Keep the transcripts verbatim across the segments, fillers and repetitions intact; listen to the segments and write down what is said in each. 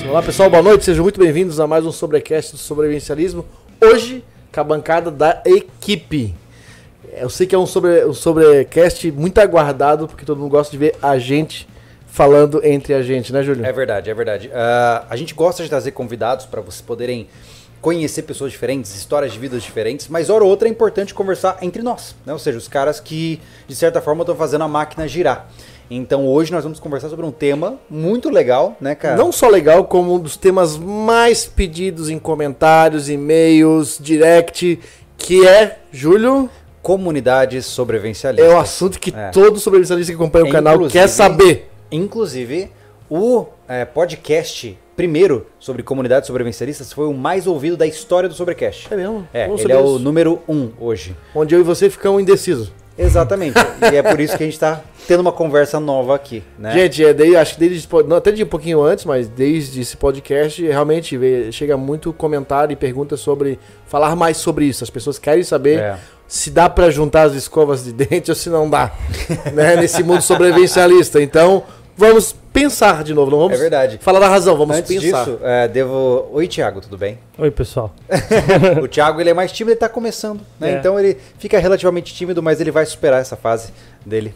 Olá pessoal, boa noite, sejam muito bem-vindos a mais um Sobrecast do Sobrevivencialismo. Hoje, com a bancada da equipe. Eu sei que é um, sobre, um sobrecast muito aguardado, porque todo mundo gosta de ver a gente falando entre a gente, né, Júlio? É verdade, é verdade. Uh, a gente gosta de trazer convidados para vocês poderem conhecer pessoas diferentes, histórias de vidas diferentes, mas hora ou outra é importante conversar entre nós, né? Ou seja, os caras que, de certa forma, estão fazendo a máquina girar. Então hoje nós vamos conversar sobre um tema muito legal, né, cara? Não só legal, como um dos temas mais pedidos em comentários, e-mails, direct, que é, Júlio... Comunidades sobrevivencialistas. É o assunto que é. todo sobrevivencialista que acompanha o canal inclusive, quer saber. Inclusive, o é, podcast primeiro sobre comunidades sobrevivencialistas foi o mais ouvido da história do Sobrecast. É mesmo? É, ele é o número um hoje. Onde eu e você ficamos indecisos. Exatamente. E é por isso que a gente está tendo uma conversa nova aqui, né? Gente, é desde, acho que desde, não, até de um pouquinho antes, mas desde esse podcast, realmente vê, chega muito comentário e pergunta sobre falar mais sobre isso. As pessoas querem saber é. se dá para juntar as escovas de dente ou se não dá, né? Nesse mundo sobrevivencialista. Então, vamos pensar de novo, não vamos é verdade. falar da razão, vamos Antes pensar. Disso, é, devo... Oi, Thiago, tudo bem? Oi, pessoal. O Thiago, ele é mais tímido, ele tá começando, né? É. Então ele fica relativamente tímido, mas ele vai superar essa fase dele.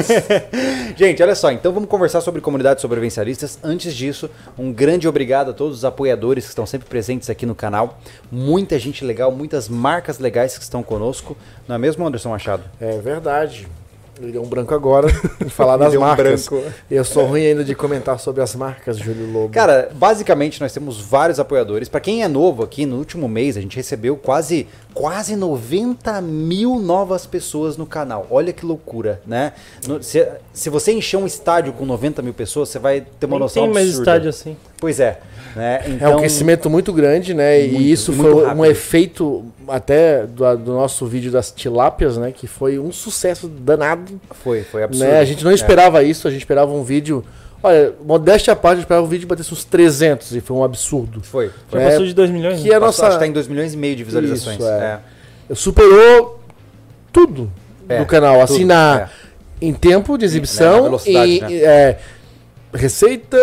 Gente, olha só, então vamos conversar sobre comunidades sobrevivencialistas. Antes disso, um grande obrigado a todos os apoiadores que estão sempre presentes aqui no canal. Muita gente legal, muitas marcas legais que estão conosco. Não é mesmo, Anderson Machado? É verdade. Ele deu um branco agora em falar das marcas. Um eu sou ruim ainda de comentar sobre as marcas, Júlio Lobo. Cara, basicamente nós temos vários apoiadores. Para quem é novo aqui, no último mês a gente recebeu quase, quase noventa mil novas pessoas no canal. Olha que loucura, né? No, se, se você encher um estádio com noventa mil pessoas, você vai ter uma Nem noção tem mais absurda. estádio assim. Pois é. Né? Então, é um crescimento muito grande, né? Muito, e isso foi rápido. Um efeito até do, do nosso vídeo das tilápias, né? Que foi um sucesso danado. Foi, foi absurdo. Né? A gente não esperava é. isso, a gente esperava um vídeo... Olha, modéstia à parte, a gente esperava um vídeo batesse uns trezentos e foi um absurdo. Foi. Já é, passou de dois milhões? Que né? a nossa... Acho que está em dois milhões e meio de visualizações. Isso, é. É. Superou tudo é, do canal, assim, tudo, na, é. em tempo de exibição, na em né? é, receita,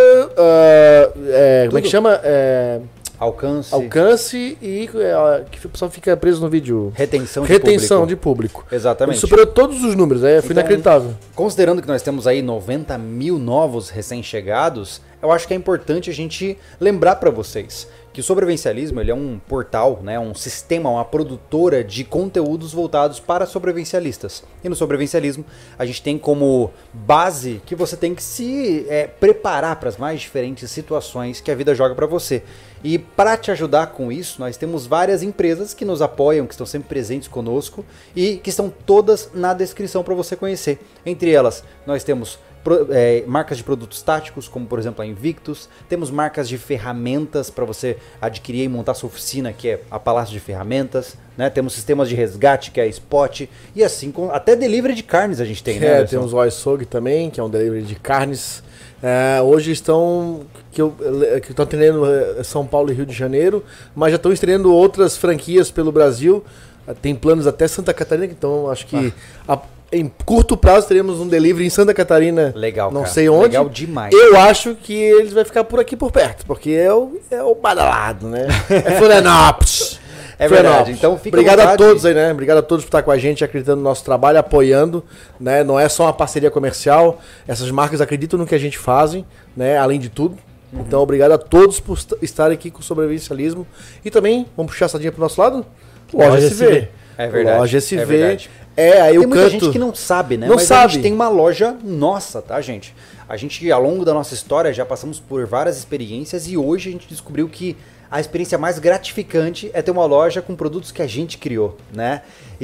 uh, é, como é que chama? É, alcance. Alcance e é, que o pessoal fica preso no vídeo. Retenção de Retenção público. de público. Exatamente. Ele superou todos os números, é, foi então, inacreditável. Considerando que nós temos aí noventa mil novos recém-chegados, eu acho que é importante a gente lembrar para vocês que o Sobrevivencialismo ele é um portal, né, um sistema, uma produtora de conteúdos voltados para sobrevivencialistas. E no Sobrevivencialismo a gente tem como base que você tem que se é, preparar para as mais diferentes situações que a vida joga para você. E para te ajudar com isso, nós temos várias empresas que nos apoiam, que estão sempre presentes conosco e que estão todas na descrição para você conhecer. Entre elas, nós temos É, marcas de produtos táticos, como por exemplo a Invictus. Temos marcas de ferramentas para você adquirir e montar sua oficina, que é a Palácio de Ferramentas, né? Temos sistemas de resgate, que é a Spot, e assim, com, até delivery de carnes a gente tem, né? É, temos o iSog também, que é um delivery de carnes. É, hoje estão que eu, que estão atendendo São Paulo e Rio de Janeiro, mas já estão estreando outras franquias pelo Brasil. Tem planos até Santa Catarina, então acho que ah. a, em curto prazo teremos um delivery em Santa Catarina. Legal, não cara. sei onde. Legal demais. Eu acho que eles vão ficar por aqui por perto, porque é o, é o badalado, né? É Florianópolis. É verdade. Então fica Obrigado a todos aí, né? Obrigado a todos por estar com a gente, acreditando no nosso trabalho, apoiando, né? Não é só uma parceria comercial. Essas marcas acreditam no que a gente fazem, né? Além de tudo. Uhum. Então, obrigado a todos por estarem aqui com o Sobrevivencialismo. E também, vamos puxar a sardinha pro nosso lado? Loja, Loja S V. É verdade. Loja S V. É verdade. É, aí tem eu muita canto... gente que não sabe, né? Não Mas sabe. a gente tem uma loja nossa, tá, gente? A gente, ao longo da nossa história, já passamos por várias experiências e hoje a gente descobriu que a experiência mais gratificante é ter uma loja com produtos que a gente criou, né?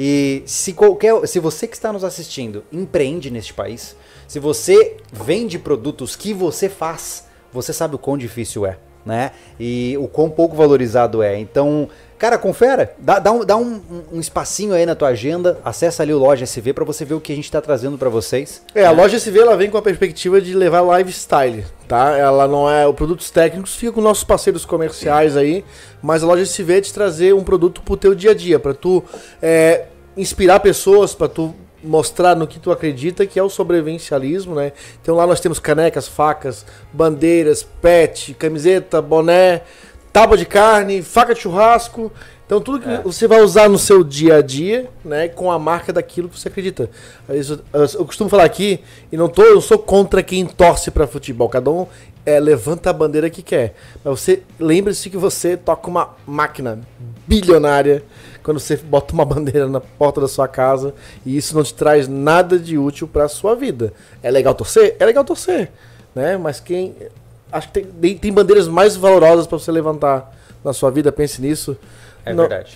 E se, qualquer, se você que está nos assistindo empreende neste país, se você vende produtos que você faz, você sabe o quão difícil é, né? E o quão pouco valorizado é. Então, cara, confere, dá, dá, um, dá um, um espacinho aí na tua agenda, acessa ali o Loja S V para você ver o que a gente está trazendo para vocês. É, a Loja S V ela vem com a perspectiva de levar lifestyle, tá? Ela não é, os produtos técnicos fica com nossos parceiros comerciais aí, mas a Loja S V é de trazer um produto pro teu dia a dia, para tu é, inspirar pessoas, para tu mostrar no que tu acredita, que é o sobrevivencialismo, né? Então lá nós temos canecas, facas, bandeiras, pet, camiseta, boné, tábua de carne, faca de churrasco. Então tudo que é. você vai usar no seu dia a dia, né, com a marca daquilo que você acredita. Eu costumo falar aqui, e não tô, eu sou contra quem torce para futebol. Cada um é, levanta a bandeira que quer. Mas você lembre-se que você toca uma máquina bilionária quando você bota uma bandeira na porta da sua casa e isso não te traz nada de útil para a sua vida. É legal torcer? É legal torcer, né? Mas quem acho que tem, tem bandeiras mais valorosas para você levantar na sua vida, pense nisso. É não, verdade.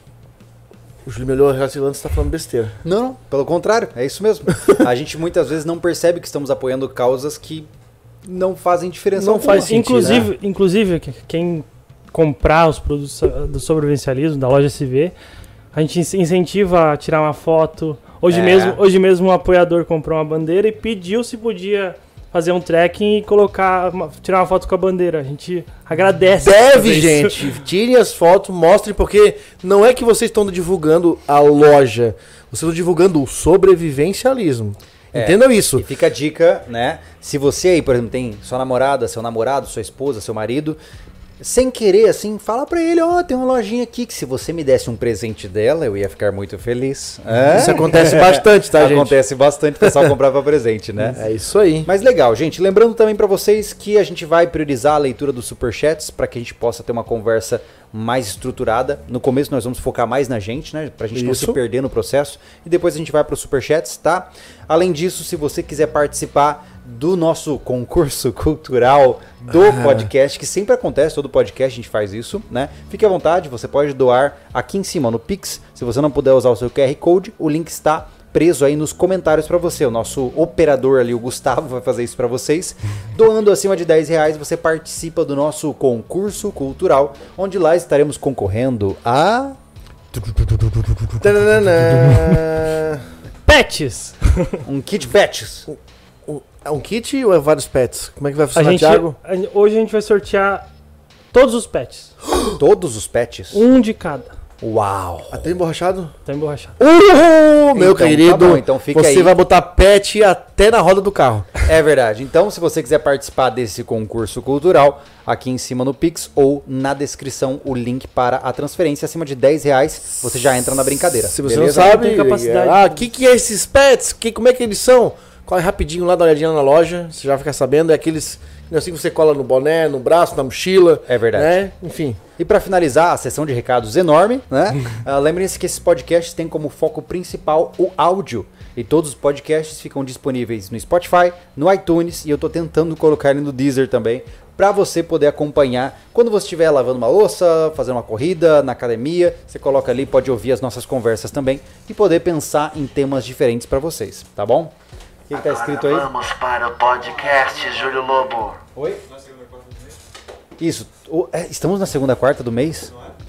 O Júlio Melhor Racilando está falando besteira. Não, não, pelo contrário, é isso mesmo. A gente muitas vezes não percebe que estamos apoiando causas que não fazem diferença. Não alguma. Faz sentido. Inclusive, né? inclusive, quem comprar os produtos do sobrevivencialismo da loja S V, a gente incentiva a tirar uma foto. Hoje, é. mesmo, hoje mesmo um apoiador comprou uma bandeira e pediu se podia fazer um tracking e colocar, uma, tirar uma foto com a bandeira. A gente agradece. Deve, gente. Tirem as fotos, mostrem, porque não é que vocês estão divulgando a loja, vocês estão divulgando o sobrevivencialismo. É, entendam isso. E fica a dica, né? Se você aí, por exemplo, tem sua namorada, seu namorado, sua esposa, seu marido, sem querer, assim, fala pra ele, ó, oh, tem uma lojinha aqui que se você me desse um presente dela, eu ia ficar muito feliz. É? Isso acontece bastante, tá, gente? Acontece bastante, o pessoal comprar pra presente, né? É isso aí. Mas legal, gente. Lembrando também pra vocês que a gente vai priorizar a leitura dos superchats pra que a gente possa ter uma conversa mais estruturada. No começo nós vamos focar mais na gente, né? Pra gente Isso. não se perder no processo. E depois a gente vai para os superchats, tá? Além disso, se você quiser participar do nosso concurso cultural do ah. podcast, que sempre acontece, todo podcast a gente faz isso, né? Fique à vontade, você pode doar aqui em cima no Pix. Se você não puder usar o seu Q R Code, o link está preso aí nos comentários para você. O nosso operador ali, o Gustavo, vai fazer isso para vocês. Doando acima de dez reais, você participa do nosso concurso cultural, onde lá estaremos concorrendo a... Pets! Um kit pets. É um kit ou é vários pets? Como é que vai funcionar, a gente, Thiago? A, hoje a gente vai sortear todos os pets. Todos os pets? Um de cada. Uau! Até emborrachado? Tá emborrachado. Uhul, meu então, querido. Tá bom, então fica você aí. vai botar pet até na roda do carro. É verdade. Então, se você quiser participar desse concurso cultural, aqui em cima no Pix ou na descrição o link para a transferência acima de dez reais, você já entra na brincadeira. Se você beleza? não sabe, tem capacidade. Ah, o que, que é esses pets? Que, como é que eles são? Corre rapidinho lá, dá uma olhadinha na loja, você já vai ficar sabendo. É aqueles assim que você cola no boné, no braço, na mochila. É verdade. Né? Enfim. E para finalizar a sessão de recados enorme, né? uh, lembrem-se que esses podcasts têm como foco principal o áudio. E todos os podcasts ficam disponíveis no Spotify, no iTunes, e eu tô tentando colocar ele no Deezer também, para você poder acompanhar quando você estiver lavando uma louça, fazendo uma corrida, na academia, você coloca ali, pode ouvir as nossas conversas também e poder pensar em temas diferentes para vocês, tá bom? O que, que tá escrito aí? Vamos para o podcast, Júlio Lobo. Oi? Isso. O, é, estamos na segunda quarta do mês?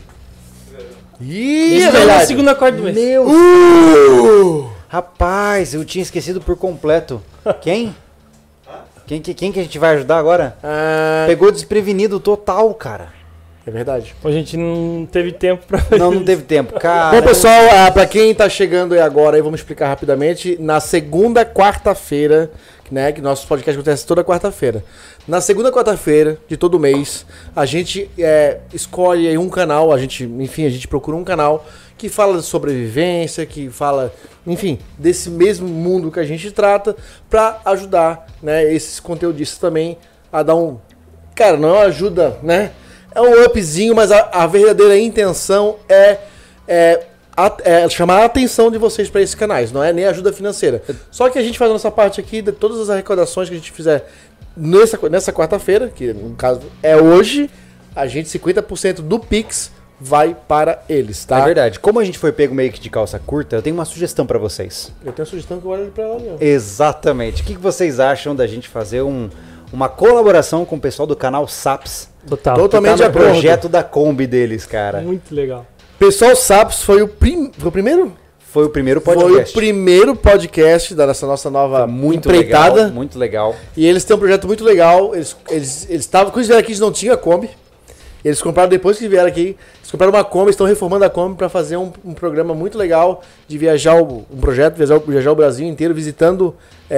Ih, Isso é é na verdade. segunda quarta do mês. Meu Uh! Rapaz, eu tinha esquecido por completo. Quem? Quem, quem, quem que a gente vai ajudar agora? Ah, Pegou desprevenido total, cara. é verdade. A gente não teve tempo pra fazer Não, não teve tempo, cara. Bom, pessoal, ah, pra quem tá chegando aí agora, aí vamos explicar rapidamente. Na segunda quarta-feira, né, que nossos podcasts acontecem toda quarta-feira. Na segunda quarta-feira de todo mês, a gente é, escolhe aí um canal, a gente, enfim, a gente procura um canal que fala de sobrevivência, que fala, enfim, desse mesmo mundo que a gente trata, pra ajudar, né, esses conteudistas também a dar um... Cara, não ajuda, né? É um upzinho, mas a, a verdadeira intenção é, é, a, é chamar a atenção de vocês para esses canais, não é nem ajuda financeira. Só que a gente faz a nossa parte aqui, de todas as arrecadações que a gente fizer nessa, nessa quarta-feira, que no caso é hoje, a gente, cinquenta por cento do Pix vai para eles, tá? É verdade. Como a gente foi pego meio que de calça curta, eu tenho uma sugestão para vocês. Eu tenho uma sugestão que eu olho para lá. Meu. Exatamente. O que, que vocês acham da gente fazer um, uma colaboração com o pessoal do canal Saps? Total. Totalmente Tá no de acordo. projeto da Kombi deles, cara. Muito legal. Pessoal, Saps foi o, prim... foi o primeiro? Foi o primeiro podcast. Foi o primeiro podcast dessa nossa nova muito empreitada. legal, muito legal. E eles têm um projeto muito legal. Eles eles eles estavam, quando eles vieram aqui, eles não tinham a Kombi. Eles compraram depois que vieram aqui. Eles compraram uma Kombi, estão reformando a Kombi para fazer um, um programa muito legal de viajar, o, um projeto, viajar, viajar o Brasil inteiro, visitando...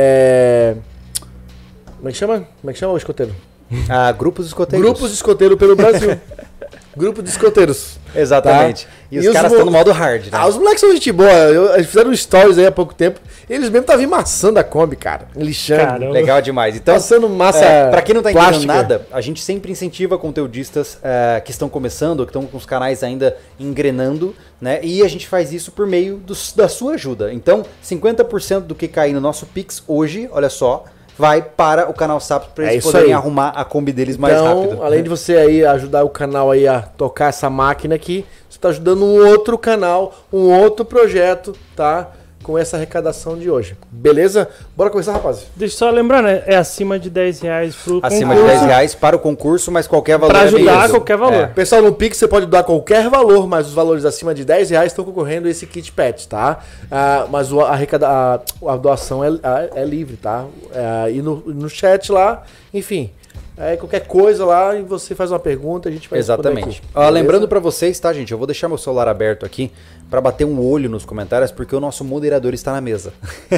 É... Como é que chama? Como é que chama o escoteiro? Ah, grupos escoteiros. Grupos de escoteiro pelo Brasil. Grupo de escoteiros. Exatamente. Tá? E, e os, os caras estão no modo hard, né? Ah, os moleques são gente boa. Eu, eles fizeram stories aí há pouco tempo. Eles mesmo estavam amassando a Kombi, cara. Lixando. Caramba. Legal demais. Então, passando massa é, pra quem não tá entendendo plástica. nada, a gente sempre incentiva conteudistas é, que estão começando, que estão com os canais ainda engrenando, né? E a gente faz isso por meio do, da sua ajuda. Então, cinquenta por cento do que cair no nosso Pix hoje, olha só, vai para o canal Saps para eles é poderem aí. arrumar a Kombi deles então, mais rápido. Além de você aí ajudar o canal aí a tocar essa máquina aqui, você está ajudando um outro canal, um outro projeto, tá? Com essa arrecadação de hoje. Beleza? Bora começar, rapaz. Deixa eu só lembrar, né? É acima de dez reais pro acima concurso. de dez reais para o concurso, mas qualquer valor. Para ajudar é qualquer valor. É. Pessoal, no Pix você pode doar qualquer valor, mas os valores acima de dez reais estão concorrendo a esse kit pet, tá? Ah, mas o, a, arrecada, a, a doação é, é, é livre, tá? É, e no, no chat lá, enfim... É, qualquer coisa lá e você faz uma pergunta, a gente vai Exatamente. Ah, lembrando para vocês, tá, gente? Eu vou deixar meu celular aberto aqui para bater um olho nos comentários, porque o nosso moderador está na mesa.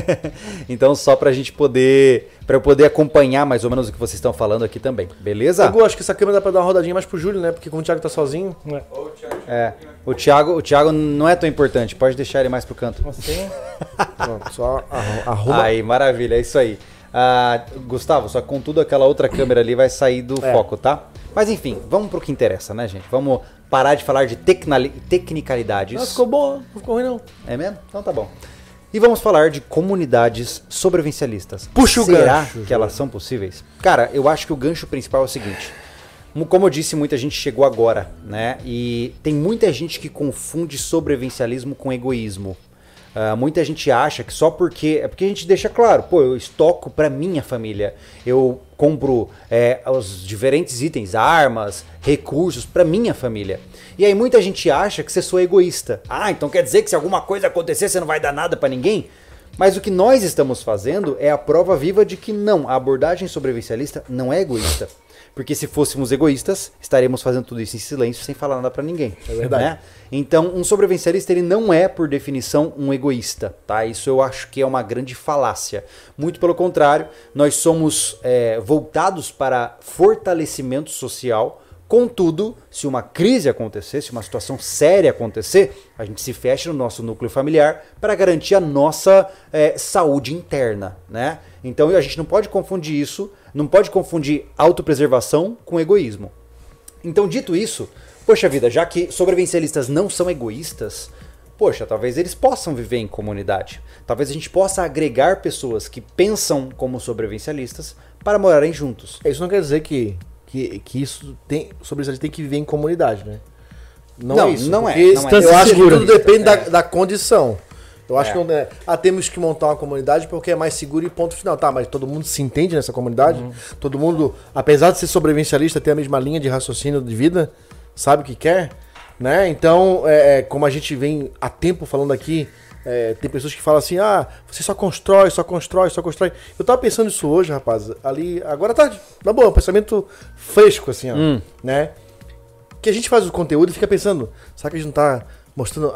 Então, só pra gente poder, para eu poder acompanhar mais ou menos o que vocês estão falando aqui também, beleza? Eu acho que essa câmera dá pra dar uma rodadinha mais pro Júlio, né? Porque como o Thiago tá sozinho... É. É, o Thiago, o Thiago não é tão importante, pode deixar ele mais pro canto. Assim? Pronto, só arruma... Aí, maravilha, é isso aí. Ah, Gustavo, só contudo aquela outra câmera ali vai sair do é. foco, tá? Mas enfim, vamos pro que interessa, né, gente? Vamos parar de falar de tecnicalidades. Não, ficou bom, não ficou ruim não. É mesmo? Então tá bom. E vamos falar de comunidades sobrevivencialistas. Puxa o Será gancho, que elas são possíveis? Cara, eu acho que o gancho principal é o seguinte. Como eu disse, muita gente chegou agora, né? E tem muita gente que confunde sobrevivencialismo com egoísmo. Uh, muita gente acha que só porque... É porque a gente deixa claro, pô, eu estoco pra minha família. Eu compro é, os diferentes itens, armas, recursos pra minha família. E aí muita gente acha que você sou egoísta. Ah, então quer dizer que se alguma coisa acontecer você não vai dar nada pra ninguém? Mas o que nós estamos fazendo é a prova viva de que não, a abordagem sobrevivencialista não é egoísta. Porque se fôssemos egoístas, estaremos fazendo tudo isso em silêncio, sem falar nada pra ninguém. É verdade. Né? Então, um sobrevivencialista, ele não é, por definição, um egoísta. Tá? Isso eu acho que é uma grande falácia. Muito pelo contrário, nós somos é, voltados para fortalecimento social. Contudo, se uma crise acontecer, se uma situação séria acontecer, a gente se fecha no nosso núcleo familiar para garantir a nossa é, saúde interna, né? Então a gente não pode confundir isso, não pode confundir autopreservação com egoísmo. Então, dito isso, poxa vida, já que sobrevivencialistas não são egoístas, poxa, talvez eles possam viver em comunidade. Talvez a gente possa agregar pessoas que pensam como sobrevivencialistas para morarem juntos. Isso não quer dizer que... Que, que isso tem, sobre isso a gente tem que viver em comunidade, né? Não, não é isso. Não é, não é. Eu acho que tudo depende é. da, da condição. Eu acho é. que não é, ah, temos que montar uma comunidade porque é mais seguro e ponto final. Tá, mas todo mundo se entende nessa comunidade? Uhum. Todo mundo, apesar de ser sobrevivencialista, tem a mesma linha de raciocínio de vida, sabe o que quer, né? Então, é, como a gente vem há tempo falando aqui, é, tem pessoas que falam assim, ah, você só constrói, só constrói, só constrói. Eu tava pensando isso hoje, rapaz, ali, agora tá, na boa, um pensamento fresco, assim, ó, hum. né? Que a gente faz o conteúdo e fica pensando, será que a gente não tá mostrando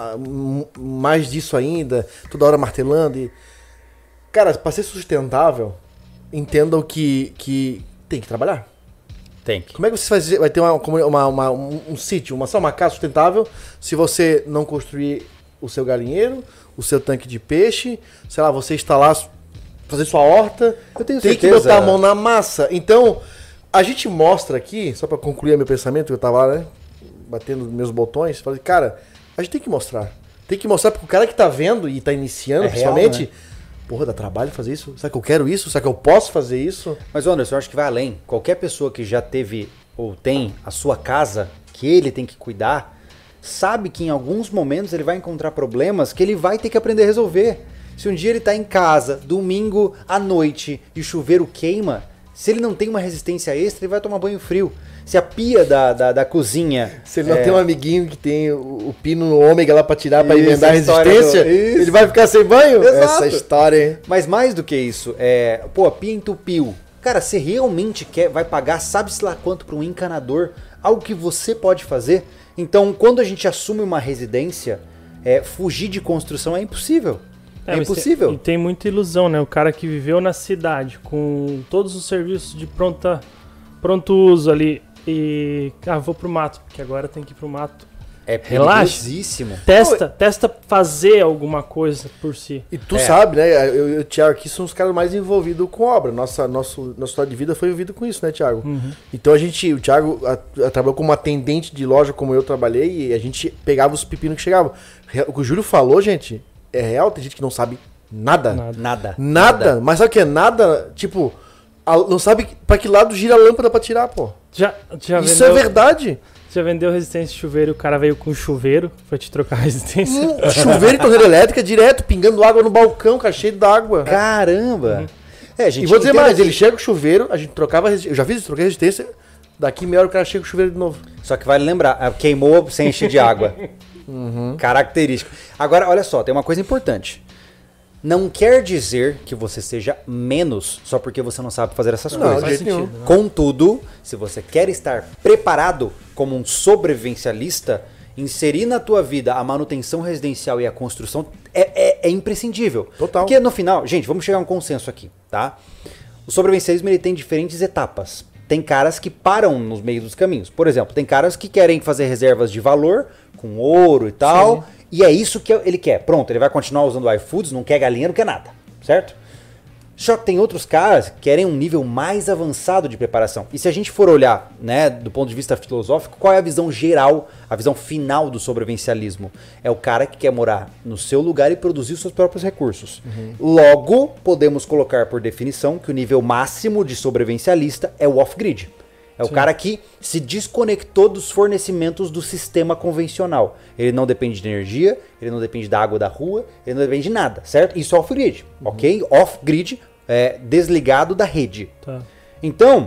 mais disso ainda, toda hora martelando? E... Cara, pra ser sustentável, entendam que, que tem que trabalhar. Tem que. Como é que você vai, vai ter uma, uma, uma, um, um sítio, uma, só uma casa sustentável, se você não construir o seu galinheiro, o seu tanque de peixe, sei lá, você instalar, fazer sua horta, eu tenho tem certeza. que botar a mão na massa. Então, a gente mostra aqui, só para concluir meu pensamento, eu tava lá, né, batendo meus botões, falei, cara, a gente tem que mostrar. Tem que mostrar porque o cara que tá vendo e tá iniciando, é principalmente, real, né? Porra, dá trabalho fazer isso? Será que eu quero isso? Será que eu posso fazer isso? Mas, Anderson, eu acho que vai além. Qualquer pessoa que já teve ou tem a sua casa, que ele tem que cuidar, sabe que em alguns momentos ele vai encontrar problemas que ele vai ter que aprender a resolver. Se um dia ele está em casa, domingo à noite, e o chuveiro queima, se ele não tem uma resistência extra, ele vai tomar banho frio. Se a pia da, da, da cozinha... Se ele não é... tem um amiguinho que tem o, o pino ômega lá para tirar, para emendar a resistência, do... ele vai ficar sem banho? Exato. Essa história, hein? Mas mais do que isso, é... pô, a pia entupiu. Cara, você realmente quer, vai pagar, sabe-se lá quanto para um encanador algo que você pode fazer. Então, quando a gente assume uma residência, é, fugir de construção é impossível. É, é impossível. Tem, e tem muita ilusão, né? O cara que viveu na cidade com todos os serviços de pronta, pronto uso ali e... Ah, vou pro mato, porque agora tem que ir pro mato. É perigosíssimo. Testa, testa fazer alguma coisa por si. E tu é. sabe, né? Eu e o Thiago aqui somos os caras mais envolvidos com obra. Nossa, nosso, nossa história de vida foi envolvida com isso, né, Thiago? Uhum. Então a gente, o Thiago a, a, trabalhou como atendente de loja, como eu trabalhei, e a gente pegava os pepinos que chegavam. O que o Júlio falou, gente, é real. Tem gente que não sabe nada. Nada. Nada. Nada. Mas sabe o que é nada? Tipo, a, não sabe pra que lado gira a lâmpada pra tirar, pô. Já, já isso vendeu... é verdade. Já vendeu resistência de chuveiro, o cara veio com chuveiro pra te trocar a resistência. Hum, chuveiro e torneira elétrica direto, pingando água no balcão, cara, cheio d'água. Caramba! Uhum. É, gente, e vou dizer mais, ele chega com o chuveiro, a gente trocava resistência, eu já fiz isso, troquei resistência, daqui meia hora o cara chega com o chuveiro de novo. Só que vale lembrar, queimou sem encher de água. Uhum. Característico. Agora, olha só, tem uma coisa importante. Não quer dizer que você seja menos só porque você não sabe fazer essas não, coisas. de jeito nenhum. Contudo, se você quer estar preparado como um sobrevivencialista, inserir na tua vida a manutenção residencial e a construção é, é, é imprescindível. Total. Porque no final, gente, vamos chegar a um consenso aqui, tá? O sobrevivencialismo ele tem diferentes etapas. Tem caras que param nos meios dos caminhos. Por exemplo, tem caras que querem fazer reservas de valor com ouro e tal. Sim. E é isso que ele quer. Pronto, ele vai continuar usando o iFoods, não quer galinha, não quer nada, certo? Só que tem outros caras que querem um nível mais avançado de preparação. E se a gente for olhar, né, do ponto de vista filosófico, qual é a visão geral, a visão final do sobrevivencialismo? É o cara que quer morar no seu lugar e produzir os seus próprios recursos. Uhum. Logo, podemos colocar por definição que o nível máximo de sobrevivencialista é o off-grid. É o Sim. cara que se desconectou dos fornecimentos do sistema convencional. Ele não depende de energia, ele não depende da água da rua, ele não depende de nada, certo? Isso é off-grid, uhum. ok? Off-grid, é, desligado da rede. Tá. Então,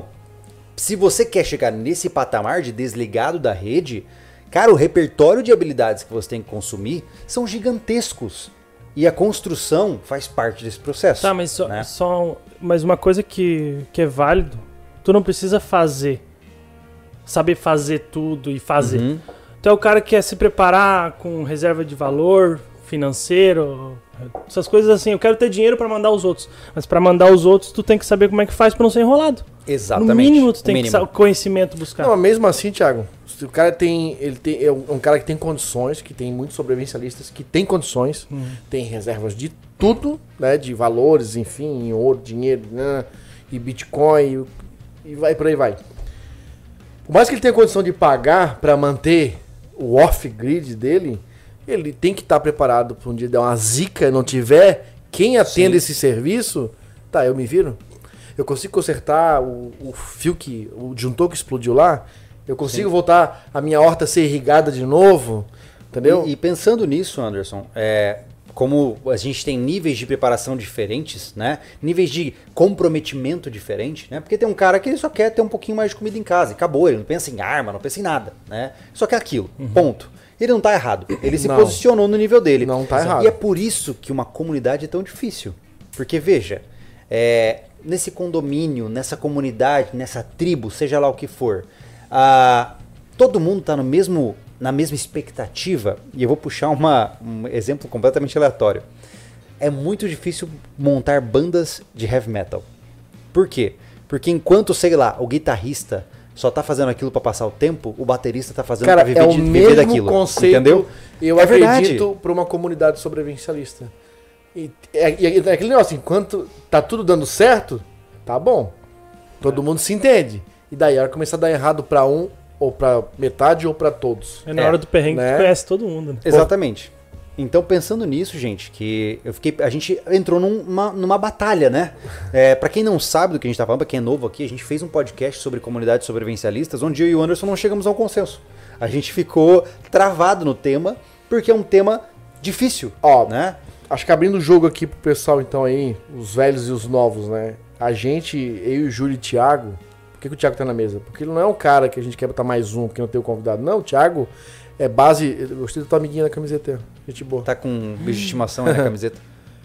se você quer chegar nesse patamar de desligado da rede, cara, o repertório de habilidades que você tem que consumir são gigantescos. E a construção faz parte desse processo. Tá, mas só, né? só mas uma coisa que, que é válido, tu não precisa fazer, saber fazer tudo e fazer. Uhum. Tu é o cara que quer se preparar com reserva de valor financeiro, essas coisas assim. Eu quero ter dinheiro para mandar os outros, mas para mandar os outros tu tem que saber como é que faz para não ser enrolado. Exatamente. No mínimo tu tem mínimo. que saber conhecimento buscar. Não, mesmo assim, Thiago, se o cara tem, ele tem, é um cara que tem condições, que tem muitos sobrevivencialistas que tem condições, uhum. tem reservas de tudo, né, de valores, enfim, ouro, dinheiro, né, e Bitcoin, e vai por aí vai. Por mais que ele tenha condição de pagar para manter o off-grid dele, ele tem que estar preparado para um dia der uma zica e não tiver quem atenda Sim. esse serviço. Tá, eu me viro. Eu consigo consertar o, o fio que... o disjuntor que explodiu lá. Eu consigo Sim. voltar a minha horta a ser irrigada de novo. Entendeu? E, e pensando nisso, Anderson, é... como a gente tem níveis de preparação diferentes, né? Níveis de comprometimento diferente, né? Porque tem um cara que ele só quer ter um pouquinho mais de comida em casa. E acabou, ele não pensa em arma, não pensa em nada, né? Só quer aquilo, uhum. ponto. Ele não tá errado. Ele se não. posicionou no nível dele. Não tá errado. E é por isso que uma comunidade é tão difícil. Porque, veja, é, nesse condomínio, nessa comunidade, nessa tribo, seja lá o que for, ah, todo mundo tá no mesmo... na mesma expectativa, e eu vou puxar uma, um exemplo completamente aleatório. É muito difícil montar bandas de heavy metal. Por quê? Porque enquanto, sei lá, o guitarrista só tá fazendo aquilo para passar o tempo, o baterista tá fazendo Cara, pra viver, é o de, mesmo viver daquilo. Conceito, entendeu? Eu é acredito para uma comunidade sobrevivencialista. E é, é, é aquele negócio, enquanto tá tudo dando certo, tá bom. Todo é. mundo se entende. E daí, a hora que começar a dar errado para um, ou pra metade ou pra todos. É na é, hora do perrengue né? que tu conhece todo mundo. Né? Exatamente. Então, pensando nisso, gente, que eu fiquei, a gente entrou numa, numa batalha, né? É, pra quem não sabe do que a gente tá falando, pra quem é novo aqui, a gente fez um podcast sobre comunidades sobrevivencialistas, onde eu e o Anderson não chegamos a um consenso. A gente ficou travado no tema, porque é um tema difícil. Ó, né? Acho que abrindo o jogo aqui pro pessoal, então, aí, os velhos e os novos, né? A gente, eu, o Júlio e o Thiago... Por que, que o Thiago tá na mesa? Porque ele não é um cara que a gente quer botar mais um, porque não tem o convidado. Não, o Thiago é base... Eu gostei do tua amiguinha na camiseta. Gente boa. Tá com bicho de estimação aí na camiseta.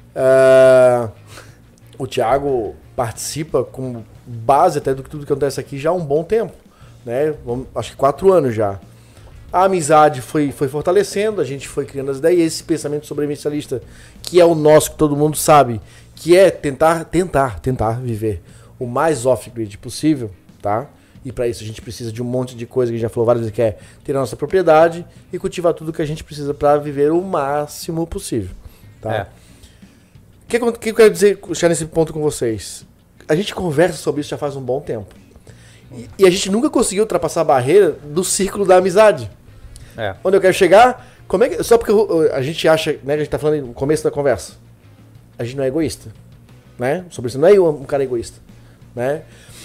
É, o Thiago participa com base até do que tudo que acontece aqui já há um bom tempo. né? Vamos, acho que quatro anos já. A amizade foi, foi fortalecendo, a gente foi criando as ideias, e esse pensamento sobrevivencialista, que é o nosso, que todo mundo sabe, que é tentar, tentar, tentar viver o mais off-grid possível, tá? E para isso a gente precisa de um monte de coisa que a gente já falou várias vezes, que é ter a nossa propriedade e cultivar tudo que a gente precisa para viver o máximo possível, tá? É. O que, que eu quero dizer, chegar nesse ponto com vocês? A gente conversa sobre isso já faz um bom tempo. E, e a gente nunca conseguiu ultrapassar a barreira do círculo da amizade. É. Onde eu quero chegar, como é que, só porque eu, a gente acha, né, que a gente tá falando no começo da conversa, a gente não é egoísta, né? Sobre isso, não é um cara egoísta, né?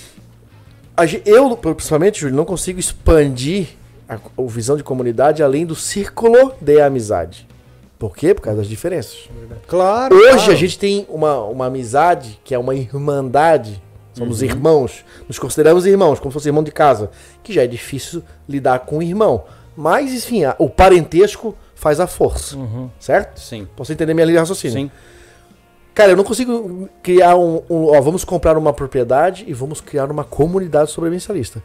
A gente, eu, principalmente, Júlio, não consigo expandir a, a visão de comunidade além do círculo de amizade. Por quê? Por causa das diferenças. Claro. Hoje claro. a gente tem uma, uma amizade que é uma irmandade. Somos uhum. irmãos. Nos consideramos irmãos, como se fosse irmão de casa. Que já é difícil lidar com o irmão. Mas, enfim, a, o parentesco faz a força. Uhum. Certo? Sim. Posso entender minha linha de raciocínio? Sim. Cara, eu não consigo criar um... um ó, vamos comprar uma propriedade e vamos criar uma comunidade sobrevivencialista.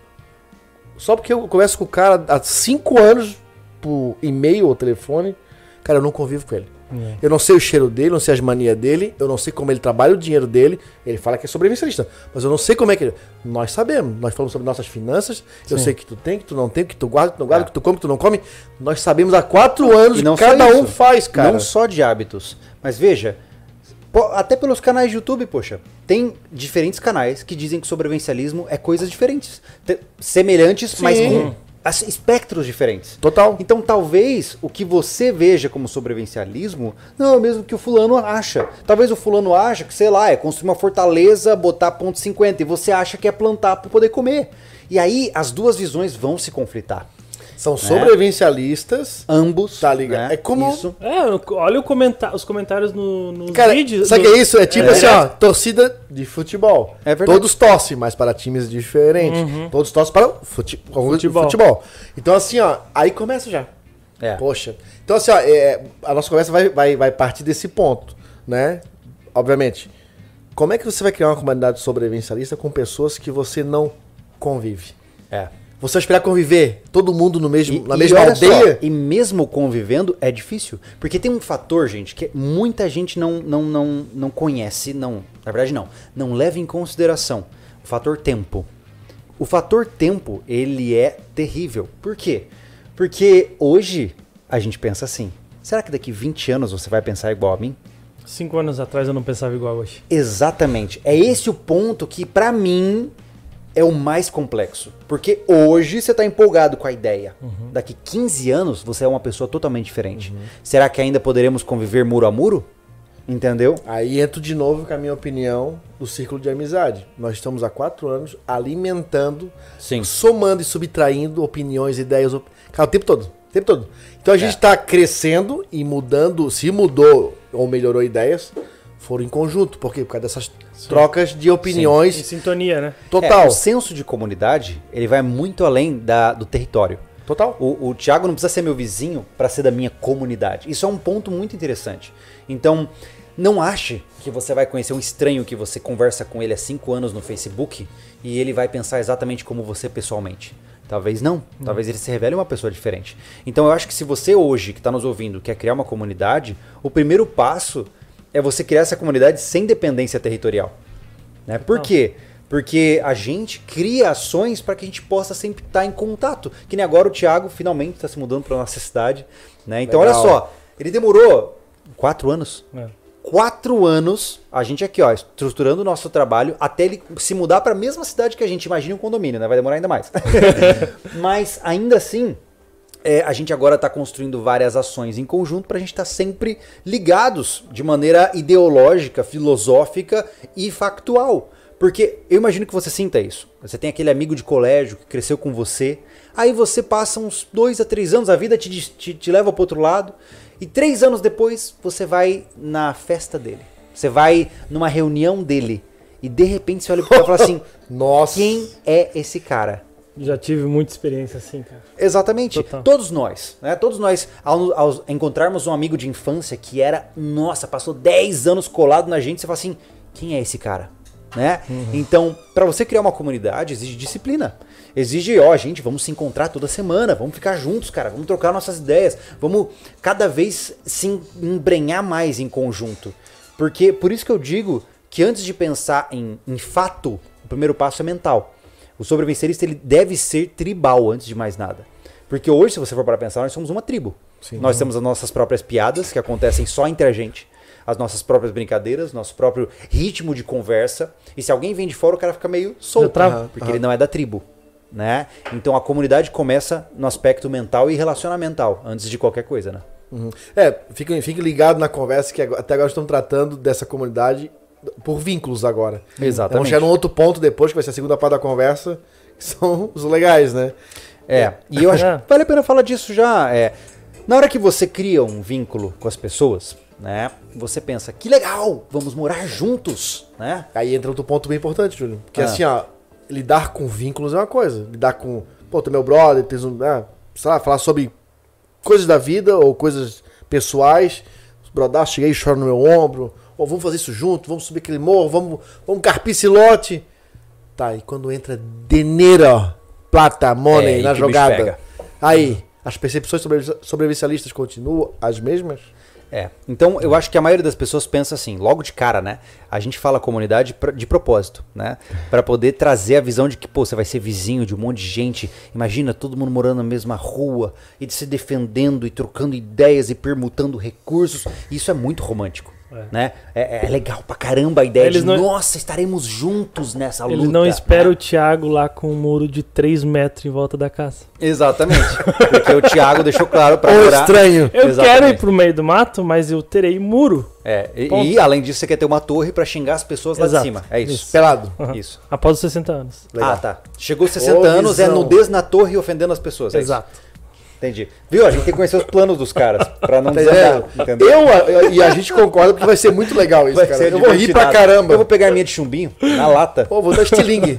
Só porque eu converso com o cara há cinco anos por e-mail ou telefone, cara, eu não convivo com ele. É. Eu não sei o cheiro dele, não sei as manias dele, eu não sei como ele trabalha o dinheiro dele. Ele fala que é sobrevivencialista, mas eu não sei como é que ele... Nós sabemos, nós falamos sobre nossas finanças. Sim. Eu sei que tu tem, que tu não tem, que tu guarda, que tu não guarda, é. que tu come, que tu não come. Nós sabemos há quatro anos o que cada um faz, cara. Não só de hábitos, mas veja, até pelos canais de YouTube, poxa, tem diferentes canais que dizem que sobrevivencialismo é coisas diferentes, semelhantes, Sim. mas com espectros diferentes. Total. Então talvez o que você veja como sobrevivencialismo não é o mesmo que o fulano acha. Talvez o fulano acha que, sei lá, é construir uma fortaleza, botar ponto cinquenta, e você acha que é plantar para poder comer. E aí as duas visões vão se conflitar. São sobrevivencialistas. Ambos. Tá ligado? Né? É como... Isso. É, olha o comentar, os comentários no, nos Cara, vídeos. Sabe o no... que é isso? É tipo é. assim, ó, torcida de futebol. É verdade. Todos torcem, mas para times diferentes. Uhum. Todos torcem para fute... futebol. futebol. Então assim, ó, aí começa já. É. Poxa. Então assim, ó, é, a nossa conversa vai, vai, vai partir desse ponto, né? Obviamente. Como é que você vai criar uma comunidade sobrevivencialista com pessoas que você não convive? É. Você vai esperar conviver todo mundo no mesmo, e, na e mesma aldeia? Só, e mesmo convivendo é difícil. Porque tem um fator, gente, que muita gente não, não, não, não conhece, não, na verdade não, não leva em consideração. O fator tempo. O fator tempo, ele é terrível. Por quê? Porque hoje a gente pensa assim, será que daqui vinte anos você vai pensar igual a mim? Cinco anos atrás eu não pensava igual hoje. Exatamente. É esse o ponto que, pra mim, é o mais complexo. Porque hoje você está empolgado com a ideia. Uhum. Daqui quinze anos você é uma pessoa totalmente diferente. Uhum. Será que ainda poderemos conviver muro a muro? Entendeu? Aí entro de novo com a minha opinião do círculo de amizade. Nós estamos há quatro anos alimentando, Sim. somando e subtraindo opiniões, ideias, op... Cara, o tempo todo. O tempo todo. Então a gente está é. crescendo e mudando, se mudou ou melhorou ideias, foram em conjunto. Por quê? Por causa dessas Sim. trocas de opiniões. Sim. Em sintonia, né? Total. É, o senso de comunidade, ele vai muito além da, do território. Total. O, o Thiago não precisa ser meu vizinho para ser da minha comunidade. Isso é um ponto muito interessante. Então, não ache que você vai conhecer um estranho que você conversa com ele há cinco anos no Facebook e ele vai pensar exatamente como você pessoalmente. Talvez não. Hum. Talvez ele se revele uma pessoa diferente. Então, eu acho que se você hoje, que está nos ouvindo, quer criar uma comunidade, o primeiro passo é você criar essa comunidade sem dependência territorial. Né? Por não. quê? Porque a gente cria ações para que a gente possa sempre estar em contato. Que nem agora o Thiago finalmente está se mudando para nossa cidade. Né? Então, Legal. olha só. Ele demorou quatro anos. É. Quatro anos, a gente aqui, ó, estruturando o nosso trabalho até ele se mudar para a mesma cidade que a gente. Imagina um condomínio, né? Vai demorar ainda mais. Mas, ainda assim, é, a gente agora está construindo várias ações em conjunto para a gente estar tá sempre ligados de maneira ideológica, filosófica e factual. Porque eu imagino que você sinta isso. Você tem aquele amigo de colégio que cresceu com você. Aí você passa uns dois a três anos, a vida te, te, te leva para outro lado. E três anos depois você vai na festa dele. Você vai numa reunião dele. E de repente você olha para ele e fala assim: Nossa. Quem é esse cara? Já tive muita experiência assim, cara. Exatamente. Total. Todos nós, né? Todos nós, ao, ao encontrarmos um amigo de infância que era, nossa, passou dez anos colado na gente, você fala assim: quem é esse cara? né? Uhum. Então, para você criar uma comunidade, exige disciplina. Exige, ó, gente, vamos se encontrar toda semana, vamos ficar juntos, cara, vamos trocar nossas ideias, vamos cada vez se embrenhar mais em conjunto. Porque, por isso que eu digo que antes de pensar em, em fato, o primeiro passo é mental. O sobrevivencialista, ele deve ser tribal antes de mais nada. Porque hoje, se você for para pensar, nós somos uma tribo. Sim. Nós temos as nossas próprias piadas, que acontecem só entre a gente, as nossas próprias brincadeiras, nosso próprio ritmo de conversa. E se alguém vem de fora, o cara fica meio solto, uhum, porque uhum. ele não é da tribo. Né? Então a comunidade começa no aspecto mental e relacionamental, antes de qualquer coisa, né? Uhum. É, fique, fique ligado na conversa que até agora estamos tratando dessa comunidade por vínculos agora. Exatamente. Vamos chegar num outro ponto depois, que vai ser a segunda parte da conversa, que são os legais, né? É, e eu acho que vale a pena falar disso já. É, na hora que você cria um vínculo com as pessoas, né? Você pensa, que legal, vamos morar juntos, né? Aí entra outro ponto bem importante, Júlio. Porque ah. assim, ó, lidar com vínculos é uma coisa. Lidar com, pô, tu é meu brother, tens um, ah, sei lá, falar sobre coisas da vida ou coisas pessoais. Os brothers chegam e choram no meu ombro. Ou vamos fazer isso junto, vamos subir aquele morro, vamos, vamos carpir esse lote. Tá, e quando entra dinheiro, plata, money é, na jogada, aí as percepções sobre, sobrevivencialistas continuam as mesmas? É, então eu acho que a maioria das pessoas pensa assim, logo de cara, né? A gente fala comunidade de propósito, né? Para poder trazer a visão de que, pô, você vai ser vizinho de um monte de gente. Imagina todo mundo morando na mesma rua e se defendendo e trocando ideias e permutando recursos. Isso é muito romântico. É. Né? É, é legal pra caramba a ideia Eles de, não... nossa, estaremos juntos nessa luta. Ele não espera né? o Thiago lá com um muro de três metros em volta da casa. Exatamente. Porque o Thiago deixou claro pra morar... estranho. Eu Exatamente. quero ir pro meio do mato, mas eu terei muro. É, e, e além disso você quer ter uma torre pra xingar as pessoas lá Exato. de cima. É isso. isso. Pelado. Uhum. Isso. Após os sessenta anos. Legal. Ah, tá. Chegou sessenta oh, anos, visão. é nudez na torre ofendendo as pessoas. É Exato. Isso. Entendi. Viu? A gente tem que conhecer os planos dos caras, pra não desandar, entendeu? Eu, eu, e a gente concorda que vai ser muito legal isso, vai cara. Eu vou rir pra caramba. Eu vou pegar a minha de chumbinho, na lata. Pô, vou dar estilingue.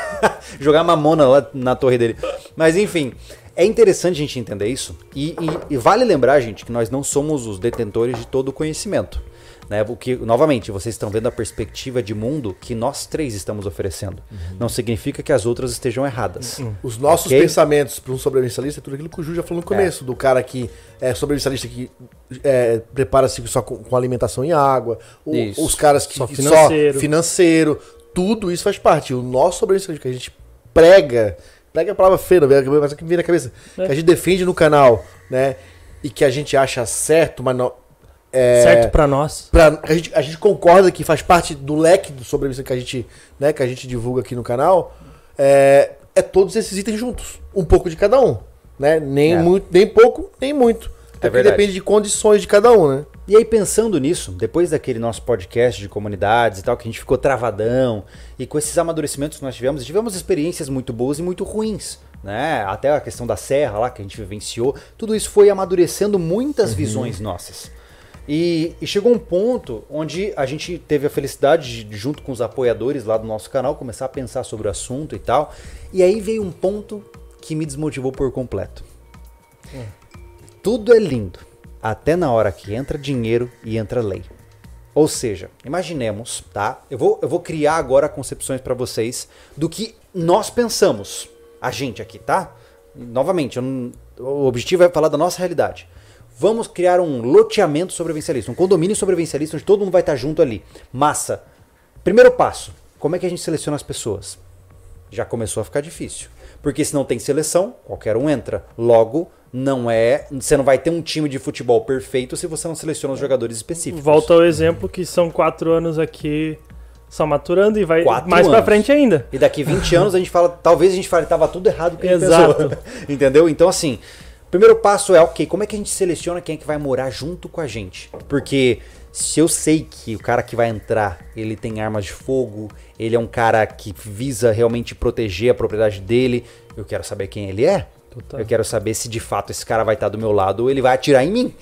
Jogar mamona lá na torre dele. Mas enfim, é interessante a gente entender isso. E, e, e vale lembrar, gente, que nós não somos os detentores de todo o conhecimento. Né? Porque, novamente, vocês estão vendo a perspectiva de mundo que nós três estamos oferecendo. Uhum. Não significa que as outras estejam erradas. Uhum. Os nossos okay? pensamentos para um sobrevivencialista é tudo aquilo que o Ju já falou no começo. É. Do cara que é sobrevivencialista que é, prepara-se só com, com alimentação e água. O, os caras que só financeiro. só financeiro. Tudo isso faz parte. O nosso sobrevivencialista que a gente prega, prega a palavra feia, mas que me vem na cabeça, é. que a gente defende no canal, né? E que a gente acha certo, mas não... É, certo pra nós. Pra, a, gente, a gente concorda que faz parte do leque do sobrevivência que a gente, né, que a gente divulga aqui no canal. É, é todos esses itens juntos. Um pouco de cada um. Né? Nem, é. muito, nem pouco, nem muito. É porque verdade. Depende de condições de cada um, né? E aí, pensando nisso, depois daquele nosso podcast de comunidades e tal, que a gente ficou travadão, e com esses amadurecimentos que nós tivemos, tivemos experiências muito boas e muito ruins. Né? Até a questão da serra lá que a gente vivenciou. Tudo isso foi amadurecendo muitas uhum. visões nossas. E, e chegou um ponto onde a gente teve a felicidade de, junto com os apoiadores lá do nosso canal, começar a pensar sobre o assunto e tal. E aí veio um ponto que me desmotivou por completo. Hum. Tudo é lindo, até na hora que entra dinheiro e entra lei. Ou seja, imaginemos, tá? Eu vou, eu vou criar agora concepções para vocês do que nós pensamos, a gente aqui, tá? Novamente, eu não, o objetivo é falar da nossa realidade. Vamos criar um loteamento sobrevivencialista, um condomínio sobrevivencialista onde todo mundo vai estar junto ali. Massa. Primeiro passo, como é que a gente seleciona as pessoas? Já começou a ficar difícil. Porque se não tem seleção, qualquer um entra. Logo, não é, você não vai ter um time de futebol perfeito se você não seleciona os jogadores específicos. Volta ao exemplo que são quatro anos aqui só maturando e vai quatro mais anos. pra frente ainda. E daqui vinte anos a gente fala, talvez a gente fale, tava tudo errado o que a gente Exato. pensou. Entendeu? Então assim... Primeiro passo é, ok, como é que a gente seleciona quem é que vai morar junto com a gente? Porque se eu sei que o cara que vai entrar, ele tem armas de fogo, ele é um cara que visa realmente proteger a propriedade dele, eu quero saber quem ele é. Total. Eu quero saber se de fato esse cara vai estar do meu lado ou ele vai atirar em mim.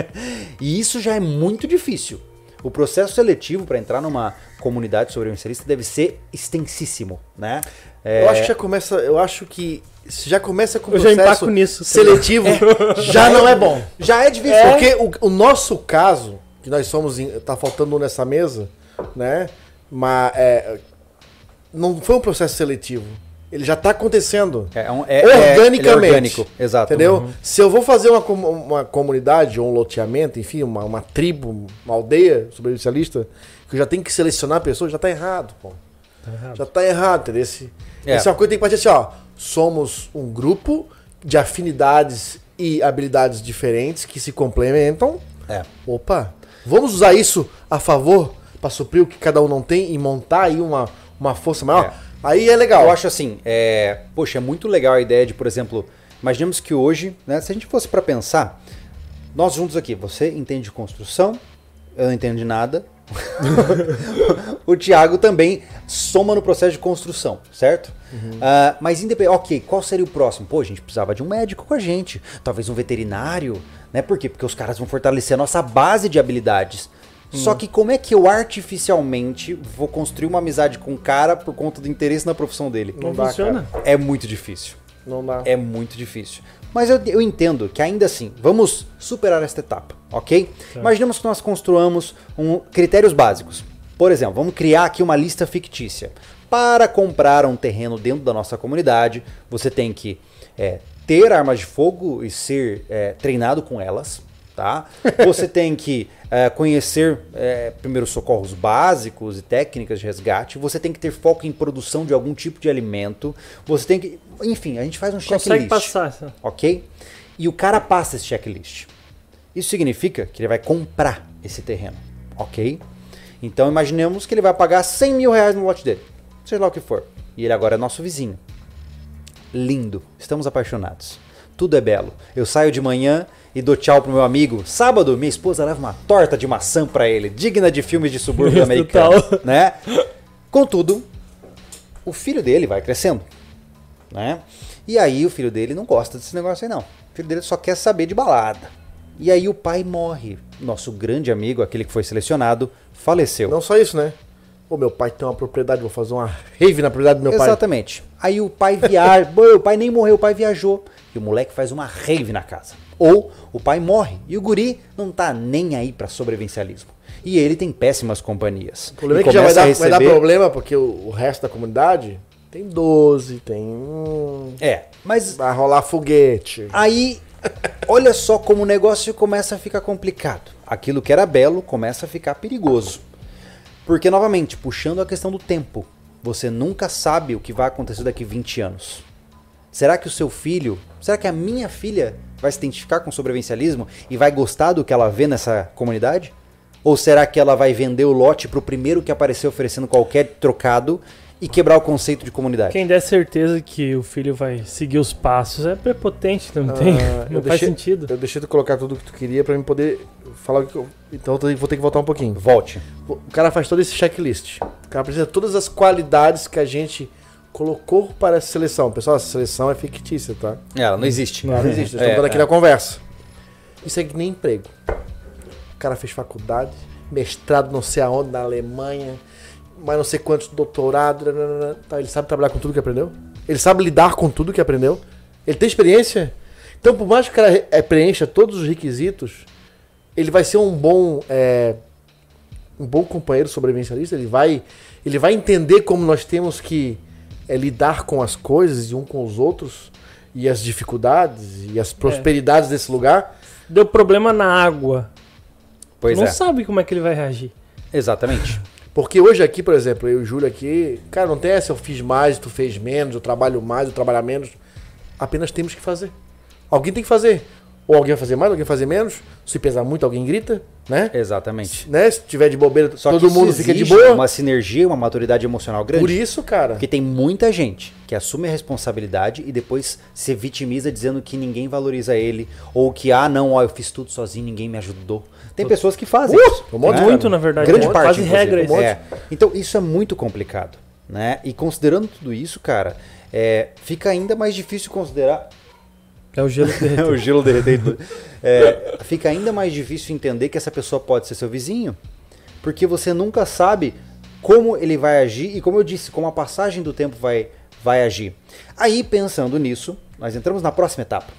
E isso já é muito difícil. O processo seletivo para entrar numa comunidade sobrevivencialista deve ser extensíssimo, né? É... Eu acho que já começa, eu acho que se já começa com o processo nisso, seletivo, é, já não é bom. Já é difícil. É. Porque o, o nosso caso, que nós somos, tá faltando um nessa mesa, né? Mas é, não foi um processo seletivo. Ele já está acontecendo. É, um, é, organicamente. É, é orgânico, exato. Entendeu? Uhum. Se eu vou fazer uma, uma comunidade ou um loteamento, enfim, uma, uma tribo, uma aldeia sobrevivencialista, que eu já tenho que selecionar pessoas, já está errado, pô. Tá errado. Já está errado, entendeu? Esse, É. Essa é uma coisa que tem que partir assim, ó. Somos um grupo de afinidades e habilidades diferentes que se complementam. É. Opa, vamos usar isso a favor para suprir o que cada um não tem e montar aí uma, uma força maior? É. Aí é legal. Eu acho assim, é, poxa, é muito legal a ideia de, por exemplo, imaginemos que hoje, né, se a gente fosse para pensar, nós juntos aqui, você entende de construção, eu não entendo de nada, o Thiago também soma no processo de construção, certo? Uhum. Uh, mas independente, ok, qual seria o próximo? Pô, a gente precisava de um médico com a gente, talvez um veterinário, né? Por quê? Porque os caras vão fortalecer a nossa base de habilidades. Hum. Só que como é que eu artificialmente vou construir uma amizade com um cara por conta do interesse na profissão dele? Não, Não dá, funciona. cara. É muito difícil. Não dá. É muito difícil. Mas eu, eu entendo que ainda assim, vamos superar esta etapa, ok? Tá. Imaginemos que nós construamos um, critérios básicos. Por exemplo, vamos criar aqui uma lista fictícia. Para comprar um terreno dentro da nossa comunidade, você tem que é, ter armas de fogo e ser é, treinado com elas. Tá? Você tem que é, conhecer é, primeiros socorros básicos e técnicas de resgate. Você tem que ter foco em produção de algum tipo de alimento. Você tem que... Enfim, a gente faz um checklist. Consegue passar. Essa. Ok? E o cara passa esse checklist. Isso significa que ele vai comprar esse terreno. Ok? Então imaginemos que ele vai pagar cem mil reais no lote dele. Seja lá o que for. E ele agora é nosso vizinho. Lindo. Estamos apaixonados. Tudo é belo. Eu saio de manhã e dou tchau pro meu amigo. Sábado, minha esposa leva uma torta de maçã pra ele, digna de filmes de subúrbio americano, né? Contudo, o filho dele vai crescendo, né? E aí o filho dele não gosta desse negócio aí não. O filho dele só quer saber de balada. E aí o pai morre. Nosso grande amigo, aquele que foi selecionado, faleceu. Não só isso, né? Ô, meu pai tem uma propriedade, vou fazer uma rave na propriedade do meu pai. Exatamente. Aí o pai viaja, o pai nem morreu, o pai viajou. E o moleque faz uma rave na casa. Ou o pai morre e o guri não tá nem aí pra sobrevivencialismo. E ele tem péssimas companhias. O problema é que já vai dar, receber... vai dar problema porque o, o resto da comunidade tem doze, tem... Hum, é, mas... vai rolar foguete. Aí, olha só como o negócio começa a ficar complicado. Aquilo que era belo começa a ficar perigoso. Porque, novamente, puxando a questão do tempo, você nunca sabe o que vai acontecer daqui vinte anos. Será que o seu filho, será que a minha filha vai se identificar com o sobrevivencialismo e vai gostar do que ela vê nessa comunidade? Ou será que ela vai vender o lote pro primeiro que aparecer oferecendo qualquer trocado e quebrar o conceito de comunidade? Quem der certeza que o filho vai seguir os passos é prepotente, não tem? Ah, não faz deixei, sentido. Eu deixei tu colocar tudo o que tu queria pra mim poder falar o que eu... Então eu vou ter que voltar um pouquinho. Volte. O cara faz todo esse checklist. O cara precisa de todas as qualidades que a gente colocou para essa seleção. Pessoal, essa seleção é fictícia, tá? Ela não existe. Não, não existe. Nós é, estamos aqui é. na conversa. Isso é que nem emprego. O cara fez faculdade, mestrado não sei aonde, na Alemanha, mas não sei quantos doutorados. Tá, ele sabe trabalhar com tudo que aprendeu. Ele sabe lidar com tudo que aprendeu. Ele tem experiência. Então, por mais que o cara é, preencha todos os requisitos, ele vai ser um bom... É, um bom companheiro sobrevivencialista. Ele vai, ele vai entender como nós temos que é, lidar com as coisas e um com os outros, e as dificuldades e as prosperidades é. desse lugar. Deu problema na água. Pois não é. sabe como é que ele vai reagir. Exatamente. Porque hoje aqui, por exemplo, eu e o Júlio aqui, cara, não tem essa, eu fiz mais, tu fez menos, eu trabalho mais, eu trabalho menos. Apenas temos que fazer. Alguém tem que fazer. Ou alguém vai fazer mais, alguém vai fazer menos. Se pesar muito, alguém grita, né? Exatamente. Né? Se tiver de bobeira, Só todo mundo fica de boa. Uma sinergia, uma maturidade emocional grande. Por isso, cara. Porque tem muita gente que assume a responsabilidade e depois se vitimiza dizendo que ninguém valoriza ele. Ou que, ah, não, ó, eu fiz tudo sozinho, ninguém me ajudou. Tem pessoas que fazem uh, isso. Um monte, né? Muito, na verdade. Grande um parte, quase regra isso. É. Então, isso é muito complicado. Né? E considerando tudo isso, cara, é, fica ainda mais difícil considerar... É o gelo derretendo. o gelo derretendo. É, fica ainda mais difícil entender que essa pessoa pode ser seu vizinho, porque você nunca sabe como ele vai agir e, como eu disse, como a passagem do tempo vai, vai agir. Aí, pensando nisso, nós entramos na próxima etapa,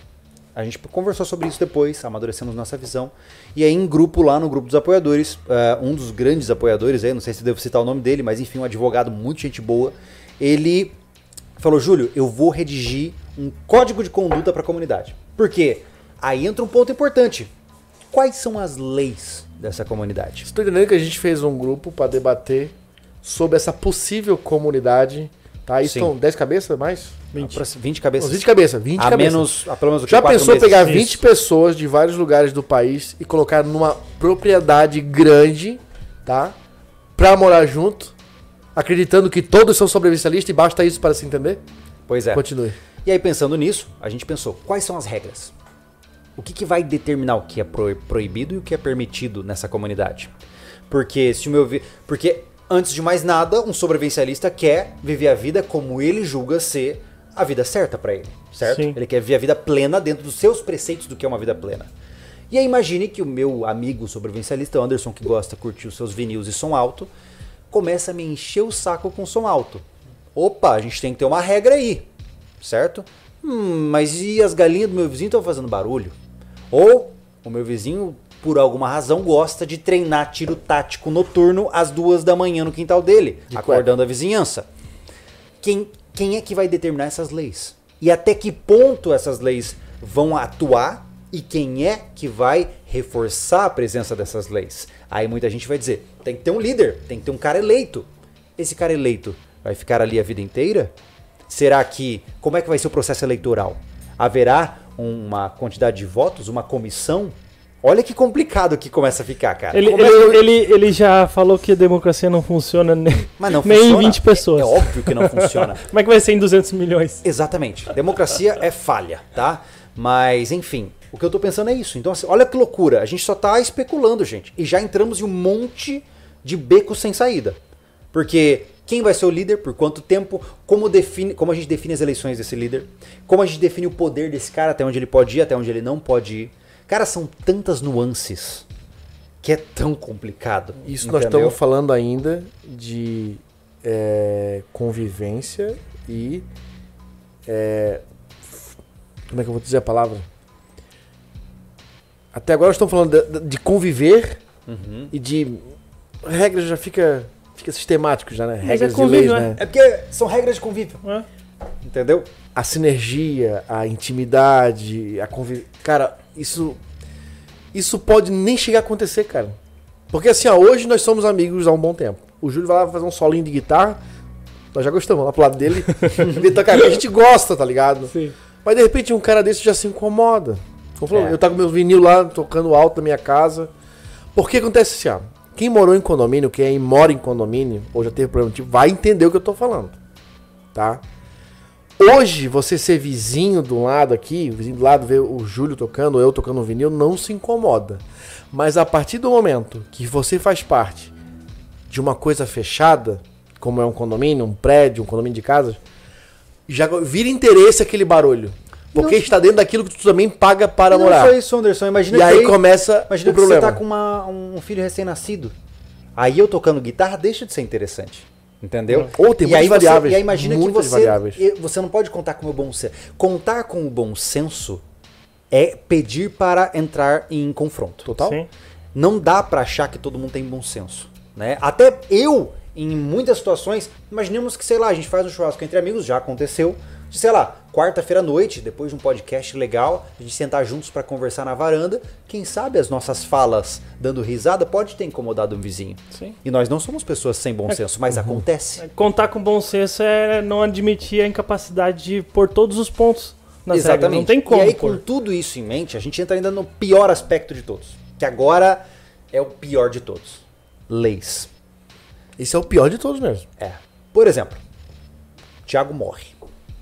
A gente conversou sobre isso depois, amadurecemos nossa visão. E aí em grupo, lá no grupo dos apoiadores, uh, um dos grandes apoiadores, aí, não sei se eu devo citar o nome dele, mas enfim, um advogado muito gente boa, ele falou, Júlio, eu vou redigir um código de conduta para a comunidade. Por quê? Aí entra um ponto importante. Quais são as leis dessa comunidade? Estou entendendo que a gente fez um grupo para debater sobre essa possível comunidade. Tá? Isso estão dez cabeças mais? vinte. vinte cabeças. vinte cabeças. vinte a cabeças. Menos, a pelo menos o que Já pensou meses? pegar Isso. vinte pessoas de vários lugares do país e colocar numa propriedade grande, tá? Pra morar junto, acreditando que todos são sobrevivencialistas e basta isso para se entender? Pois é. Continue. E aí, pensando nisso, a gente pensou, quais são as regras? O que, que vai determinar o que é pro- proibido e o que é permitido nessa comunidade? Porque, se o meu vi... Porque, antes de mais nada, um sobrevivencialista quer viver a vida como ele julga ser a vida certa pra ele, certo? Sim. Ele quer viver a vida plena dentro dos seus preceitos do que é uma vida plena. E aí, imagine que o meu amigo sobrevivencialista, Anderson, que gosta de curtir os seus vinis e som alto, começa a me encher o saco com som alto. Opa, a gente tem que ter uma regra aí, certo? Hum, mas e as galinhas do meu vizinho estão fazendo barulho? Ou o meu vizinho, por alguma razão, gosta de treinar tiro tático noturno às duas da manhã no quintal dele, De acordando a vizinhança. Quem, quem é que vai determinar essas leis? E até que ponto essas leis vão atuar? E quem é que vai reforçar a presença dessas leis? Aí muita gente vai dizer, tem que ter um líder, tem que ter um cara eleito. Esse cara eleito vai ficar ali a vida inteira? Será que, como é que vai ser o processo eleitoral? Haverá uma quantidade de votos, uma comissão? Olha que complicado que começa a ficar, cara. Ele, Começa- ele, ele, ele já falou que a democracia não funciona nem, Mas não nem em funciona. vinte pessoas. É, é óbvio que não funciona. Como é que vai ser em duzentos milhões? Exatamente. Democracia é falha, tá? Mas, enfim, o que eu tô pensando é isso. Então, assim, olha que loucura. A gente só tá especulando, gente. E já entramos em um monte de becos sem saída. Porque quem vai ser o líder, por quanto tempo, como, define, como a gente define as eleições desse líder, como a gente define o poder desse cara, até onde ele pode ir, até onde ele não pode ir. Cara, são tantas nuances que é tão complicado. Isso nós entendeu? estamos falando ainda de é, convivência e... é, como é que eu vou dizer a palavra? Até agora nós estamos falando de, de conviver Uhum. e de... Regras já fica, fica sistemático já, né? Mas Regras é convívio, e leis, né? né? É porque são regras de convívio, É. entendeu? A sinergia, a intimidade, a convivência... Cara, isso... Isso pode nem chegar a acontecer, cara. Porque assim, ó, hoje nós somos amigos há um bom tempo. O Júlio vai lá fazer um solinho de guitarra. Nós já gostamos, lá pro lado dele. Ele toca, a gente gosta, tá ligado? Sim. Mas de repente um cara desse já se incomoda. Como falou, É. eu tava com meu vinil lá, tocando alto na minha casa. Porque acontece assim, ó. Quem morou em condomínio, quem mora em condomínio, ou já teve problema tipo, vai entender o que eu tô falando. Tá? Hoje, você ser vizinho do lado aqui, o vizinho do lado ver o Júlio tocando, ou eu tocando um vinil, não se incomoda. Mas a partir do momento que você faz parte de uma coisa fechada, como é um condomínio, um prédio, um condomínio de casas, já vira interesse aquele barulho. Porque Não. está dentro daquilo que tu também paga para não morar. só isso, Anderson. Imagina E que aí começa imagina o que problema. você tá com uma- um filho recém-nascido. Aí eu tocando guitarra deixa de ser interessante. Entendeu? Ou tem e muitas aí você- variáveis, E aí imagina que muitas você, variáveis. e você não pode contar com o bom senso. Contar com o bom senso é pedir para entrar em confronto. Total? Sim. Não dá pra achar que todo mundo tem bom senso, né? Até eu, em muitas situações, imaginemos que, sei lá, a gente faz um churrasco entre amigos, já aconteceu, de, sei lá, quarta-feira à noite, depois de um podcast legal, a gente sentar juntos pra conversar na varanda, quem sabe as nossas falas dando risada pode ter incomodado um vizinho. Sim. E nós não somos pessoas sem bom senso, mas acontece. Contar com bom senso é não admitir a incapacidade de pôr todos os pontos nas regras. Não tem como E aí, pôr. com tudo isso em mente, a gente entra ainda no pior aspecto de todos, que agora é o pior de todos. Leis. Esse é o pior de todos mesmo. É. Por exemplo, Tiago morre.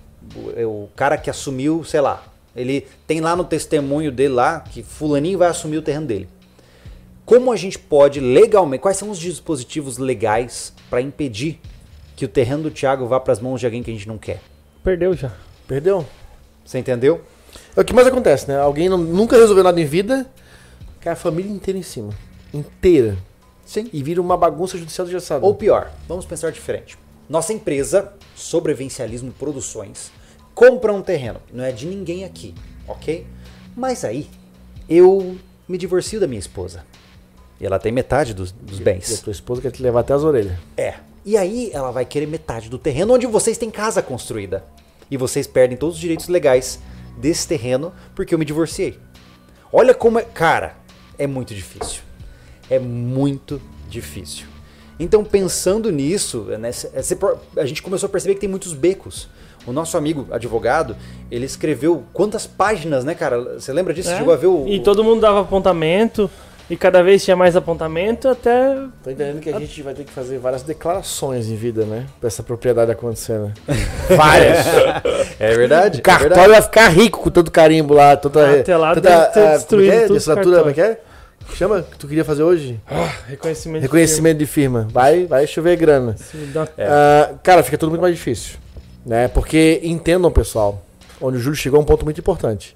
O, o cara que assumiu, sei lá, ele tem lá no testemunho dele lá que fulaninho vai assumir o terreno dele. Como a gente pode legalmente, quais são os dispositivos legais para impedir que o terreno do Tiago vá para as mãos de alguém que a gente não quer? Perdeu já. Perdeu? Você entendeu? É o que mais acontece, né? Alguém não- nunca resolveu nada em vida, cai a família inteira em cima. Inteira. Sim. E vira uma bagunça judicial engessada. Ou pior, vamos pensar diferente. Nossa empresa, Sobrevivencialismo Produções, compra um terreno. Não é de ninguém aqui, ok? Mas aí, eu me divorcio da minha esposa. E ela tem metade dos, dos bens. E a tua esposa quer te levar até as orelhas. É. E aí ela vai querer metade do terreno onde vocês têm casa construída. E vocês perdem todos os direitos legais desse terreno porque eu me divorciei. Olha como é... Cara, é muito difícil. É muito difícil. Então, pensando nisso, né, a gente começou a perceber que tem muitos becos. O nosso amigo advogado, ele escreveu quantas páginas, né, cara? Você lembra disso? É. Você chegou a ver o... E todo mundo dava apontamento... E cada vez tinha mais apontamento até... Tô entendendo que a gente vai ter que fazer várias declarações em vida, né? Pra essa propriedade acontecer, né? Várias! É verdade. O cartório é verdade. vai ficar rico com tanto carimbo lá. Toda, Até lá toda, deve ter a, destruído como é? tudo De os assinatura, como é cartórios. que é? Chama que tu queria fazer hoje? Ah, reconhecimento, Reconhecimento de firma. Vai, vai chover grana. de firma. Dá- É. Ah, cara, fica tudo muito mais difícil. Né? Porque entendam, pessoal, onde o Júlio chegou a um ponto muito importante.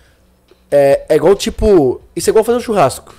É, é igual tipo... Isso é igual fazer um churrasco.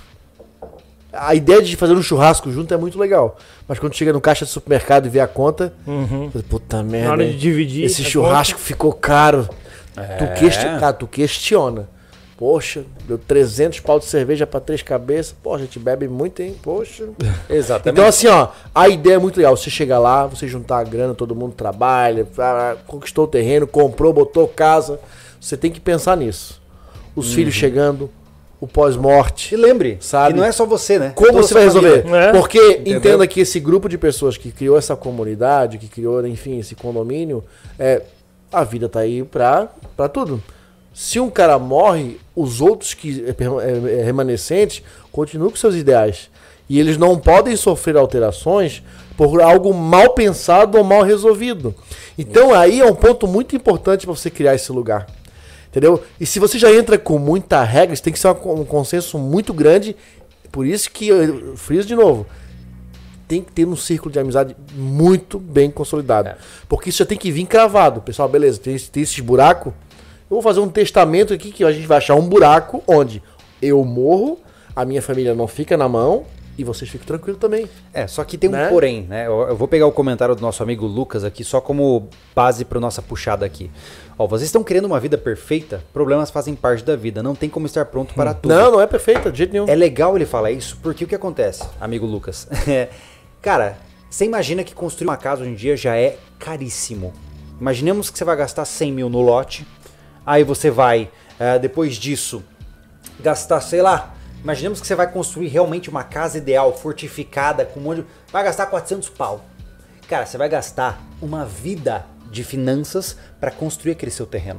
A ideia de fazer um churrasco junto é muito legal. Mas quando chega no caixa do supermercado e vê a conta, Uhum. puta merda. Na hora de hein? dividir... Esse a churrasco ficou caro. É. Tu, questi... Cara, tu questiona. Poxa, deu trezentos pau de cerveja pra três cabeças. Pô, a gente bebe muito, hein? Poxa. Exatamente. Então, assim, ó, a ideia é muito legal. Você chegar lá, você juntar a grana, todo mundo trabalha, ah, conquistou o terreno, comprou, botou casa. Você tem que pensar nisso. Os Uhum. filhos chegando, o pós-morte. E lembre, Sabe? que não é só você, né? Como Toda você a vai sua resolver? família. É. Porque Entendeu? entenda que esse grupo de pessoas que criou essa comunidade, que criou, enfim, esse condomínio, é, a vida tá aí pra, pra tudo. Se um cara morre, os outros que é, perma- é, é, remanescentes continuam com seus ideais. E eles não podem sofrer alterações por algo mal pensado ou mal resolvido. Então aí é um ponto muito importante para você criar esse lugar. Entendeu? E se você já entra com muita regra, isso tem que ser uma- um consenso muito grande. Por isso que eu friso de novo. Tem que ter um círculo de amizade muito bem consolidado. É. Porque isso já tem que vir cravado. Pessoal, beleza, tem, esse- tem esses buracos. Eu vou fazer um testamento aqui que a gente vai achar um buraco onde eu morro, a minha família não fica na mão e vocês ficam tranquilos também. É, só que tem um Né? porém, né? Eu, eu vou pegar o comentário do nosso amigo Lucas aqui, só como base para nossa puxada aqui. Ó, vocês estão querendo uma vida perfeita? Problemas fazem parte da vida, não tem como estar pronto para tudo. Não, não é perfeita, de jeito nenhum. É legal ele falar isso, porque o que acontece, amigo Lucas? É, cara, você imagina que construir uma casa hoje em dia já é caríssimo. Imaginemos que você vai gastar cem mil no lote, aí você vai, é, depois disso, gastar, sei lá, imaginemos que você vai construir realmente uma casa ideal, fortificada, com um monte de... Vai gastar quatrocentos pau. Cara, você vai gastar uma vida de finanças para construir aquele seu terreno.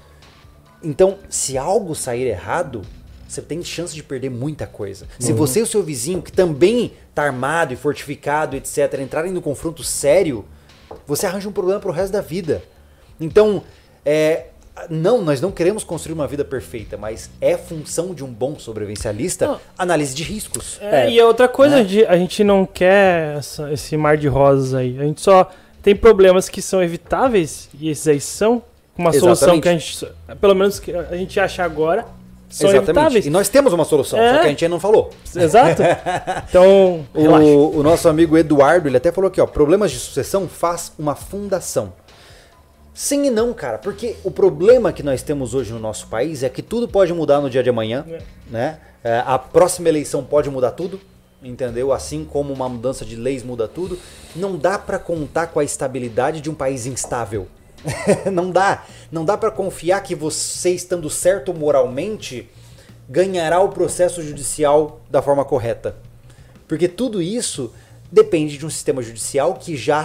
Então, se algo sair errado, você tem chance de perder muita coisa. Se você e o seu vizinho, que também tá armado e fortificado, etcétera, entrarem no confronto sério, você arranja um problema pro resto da vida. Então, é, não, nós não queremos construir uma vida perfeita, mas é função de um bom sobrevivencialista Não. análise de riscos. É, É, e a outra coisa, né? de- a gente não quer essa- esse mar de rosas aí. A gente só tem problemas que são evitáveis, e esses aí são uma solução Exatamente. que a gente, pelo menos que a gente acha agora, são Exatamente. evitáveis. E nós temos uma solução, É. só que a gente ainda não falou. Exato. Então, relaxa. O, o nosso amigo Eduardo, ele até falou aqui, ó, problemas de sucessão faz uma fundação. Sim e não, cara, porque o problema que nós temos hoje no nosso país é que tudo pode mudar no dia de amanhã, É. né? É, a próxima eleição pode mudar tudo, entendeu? Assim como uma mudança de leis muda tudo. Não dá pra contar com a estabilidade de um país instável. Não dá. Não dá pra confiar que você, estando certo moralmente, ganhará o processo judicial da forma correta. Porque tudo isso depende de um sistema judicial que já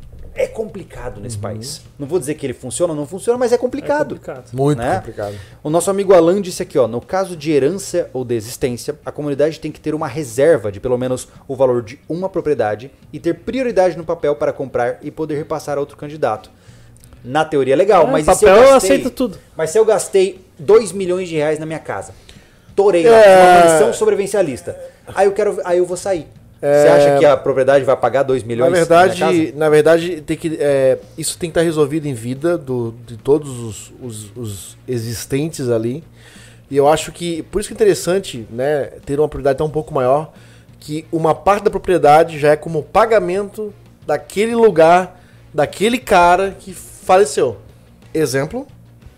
é complicado nesse país. Não vou dizer que ele funciona ou não funciona, mas é É complicado. complicado. Muito né? complicado. O nosso amigo Alan disse aqui, ó, no caso de herança ou desistência, a comunidade tem que ter uma reserva de pelo menos o valor de uma propriedade e ter prioridade no papel para comprar e poder repassar a outro candidato. Na teoria é legal, É, mas e papel se eu eu gastei, aceito tudo. Mas se eu gastei dois milhões de reais na minha casa, torei lá, É. uma mansão sobrevivencialista, aí eu quero, aí eu vou sair. Você acha que a propriedade vai pagar dois milhões Na na minha casa? verdade, na verdade tem que, é, isso tem que estar resolvido em vida do, de todos os, os- os existentes ali. E eu acho que, por isso que é interessante, né, ter uma propriedade tão um pouco maior, que uma parte da propriedade já é como pagamento daquele lugar, daquele cara que faleceu. Exemplo,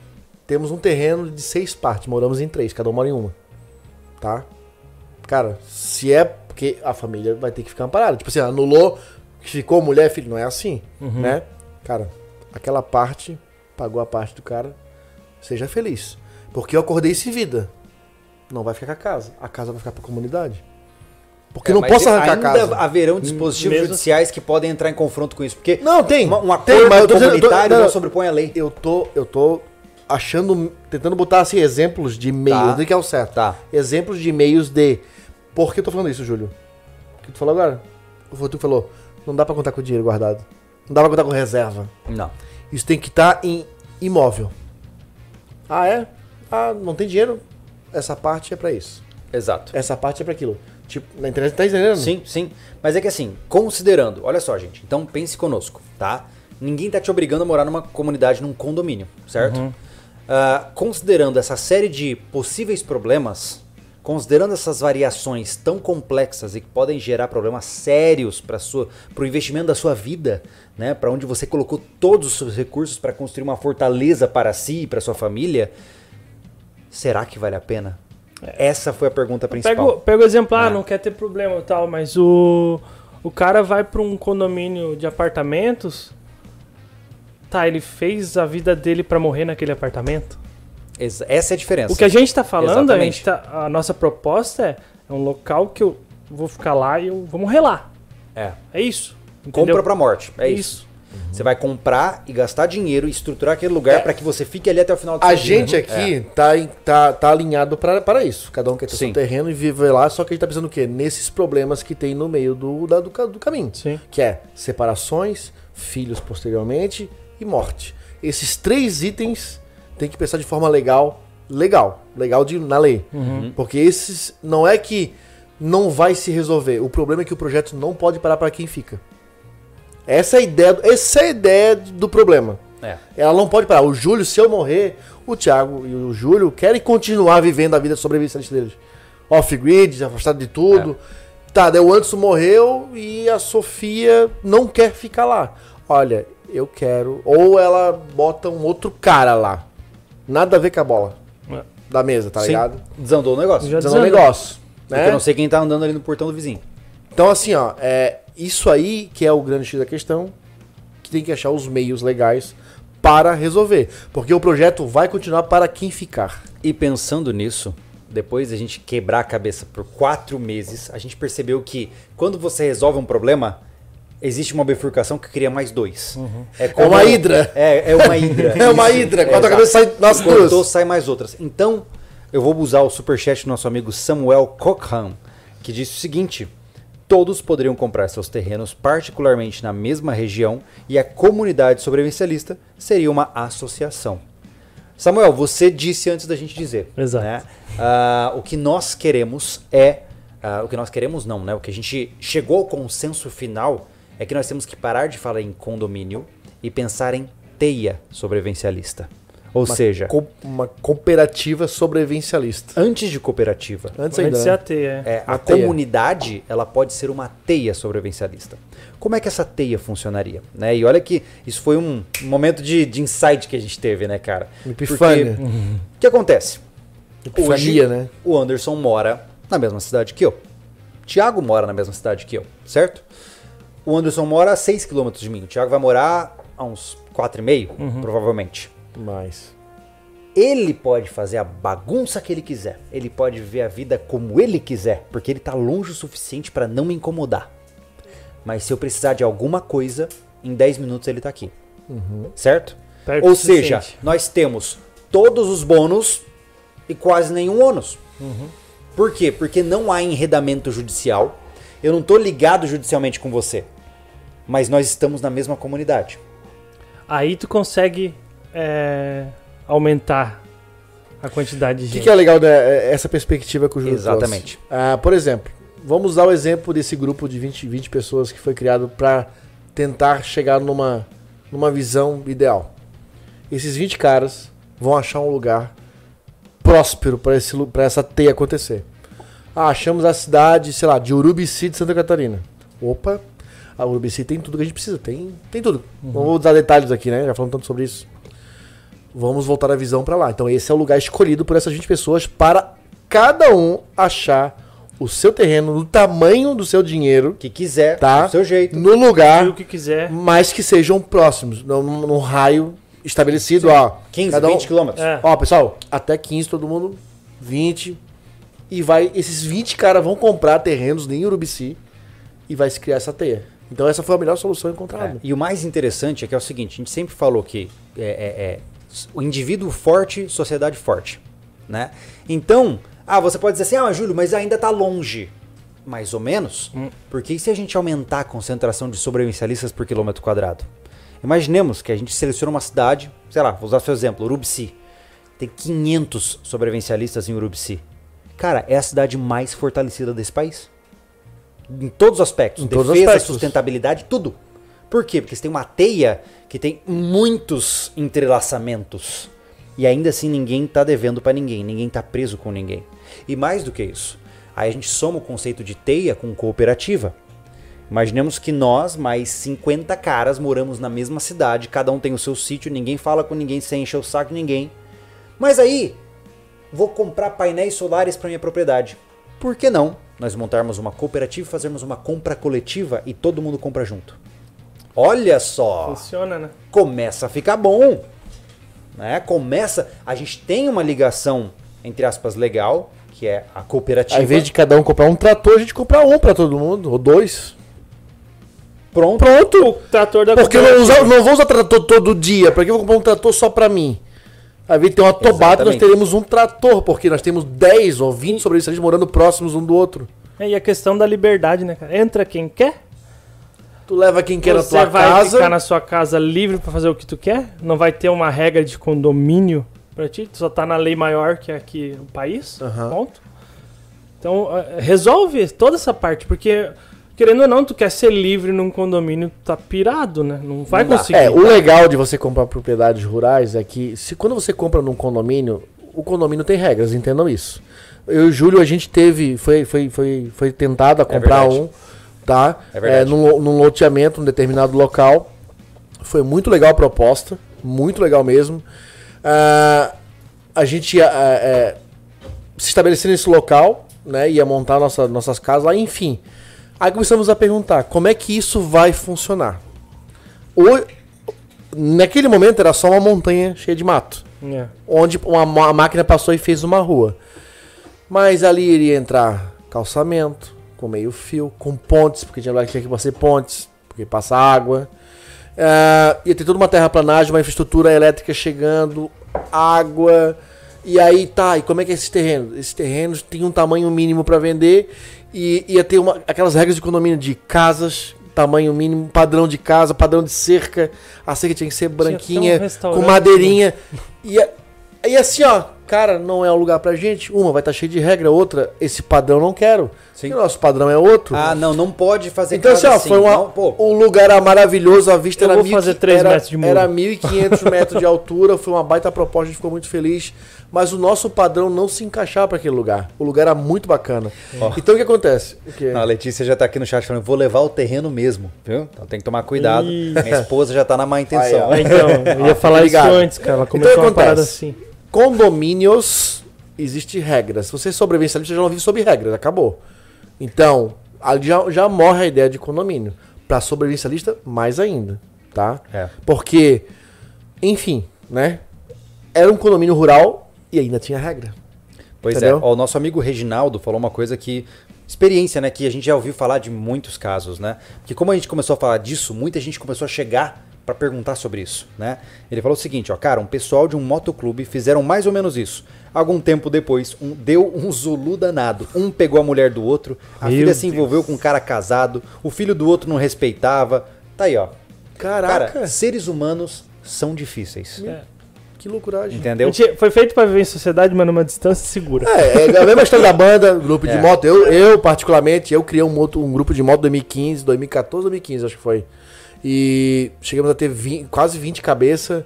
temos um terreno de seis partes, moramos em três, cada um mora em uma. Tá? Cara, se é porque a família vai ter que ficar amparada. Tipo assim, anulou, ficou mulher, filho, não é assim, uhum. né? Cara, aquela parte, pagou a parte do cara, seja feliz. Porque eu acordei sem vida. Não vai ficar com a casa. A casa vai ficar pra comunidade. Porque é, não posso arrancar a casa. Ainda haverão dispositivos Mesmo... judiciais que podem entrar em confronto com isso. Porque não, tem. Uma, um acordo tem, comunitário tô, não, não sobrepõe a lei. Eu tô, eu tô achando, tentando botar assim, exemplos de e-mails, tá. do que é o certo. Tá. Exemplos de e-mails de... Por que eu tô falando isso, Júlio? O que tu falou agora? O tu falou, não dá pra contar com dinheiro guardado. Não dá pra contar com reserva. Não. Isso tem que estar em imóvel. Ah, é? Ah, não tem dinheiro? Essa parte é pra isso. Exato. Essa parte é pra aquilo. Tipo, na internet tá entendendo? Sim, sim. Mas é que assim, considerando, olha só, gente, então pense conosco, tá? Ninguém tá te obrigando a morar numa comunidade, num condomínio, certo? Uhum. Uh, considerando essa série de possíveis problemas, considerando essas variações tão complexas e que podem gerar problemas sérios para o investimento da sua vida, né? Para onde você colocou todos os seus recursos para construir uma fortaleza para si e para sua família, será que vale a pena? Essa foi a pergunta principal. Pega, pega o exemplo, ah, não quer ter problema e tal, mas o, o cara vai para um condomínio de apartamentos, tá, ele fez a vida dele para morrer naquele apartamento? Essa é a diferença. O que a gente tá falando, a, gente tá, a nossa proposta é, é um local que eu vou ficar lá e eu vou morrer lá. É. É isso. Entendeu? Compra pra morte, é isso. isso. Uhum. Você vai comprar e gastar dinheiro e estruturar aquele lugar é. para que você fique ali até o final do A gente vida. aqui é. tá, tá, tá alinhado pra, para isso. Cada um quer ter Sim. seu terreno e viver lá, só que a gente tá pensando o quê? Nesses problemas que tem no meio do, da, do, do caminho. Sim. Que é separações, filhos posteriormente e morte. Esses três itens tem que pensar de forma legal, legal, legal de, na lei. Uhum. Porque esses não é que não vai se resolver. O problema é que o projeto não pode parar para quem fica. Essa é a ideia, essa é a ideia do problema. É. Ela não pode parar. O Júlio, se eu morrer, o Thiago e o Júlio querem continuar vivendo a vida sobrevivente deles. Off-grid, afastado de tudo. É. Tá, daí o Anderson morreu e a Sofia não quer ficar lá. Olha, eu quero... Ou ela bota um outro cara lá. Nada a ver com a bola é. da mesa, tá Sim. ligado? Desandou o negócio. Já desandou o negócio. Né? Eu não sei quem tá andando ali no portão do vizinho. Então, assim, ó, é isso aí que é o grande X da questão, que tem que achar os meios legais para resolver. Porque o projeto vai continuar para quem ficar. E pensando nisso, depois de a gente quebrar a cabeça por quatro meses, a gente percebeu que quando você resolve um problema, existe uma bifurcação que cria mais dois. Uhum. É, como, é uma hidra. É, é uma hidra. é uma hidra. Quando é, a cabeça sai nas duas. Cortou, sai mais outras. Então, eu vou usar o superchat do nosso amigo Samuel Cockham, que disse o seguinte: todos poderiam comprar seus terrenos, particularmente na mesma região, e a comunidade sobrevivencialista seria uma associação. Samuel, você disse antes da gente dizer. Exato. Né? Uh, o que nós queremos é... Uh, o que nós queremos não, né? O que a gente chegou ao consenso final é que nós temos que parar de falar em condomínio e pensar em teia sobrevivencialista. Ou uma seja... Co uma cooperativa sobrevivencialista. Antes de cooperativa. Antes ainda, de ser a teia. É, a teia. Comunidade, ela pode ser uma teia sobrevivencialista. Como é que essa teia funcionaria? Né? E olha que isso foi um momento de, de insight que a gente teve, né, cara? Epifânia. Porque, uhum. O que acontece? Epifania, Hoje, né? O Anderson mora na mesma cidade que eu. O Thiago mora na mesma cidade que eu, certo? O Anderson mora a seis quilômetros de mim. O Thiago vai morar a uns quatro e meio, uhum. provavelmente. Mais. Ele pode fazer a bagunça que ele quiser. Ele pode viver a vida como ele quiser, porque ele tá longe o suficiente para não me incomodar. Mas se eu precisar de alguma coisa, em dez minutos ele tá aqui. Uhum. Certo? Perto Ou seja, nós temos todos os bônus e quase nenhum ônus. Uhum. Por quê? Porque não há enredamento judicial. Eu não tô ligado judicialmente com você. Mas nós estamos na mesma comunidade. Aí tu consegue... É, aumentar a quantidade de gente. O que, que, que é legal dessa perspectiva que o Júlio Exatamente. Ah, por exemplo, vamos usar o exemplo desse grupo de vinte, vinte pessoas que foi criado para tentar chegar numa, numa visão ideal. Esses vinte caras vão achar um lugar próspero para essa teia acontecer. Ah, achamos a cidade, sei lá, de Urubici de Santa Catarina. Opa, a Urubici tem tudo que a gente precisa, tem, tem tudo. Uhum. Não vou dar detalhes aqui, né? Já falamos tanto sobre isso. vamos voltar a visão para lá. Então esse é o lugar escolhido por essas vinte pessoas para cada um achar o seu terreno no tamanho do seu dinheiro. Que quiser, tá? do seu jeito. No lugar, o que quiser. mas que sejam próximos, num, num raio estabelecido, Sim. ó. quinze, cada um, vinte quilômetros. É. Ó, pessoal, até quinze todo mundo, vinte. E vai, esses vinte caras vão comprar terrenos em Urubici e vai se criar essa teia. Então essa foi a melhor solução encontrada. É. E o mais interessante é que é o seguinte, a gente sempre falou que é, é, é, o indivíduo forte, sociedade forte, né? Então, ah, você pode dizer assim, ah, Júlio, mas ainda está longe. Mais ou menos. Hum. Porque e se a gente aumentar a concentração de sobrevivencialistas por quilômetro quadrado? Imaginemos que a gente seleciona uma cidade, sei lá, vou usar seu exemplo, Urubici. Tem quinhentos sobrevivencialistas em Urubici. Cara, é a cidade mais fortalecida desse país. Em todos os aspectos. Em Defesa, todos os aspectos. sustentabilidade, tudo. Por quê? Porque você tem uma teia que tem muitos entrelaçamentos. E ainda assim ninguém está devendo para ninguém, ninguém está preso com ninguém. E mais do que isso, aí a gente soma o conceito de teia com cooperativa. Imaginemos que nós, mais cinquenta caras, moramos na mesma cidade, cada um tem o seu sítio, ninguém fala com ninguém, sem encher o saco de ninguém. Mas aí, vou comprar painéis solares para minha propriedade. Por que não nós montarmos uma cooperativa, fazermos uma compra coletiva e todo mundo compra junto? Olha só! Funciona, né? Começa a ficar bom. Né? Começa, a gente tem uma ligação, entre aspas, legal, que é a cooperativa. Ao invés de cada um comprar um trator, a gente comprar um para todo mundo, ou dois. Pronto. Pronto. O trator da Porque eu não, usa, não vou usar trator todo dia. Para que eu vou comprar um trator só para mim? Ao invés de ter uma tobata, nós teremos um trator, porque nós temos dez ou vinte sobrevivencialistas morando próximos um do outro. É, e a questão da liberdade, né, cara? Entra quem quer. Tu leva quem quer na tua casa. Você vai casa. ficar na sua casa livre para fazer o que tu quer. Não vai ter uma regra de condomínio para ti. Tu só tá na lei maior que é aqui o país. Uhum. Ponto. Então, resolve toda essa parte, porque... Querendo ou não, tu quer ser livre num condomínio, tá pirado, né? Não vai não conseguir. É, o legal de você comprar propriedades rurais é que, se quando você compra num condomínio, o condomínio tem regras, entendam isso. Eu e o Júlio, a gente teve, foi, foi, foi, foi tentado a comprar é um, tá? É verdade. É, num, num loteamento, num determinado local. Foi muito legal a proposta, muito legal mesmo. Uh, a gente ia uh, uh, se estabelecer nesse local, né? Ia montar nossa, nossas casas lá, enfim. Aí começamos a perguntar, como é que isso vai funcionar? O, naquele momento era só uma montanha cheia de mato. É. Onde uma, uma máquina passou e fez uma rua. Mas ali iria entrar calçamento, com meio fio, com pontes, porque tinha, tinha que fazer pontes, porque passa água. Uh, ia ter toda uma terraplanagem, uma infraestrutura elétrica chegando, água. E aí tá, e como é que é esses terrenos? Esses terrenos têm um tamanho mínimo para vender. E ia ter uma, aquelas regras de condomínio de casas, tamanho mínimo, padrão de casa, padrão de cerca. A cerca tinha que ser branquinha, um com madeirinha. E, e assim, ó, cara, não é o lugar pra gente. Uma vai estar tá cheia de regra, outra, esse padrão não quero. Sim. O nosso padrão é outro. Ah, não, não pode fazer então, casa assim. Então, assim, ó, foi uma, não, um lugar maravilhoso, a vista Eu era, vou fazer três metros de muro. Era mil e quinhentos metros de altura, foi uma baita proposta, a gente ficou muito feliz. Mas o nosso padrão não se encaixava para aquele lugar. O lugar era muito bacana. Oh. Então o que acontece? O que? Não, a Letícia já tá aqui no chat falando, vou levar o terreno mesmo, viu? Então tem que tomar cuidado. Ih. Minha esposa já tá na má intenção. Aí, então, eu ia falar isso antes, cara. Ela começou então, uma parada assim. Condomínios, existe regras. Se você é sobrevivencialista, você já não vive sob regras, acabou. Então, ali já, já morre a ideia de condomínio. Para sobrevivencialista, mais ainda, tá? É. Porque, enfim, né? Era um condomínio rural e ainda tinha regra. Pois Entendeu? é. Ó, o nosso amigo Reginaldo falou uma coisa que... Experiência, né? Que a gente já ouviu falar de muitos casos, né? Que como a gente começou a falar disso, muita gente começou a chegar para perguntar sobre isso, né? Ele falou o seguinte, ó, cara, um pessoal de um motoclube fizeram mais ou menos isso. Algum tempo depois, um, deu um zulu danado. Um pegou a mulher do outro, a Meu filha Deus. se envolveu com um cara casado, o filho do outro não respeitava. Tá aí, ó. Caraca. Cara, seres humanos são difíceis. É. Que loucuragem. Entendeu? Foi feito para viver em sociedade, mas numa distância segura. É, é a mesma história da banda, grupo é. de moto. Eu, eu, particularmente, eu criei um, moto, um grupo de moto em dois mil e quinze, dois mil e quatorze, dois mil e quinze, acho que foi. E chegamos a ter vinte, quase vinte cabeças.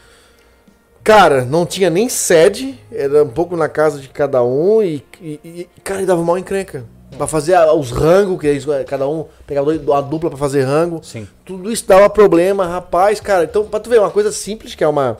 Cara, não tinha nem sede, era um pouco na casa de cada um e, e, e cara, dava mal encrenca. Pra fazer os rangos, que eles, cada um pegava uma dupla pra fazer rango. Sim. Tudo isso dava problema, rapaz, cara. Então, pra tu ver, uma coisa simples, que é uma,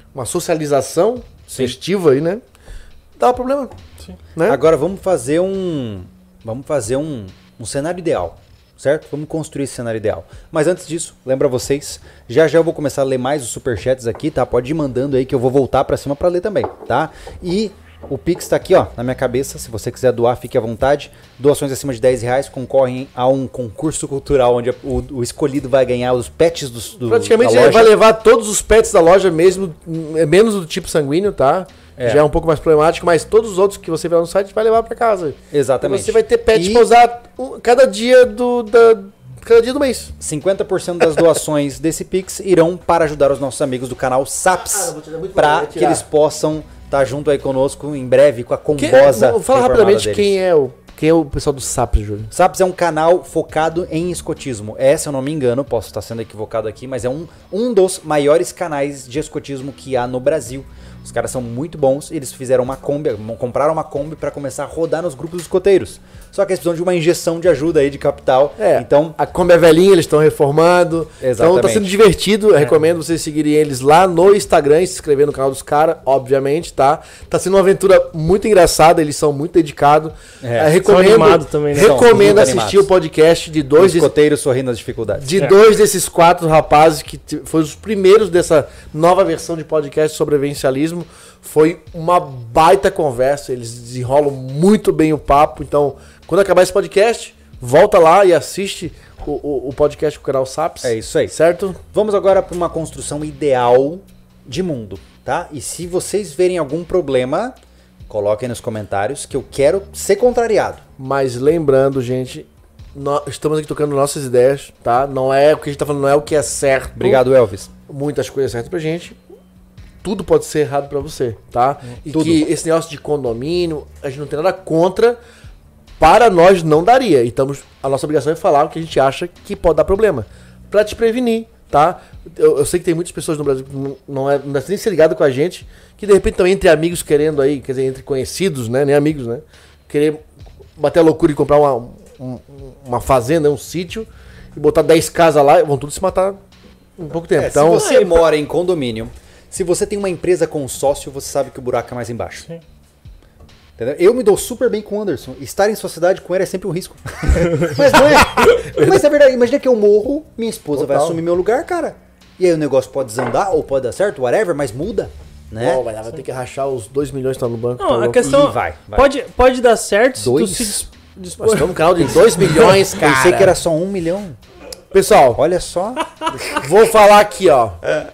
uma socialização festiva aí, né? Dá problema. Sim. Né? Agora vamos fazer um. Vamos fazer um, um cenário ideal. Certo? Vamos construir esse cenário ideal. Mas antes disso, lembra vocês, já já eu vou começar a ler mais os superchats aqui, tá? Pode ir mandando aí que eu vou voltar pra cima pra ler também, tá? E o Pix tá aqui, ó, na minha cabeça. Se você quiser doar, fique à vontade. Doações acima de dez reais concorrem a um concurso cultural onde o, o escolhido vai ganhar os pets do, do Praticamente da ele loja. vai levar todos os pets da loja mesmo, é menos do tipo sanguíneo, tá? É. Já é um pouco mais problemático, mas todos os outros que você vê lá no site vai levar pra casa. Exatamente. E você vai ter pet E- pra usar um- cada dia do, da, cada dia do mês. cinquenta por cento das doações desse Pix irão para ajudar os nossos amigos do canal Saps, Ah, eu vou tirar muito para valor, vou que tirar. eles possam estar junto aí conosco em breve com a Quem, combosa. vou falar informada rapidamente deles. quem é o quem é o pessoal do Saps, Júlio. Saps é um canal focado em escotismo. É, se eu não me engano, posso estar sendo equivocado aqui, mas é um, um dos maiores canais de escotismo que há no Brasil. Os caras são muito bons, eles fizeram uma Kombi, compraram uma Kombi para começar a rodar nos grupos escoteiros. Só que eles precisam de uma injeção de ajuda aí, de capital. É, Então, a Kombi é velhinha, eles estão reformando. Exatamente. Então tá sendo divertido. Eu recomendo vocês seguirem eles lá no Instagram e se inscrever no canal dos caras, obviamente, tá? Tá sendo uma aventura muito engraçada, eles são muito dedicados. É, Eh, são recomendo animados também, né? São recomendo muito assistir animados. o podcast de os dois desses, escoteiros sorrindo às dificuldades. de É. dois desses quatro rapazes que t- foram os primeiros dessa nova versão de podcast sobre sobrevivencialismo. Foi uma baita conversa, eles desenrolam muito bem o papo. Então, quando acabar esse podcast, volta lá e assiste o, o, o podcast com o canal Saps. É isso aí. Certo? Vamos agora para uma construção ideal de mundo, tá? E se vocês verem algum problema, coloquem nos comentários que eu quero ser contrariado. Mas lembrando, gente, nós estamos aqui tocando nossas ideias, tá? Não é o que a gente tá falando, não é o que é certo. Obrigado, Elvis. Muitas coisas certas pra gente. Tudo pode ser errado pra você, tá? E Tudo. que esse negócio de condomínio, a gente não tem nada contra, para nós não daria. E estamos, a nossa obrigação é falar o que a gente acha que pode dar problema. Pra te prevenir, tá? Eu, eu sei que tem muitas pessoas no Brasil que não, não, é, não deve nem ser ligado com a gente, que de repente estão entre amigos querendo aí, quer dizer, entre conhecidos, né? Nem amigos, né? Querer bater a loucura e comprar uma, um- uma fazenda, um sítio, e botar dez casas lá, vão tudo se matar em pouco tempo. É, então, se você mora em condomínio, se você tem uma empresa com sócio, você sabe que o buraco é mais embaixo. Sim. Entendeu? Eu me dou super bem com o Anderson. Estar em sociedade com ele é sempre um risco. Mas não é. Mas é verdade. Imagina que eu morro, minha esposa vai Total. assumir meu lugar, cara. E aí o negócio pode desandar ou pode dar certo, whatever, mas muda, né? Ó, vai, vai ter que rachar os dois milhões que estão no banco. Não, tá a louco. questão E vai, vai. Pode, pode dar certo se tu Dois? se dis- dispor. Nós estamos no canal de dois milhões, cara. Pensei que era só um milhão. Pessoal, Olha só. vou falar aqui, ó.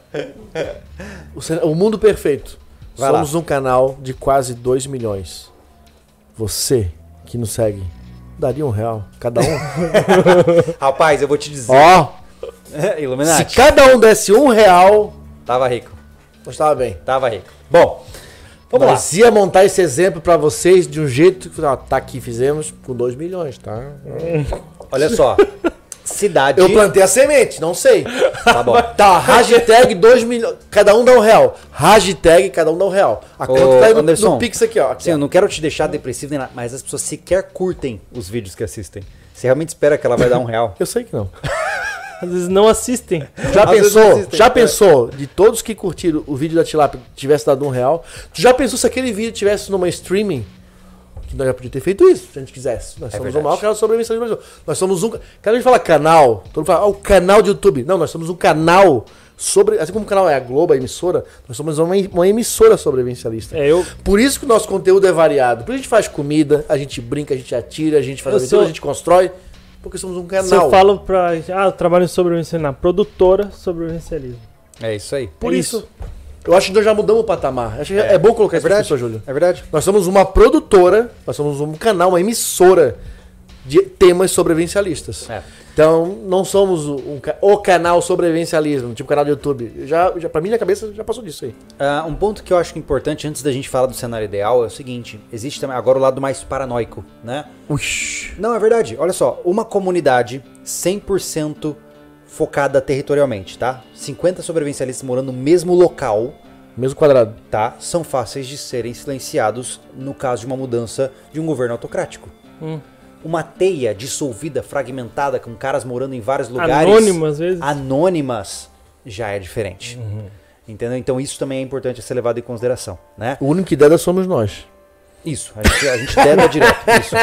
O, cen- o mundo perfeito. Vai Somos lá. um canal de quase dois milhões. Você que nos segue, daria um real cada um? Rapaz, eu vou te dizer. Ó, se Illuminati. cada um desse um real, Tava rico. nós tava bem. Tava rico. Bom, vamos Nós ia montar esse exemplo pra vocês de um jeito que, ó, tá aqui, fizemos com dois milhões, tá? lá. Olha só. Cidade. Eu plantei a semente, não sei. Tá bom. Tá, hashtag dois milhões. Cada um dá um real. Hashtag cada um dá um real. A Ô, conta tá aí no, Anderson, no Pix aqui, ó. Aqui, Sim, eu ó. não quero te deixar depressivo nem nada, mas as pessoas sequer curtem os vídeos que assistem. Você realmente espera que ela vai dar um real? Eu sei que não. Às vezes não assistem. Já Às vezes pensou? existem. Já pensou? De todos que curtiram o vídeo da Tilápia tivesse dado um real, tu já pensou se aquele vídeo tivesse numa streaming? Que nós já podíamos ter feito isso, se a gente quisesse. Nós É somos verdade. o maior canal de sobrevivência do Brasil. Nós somos um. Cada vez fala canal, todo mundo fala, ah, o canal de YouTube. Não, nós somos um canal sobre. Assim como o canal é a Globo, a emissora, nós somos uma, uma emissora sobrevivencialista. É, eu, Por isso que o nosso conteúdo é variado. Por isso a gente faz comida, a gente brinca, a gente atira, a gente faz Eu aventura, sou- a gente constrói. Porque somos um canal. se eu falo pra. Ah, eu trabalho em sobrevivencialismo, na produtora sobrevivencialismo. É isso aí. Por É isso. isso. Eu acho que nós já mudamos o patamar. Acho que é, bom colocar É isso pra verdade. pessoa, Júlio. É verdade. Nós somos uma produtora, nós somos um canal, uma emissora de temas sobrevivencialistas. É. Então, não somos o, um ca- o canal sobrevivencialismo, tipo canal do YouTube. Já, já, pra mim, na cabeça, já passou disso aí. Ah, um ponto que eu acho que é importante antes da gente falar do cenário ideal é o seguinte: existe também agora o lado mais paranoico, né? Uxi. Não, é verdade. Olha só, uma comunidade cem por cento focada territorialmente, tá? cinquenta sobrevivencialistas morando no mesmo local, Mesmo quadrado. tá? São fáceis de serem silenciados no caso de uma mudança de um governo autocrático. Hum. Uma teia dissolvida, fragmentada, com caras morando em vários lugares. Anônimo, às vezes. Anônimas, já é diferente. Entendeu? Então isso também é importante ser levado em consideração, né? O único que deda somos nós. Isso, a gente, a gente deda direto, isso.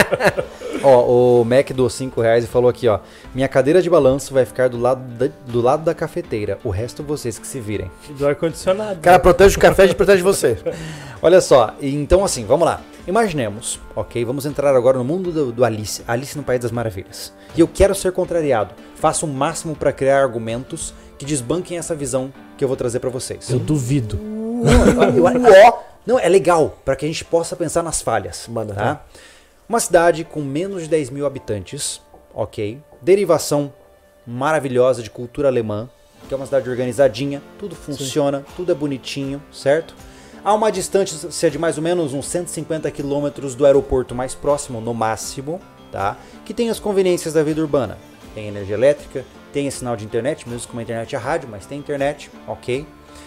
Ó, o Mac doou cinco reais e falou aqui, ó. Minha cadeira de balanço vai ficar do lado da, do lado da cafeteira. O resto vocês que se virem. Do ar-condicionado. O cara protege o café, a gente protege você. Olha só, então assim, vamos lá. Imaginemos, ok? Vamos entrar agora no mundo do, do Alice. Alice no País das Maravilhas. E eu quero ser contrariado. Faço o máximo para criar argumentos que desbanquem essa visão que eu vou trazer para vocês. Eu duvido. Não, eu, eu, eu, não, é legal, para que a gente possa pensar nas falhas. Manda, tá? Tá? Uma cidade com menos de dez mil habitantes, ok? Derivação maravilhosa de cultura alemã, que é uma cidade organizadinha, tudo funciona, Sim. tudo é bonitinho, certo? Há uma distância de mais ou menos uns cento e cinquenta quilômetros do aeroporto mais próximo, no máximo, tá? Que tem as conveniências da vida urbana. Tem energia elétrica, tem sinal de internet, mesmo com uma internet a rádio, mas tem internet, ok?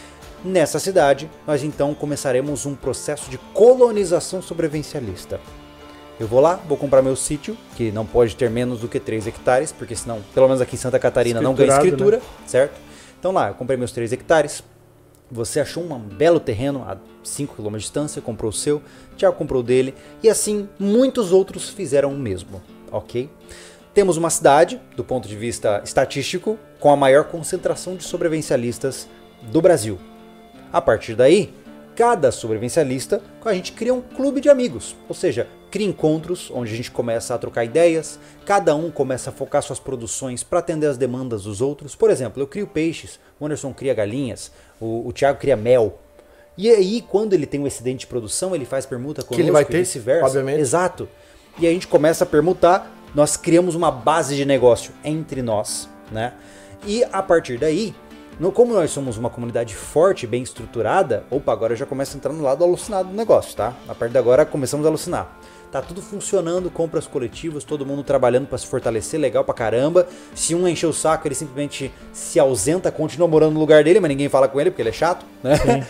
Nessa cidade, nós então começaremos um processo de colonização sobrevivencialista. Eu vou lá, vou comprar meu sítio, que não pode ter menos do que três hectares, porque senão, pelo menos aqui em Santa Catarina, não ganha escritura, né? Certo? Então lá, eu comprei meus três hectares, você achou um belo terreno a cinco quilômetros de distância, comprou o seu, Thiago comprou o dele, e assim muitos outros fizeram o mesmo, ok? Temos uma cidade, do ponto de vista estatístico, com a maior concentração de sobrevivencialistas do Brasil. A partir daí, cada sobrevivencialista, a gente cria um clube de amigos, ou seja, cria encontros onde a gente começa a trocar ideias, cada um começa a focar suas produções para atender as demandas dos outros. Por exemplo, eu crio peixes, o Anderson cria galinhas, o, o Thiago cria mel. E aí, quando ele tem um excedente de produção, ele faz permuta conosco, que ele vai ter, e vice-versa. Obviamente. Exato. E aí a gente começa a permutar, nós criamos uma base de negócio entre nós, né? E a partir daí, no, como nós somos uma comunidade forte, bem estruturada, opa, agora eu já começo a entrar no lado alucinado do negócio, tá? A partir de agora começamos a alucinar. Tá tudo funcionando, compras coletivas, todo mundo trabalhando para se fortalecer, legal pra caramba. Se um encher o saco, ele simplesmente se ausenta, continua morando no lugar dele, mas ninguém fala com ele porque ele é chato, né? Sim.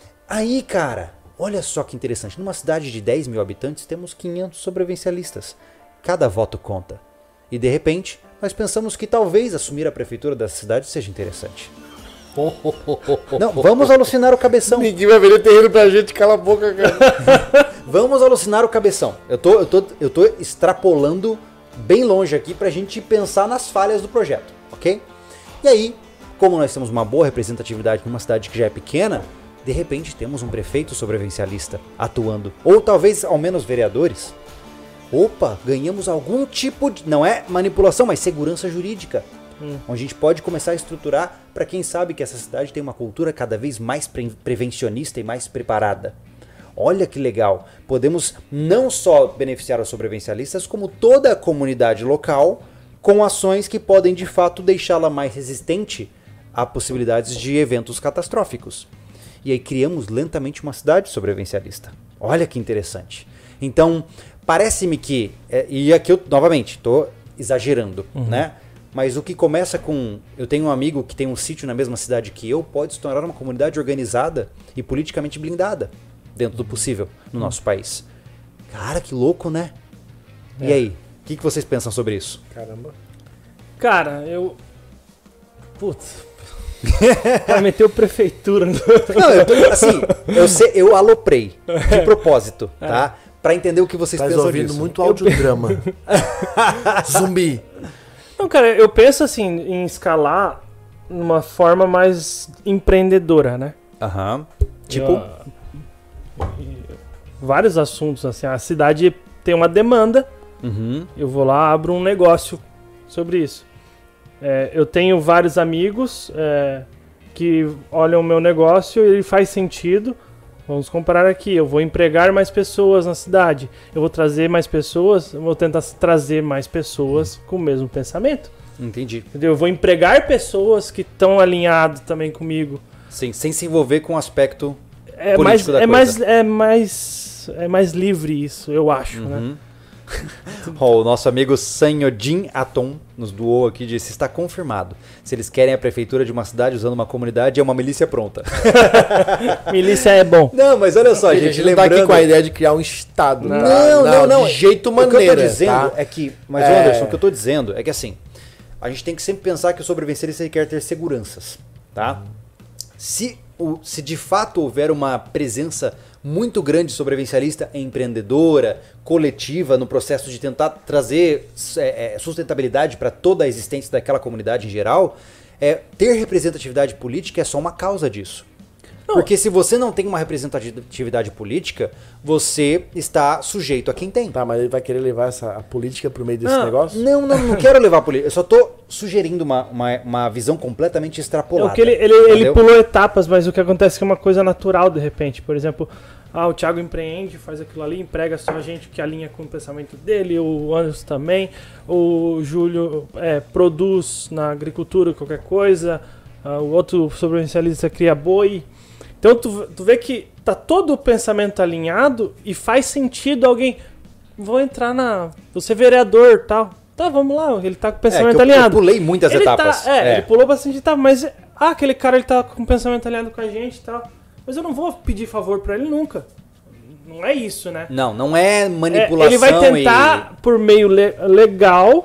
Aí, cara, olha só que interessante. Numa cidade de dez mil habitantes, temos quinhentos sobrevivencialistas. Cada voto conta. E de repente, nós pensamos que talvez assumir a prefeitura da cidade seja interessante. Não, vamos alucinar o cabeção. Ninguém vai vender terreno pra gente, cala a boca, cara. Vamos alucinar o cabeção. Eu tô, eu, tô, eu tô extrapolando bem longe aqui pra gente pensar nas falhas do projeto, ok? E aí, como nós temos uma boa representatividade numa cidade que já é pequena, de repente temos um prefeito sobrevivencialista atuando. Ou talvez ao menos vereadores. Opa, ganhamos algum tipo de... Não é manipulação, mas segurança jurídica. Hum. Onde a gente pode começar a estruturar para quem sabe que essa cidade tem uma cultura cada vez mais pre prevencionista e mais preparada. Olha que legal. Podemos não só beneficiar os sobrevivencialistas, como toda a comunidade local, com ações que podem de fato deixá-la mais resistente a possibilidades de eventos catastróficos. E aí criamos lentamente uma cidade sobrevivencialista. Olha que interessante. Então, parece-me que... É, e aqui eu, novamente, estou exagerando, uhum. né? Mas o que começa com... Eu tenho um amigo que tem um sítio na mesma cidade que eu, pode se tornar uma comunidade organizada e politicamente blindada, dentro do possível, no uhum. nosso país. Cara, que louco, né? É. E aí? O que, que vocês pensam sobre isso? Caramba. Cara, eu... Putz... Cara, meteu prefeitura. No... Não, eu tô, assim, eu, sei, eu aloprei de propósito, tá? Pra entender o que vocês tá pensam ouvindo disso. muito audiodrama. Zumbi. Não, cara, eu penso assim, em escalar numa forma mais empreendedora, né? Aham. Uhum. Tipo? Eu, vários assuntos, assim. A cidade tem uma demanda, uhum. eu vou lá, abro um negócio sobre isso. É, eu tenho vários amigos é, que olham o meu negócio e ele faz sentido. Vamos comparar aqui, eu vou empregar mais pessoas na cidade, eu vou trazer mais pessoas, eu vou tentar trazer mais pessoas com o mesmo pensamento. Entendi. Entendeu? Eu vou empregar pessoas que estão alinhadas também comigo. Sim, sem se envolver com o aspecto é político mais, da é coisa. Mais, é, mais, é mais livre isso, eu acho, uhum. né? Oh, o nosso amigo Sanhodin Atom nos doou aqui e disse: está confirmado. Se eles querem a prefeitura de uma cidade usando uma comunidade, é uma milícia pronta. Milícia é bom. Não, mas olha só, a gente, gente lembrando... tá aqui com a ideia de criar um estado. Não, tá? não, não, não. De jeito maneira. O que eu tô dizendo tá? é que... Mas, é... Anderson, o que eu tô dizendo é que assim, a gente tem que sempre pensar que o sobrevivencialista quer ter seguranças, tá? Se o, se de fato houver uma presença muito grande sobrevivencialista empreendedora, coletiva, no processo de tentar trazer é, sustentabilidade para toda a existência daquela comunidade em geral, é, ter representatividade política é só uma causa disso. Não. Porque se você não tem uma representatividade política, você está sujeito a quem tem. Tá, mas ele vai querer levar essa, a política pro meio desse não, negócio? Não, não, não quero levar a política. Eu só tô sugerindo uma, uma, uma visão completamente extrapolada. É o que ele, ele, ele pulou etapas, mas o que acontece é que é uma coisa natural de repente. Por exemplo, ah, o Thiago empreende, faz aquilo ali, emprega só a gente que alinha com o pensamento dele, o Anderson também, o Júlio é, produz na agricultura qualquer coisa, ah, o outro sobrevivencialista cria boi. Então tu, tu vê que tá todo o pensamento alinhado e faz sentido alguém, vou entrar na, vou ser vereador e tal. Tá, vamos lá, ele tá com o pensamento é, eu, alinhado. Eu pulei muitas ele etapas. Tá, é, é, ele pulou bastante etapas, mas ah, aquele cara ele tá com o pensamento alinhado com a gente e tal. Mas eu não vou pedir favor pra ele nunca. Não é isso, né? Não, não é manipulação. É, ele vai tentar, e... por meio le legal,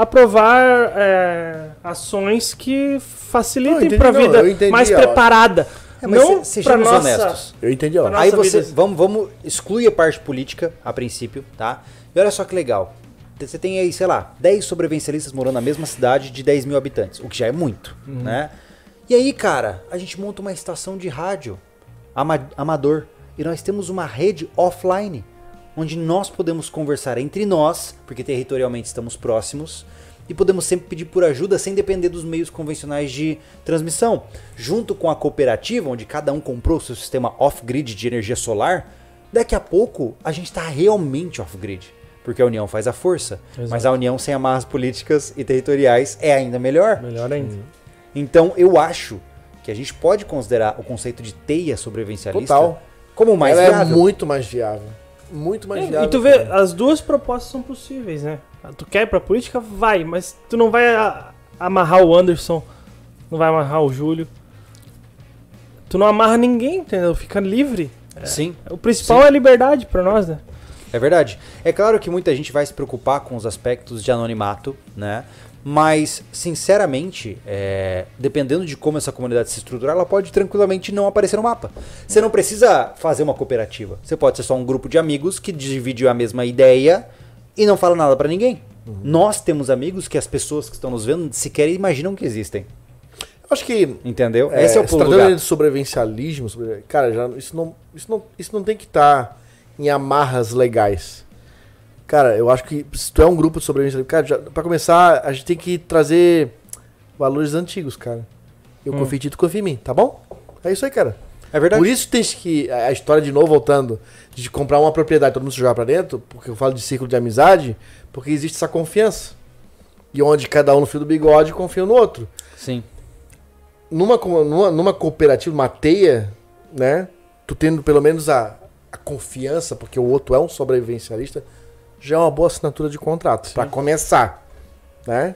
aprovar é, ações que facilitem para a vida entendi, mais preparada. É, mas não se, sejamos nossa, honestos. Eu entendi. Ó. Aí você, vamos, vamos excluir a parte política a princípio, tá? E olha só que legal. Você tem aí, sei lá, dez sobrevivencialistas morando na mesma cidade de dez mil habitantes, o que já é muito, uhum. né? E aí, cara, a gente monta uma estação de rádio ama amador e nós temos uma rede offline, onde nós podemos conversar entre nós, porque territorialmente estamos próximos, e podemos sempre pedir por ajuda sem depender dos meios convencionais de transmissão. Junto com a cooperativa, onde cada um comprou o seu sistema off-grid de energia solar, daqui a pouco a gente está realmente off-grid. Porque a união faz a força. Exato. Mas a união sem amarras políticas e territoriais é ainda melhor. Melhor ainda. Então eu acho que a gente pode considerar o conceito de teia sobrevivencialista Total. como mais Ela viável. é muito mais viável. Muito mais é, viável. E tu vê, cara. As duas propostas são possíveis, né? Tu quer ir pra política? Vai, mas tu não vai a, amarrar o Anderson, não vai amarrar o Júlio. Tu não amarra ninguém, entendeu? Fica livre. É, Sim. O principal Sim. é a liberdade pra nós, né? É verdade. É claro que muita gente vai se preocupar com os aspectos de anonimato, né? Mas, sinceramente, é, dependendo de como essa comunidade se estruturar, ela pode tranquilamente não aparecer no mapa. Você não precisa fazer uma cooperativa. Você pode ser só um grupo de amigos que divide a mesma ideia e não fala nada pra ninguém. Uhum. Nós temos amigos que as pessoas que estão nos vendo sequer imaginam que existem. Acho que... Entendeu? É, Esse é o pulo do gato. De sobrevivencialismo, sobre, cara, já, isso, não, isso, não, isso não tem que estar tá em amarras legais. Cara, eu acho que se tu é um grupo de sobrevivência, cara, já, pra começar, a gente tem que trazer valores antigos, cara. Eu hum. confio em ti, tu confia em mim, tá bom? É isso aí, cara. É verdade. Por isso tem que, a história de novo voltando, de comprar uma propriedade, todo mundo se jogar pra dentro, porque eu falo de círculo de amizade, porque existe essa confiança. E onde cada um no fio do bigode confia no outro. Sim. Numa, numa, numa cooperativa, uma teia, né, tu tendo pelo menos a, a confiança, porque o outro é um sobrevivencialista, já é uma boa assinatura de contrato, para começar, né?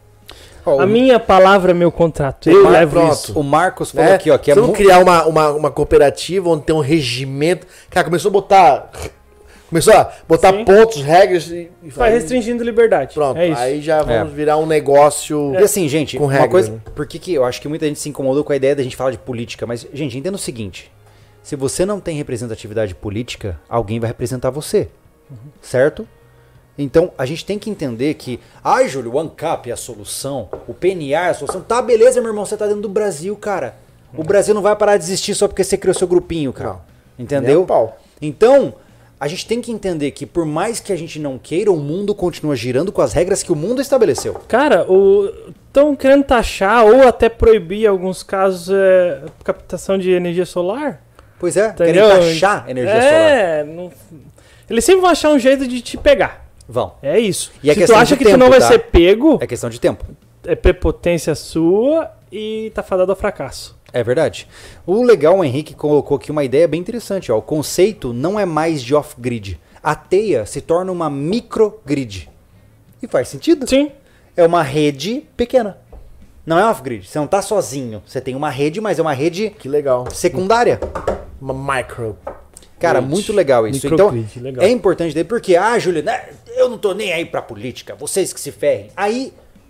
Oh, a o... minha palavra é meu contrato, eu levo pronto. isso. O Marcos falou né? aqui, ó, que é Vamos mu... criar uma, uma, uma cooperativa onde tem um regimento, cara, começou a botar, começou a botar Sim. pontos, regras e... Vai aí... restringindo liberdade. Pronto, é isso. aí já vamos é. virar um negócio é. E assim, gente, com uma regras, coisa, né? por que que eu acho que muita gente se incomodou com a ideia da gente falar de política, mas, gente, entenda o seguinte, se você não tem representatividade política, alguém vai representar você, uhum. certo? Então, a gente tem que entender que, ai, Júlio, o ANCAP é a solução, o P N A é a solução. Tá, beleza, meu irmão, você tá dentro do Brasil, cara. O Brasil não vai parar de existir só porque você criou seu grupinho, cara. Não. Entendeu? Pau. Então, a gente tem que entender que, por mais que a gente não queira, o mundo continua girando com as regras que o mundo estabeleceu. Cara, estão querendo taxar ou até proibir, em alguns casos, é, captação de energia solar. Pois é, entendeu? Querem taxar energia é, solar. É, não... eles sempre vão achar um jeito de te pegar. Vão. É isso. E a Se tu acha que tempo, tu não vai tá? ser pego... É questão de tempo. É prepotência sua e tá fadado ao fracasso. É verdade. O legal, o Henrique colocou aqui uma ideia bem interessante. Ó. O conceito não é mais de off-grid. A teia se torna uma microgrid. E faz sentido. Sim. É uma rede pequena. Não é off-grid. Você não tá sozinho. Você tem uma rede, mas é uma rede que legal. secundária. Uma micro. Cara, grid. Muito legal isso. Microgrid, então, legal. É importante daí, porque, ah, Júlio, né, eu não tô nem aí pra política, vocês que se ferrem. Aí,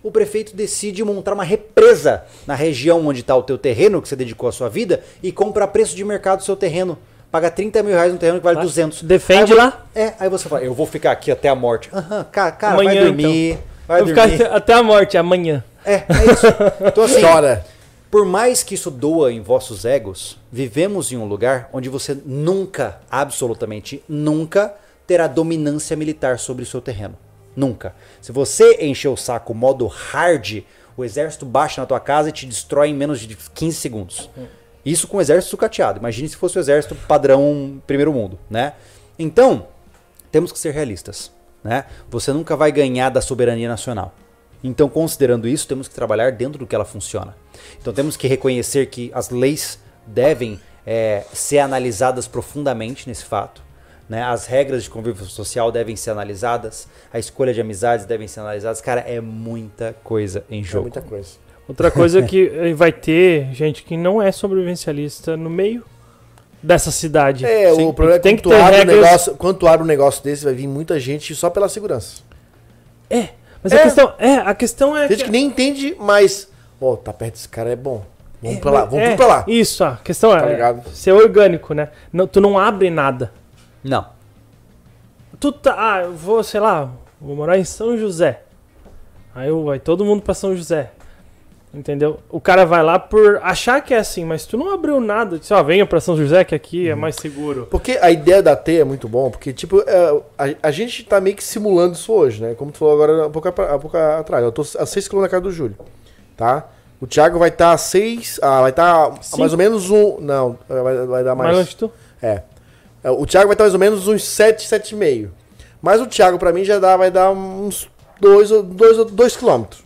o prefeito decide montar uma represa na região onde está o teu terreno, que você dedicou a sua vida, e compra a preço de mercado o seu terreno. Paga trinta mil reais no terreno que vale Mas duzentos. defende aí, lá? É, aí você fala, eu vou ficar aqui até a morte. Aham, cara, cara Amanhã, vai dormir, então. vai Vou dormir. ficar até a morte, amanhã. É, é isso. Então assim, Chora. por mais que isso doa em vossos egos, vivemos em um lugar onde você nunca, absolutamente nunca, terá dominância militar sobre o seu terreno. Nunca. Se você encher o saco modo hard, o exército baixa na tua casa e te destrói em menos de quinze segundos. Isso com o exército sucateado. Imagine se fosse o exército padrão primeiro mundo, né? Então, temos que ser realistas, né? Você nunca vai ganhar da soberania nacional. Então, considerando isso, temos que trabalhar dentro do que ela funciona. Então, temos que reconhecer que as leis devem é, ser analisadas profundamente nesse fato. Né? As regras de convívio social devem ser analisadas, a escolha de amizades devem ser analisadas. Cara, é muita coisa em jogo. É muita coisa. Outra coisa que vai ter gente que não é sobrevivencialista no meio dessa cidade. É, Sim, o problema é que tem quando que tu ter abre um regras... negócio, quando tu abre um negócio desse, vai vir muita gente só pela segurança. É, mas É. a questão é, a questão é Gente que nem entende, mas... Ó, tá perto desse cara é bom. Vamos pra lá, vamos é, tudo pra lá. Isso, a questão Tá é ligado? ser orgânico, né? Não, tu não abre nada. Não. Tu tá, ah, eu vou, sei lá, vou morar em São José. Aí eu, vai todo mundo pra São José. Entendeu? O cara vai lá por achar que é assim, mas tu não abriu nada. Disse, ó, venha pra São José que aqui é mais seguro. Porque a ideia da T é muito bom, porque, tipo, é, a, a gente tá meio que simulando isso hoje, né? Como tu falou agora há pouco, há pouco atrás. Eu tô a seis quilômetros da casa do Júlio, tá? O Thiago vai estar tá a seis... Ah, vai estar tá mais ou menos um... Não, vai, vai dar mais... Mais longe tu? É. O Thiago vai estar tá mais ou menos uns sete, sete e meio. Mas o Thiago, pra mim, já dá, vai dar uns dois quilômetros.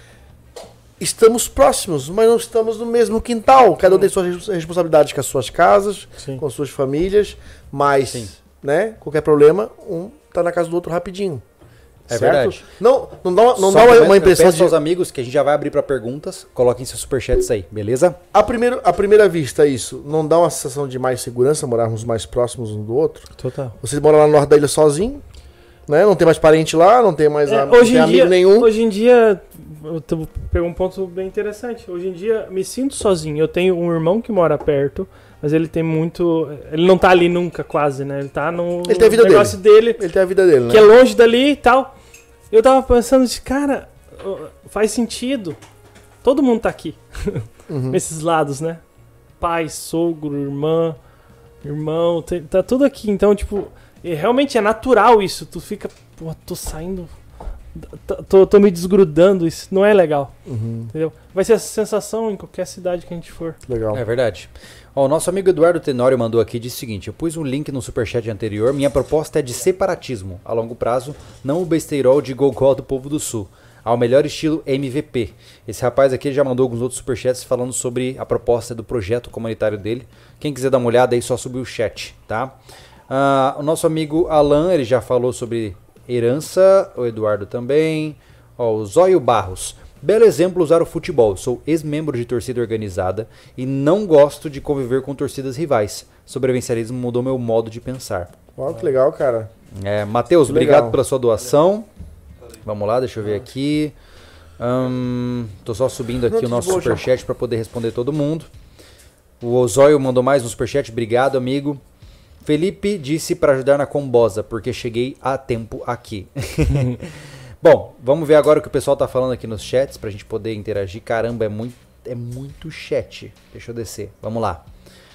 Estamos próximos, mas não estamos no mesmo quintal. Cada um tem suas responsabilidades com as suas casas, Sim. com as suas famílias. Mas, Sim. né, qualquer problema, um tá na casa do outro rapidinho. É certo? verdade. Não, não dá, não Só dá uma, que eu uma impressão peço de... aos amigos que a gente já vai abrir para perguntas. Coloquem seus superchats aí, beleza? A, primeiro, a primeira vista, isso, não dá uma sensação de mais segurança morarmos mais próximos um do outro? Total. Você mora lá no norte da ilha sozinho, né? Não tem mais parente lá, não tem mais É, a, não hoje tem em amigo dia, nenhum. Hoje em dia, eu tô- pegou um ponto bem interessante. Hoje em dia, me sinto sozinho. Eu tenho um irmão que mora perto, mas ele tem muito... Ele não tá ali nunca, quase, né? Ele tá no Ele tem a vida negócio dele, Ele tem a vida dele, né? que é longe dali e tal. Eu tava pensando, de, cara, faz sentido. Todo mundo tá aqui. Uhum. Nesses lados, né? Pai, sogro, irmã, irmão, tem- tá tudo aqui. Então, tipo, e realmente é natural isso. Tu fica, pô, tô saindo, tô, tô- tô me desgrudando, isso não é legal, Uhum. entendeu? Vai ser essa sensação em qualquer cidade que a gente for. Legal. É verdade. Ó, o nosso amigo Eduardo Tenório mandou aqui, disse o seguinte: eu pus um link no superchat anterior, minha proposta é de separatismo, a longo prazo, não o besteirol de gogó do povo do sul, ao melhor estilo M V P. Esse rapaz aqui já mandou alguns outros superchats falando sobre a proposta do projeto comunitário dele. Quem quiser dar uma olhada aí, só subir o chat, tá? Ah, o nosso amigo Alan, ele já falou sobre herança, o Eduardo também. Ó, o Zóio Barros. Belo exemplo usar o futebol. Sou ex-membro de torcida organizada e não gosto de conviver com torcidas rivais. Sobrevivencialismo mudou meu modo de pensar. Ó, que legal, cara. É, Matheus, Que obrigado legal. pela sua doação. Vamos lá, deixa eu ver aqui. Hum, tô só subindo aqui Não, o nosso de boa, superchat para poder responder todo mundo. O Ozóio mandou mais um superchat, obrigado, amigo. Felipe disse para ajudar na Combosa, porque cheguei a tempo aqui. Bom, vamos ver agora o que o pessoal tá falando aqui nos chats pra gente poder interagir. Caramba, é muito, é muito chat. Deixa eu descer. Vamos lá.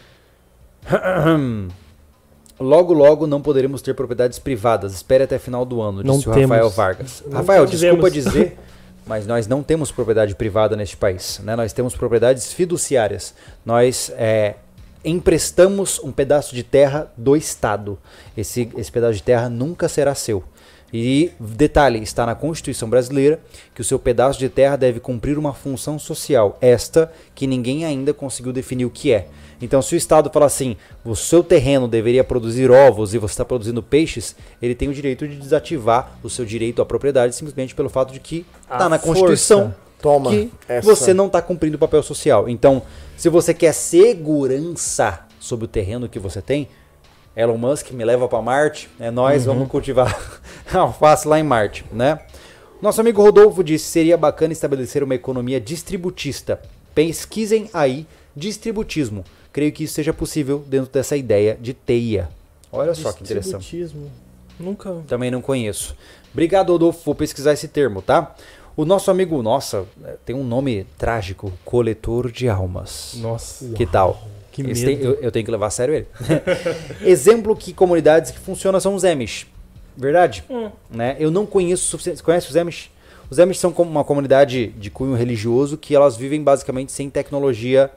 Logo, logo não poderemos ter propriedades privadas. Espere até final do ano, Não disse o temos. Rafael Vargas. Não Rafael, tivemos. desculpa dizer, mas nós não temos propriedade privada neste país. Né? Nós temos propriedades fiduciárias. Nós é, emprestamos um pedaço de terra do Estado. Esse, esse pedaço de terra nunca será seu. E detalhe, está na Constituição brasileira que o seu pedaço de terra deve cumprir uma função social, esta que ninguém ainda conseguiu definir o que é. Então, se o Estado falar assim, o seu terreno deveria produzir ovos e você está produzindo peixes, ele tem o direito de desativar o seu direito à propriedade simplesmente pelo fato de que está A na força. Constituição Toma. que essa. você não está cumprindo o papel social. Então, se você quer segurança sobre o terreno que você tem, Elon Musk me leva para Marte, é nós, Uhum. vamos cultivar alface lá em Marte, né? Nosso amigo Rodolfo disse, seria bacana estabelecer uma economia distributista. Pesquisem aí distributismo. Creio que isso seja possível dentro dessa ideia de teia. Olha só que interessante. Distributismo. Nunca. Também não conheço. Obrigado, Rodolfo. Vou pesquisar esse termo, tá? O nosso amigo, nossa, tem um nome trágico. Coletor de almas. Nossa. Que tal? Que Esse medo. tem- eu, eu tenho que levar a sério ele. Exemplo que comunidades que funcionam são os Amish. Verdade? Hum. Né? Eu não conheço o suficiente. Você conhece os Amish? Os Amish são como uma comunidade de cunho religioso que elas vivem basicamente sem tecnologia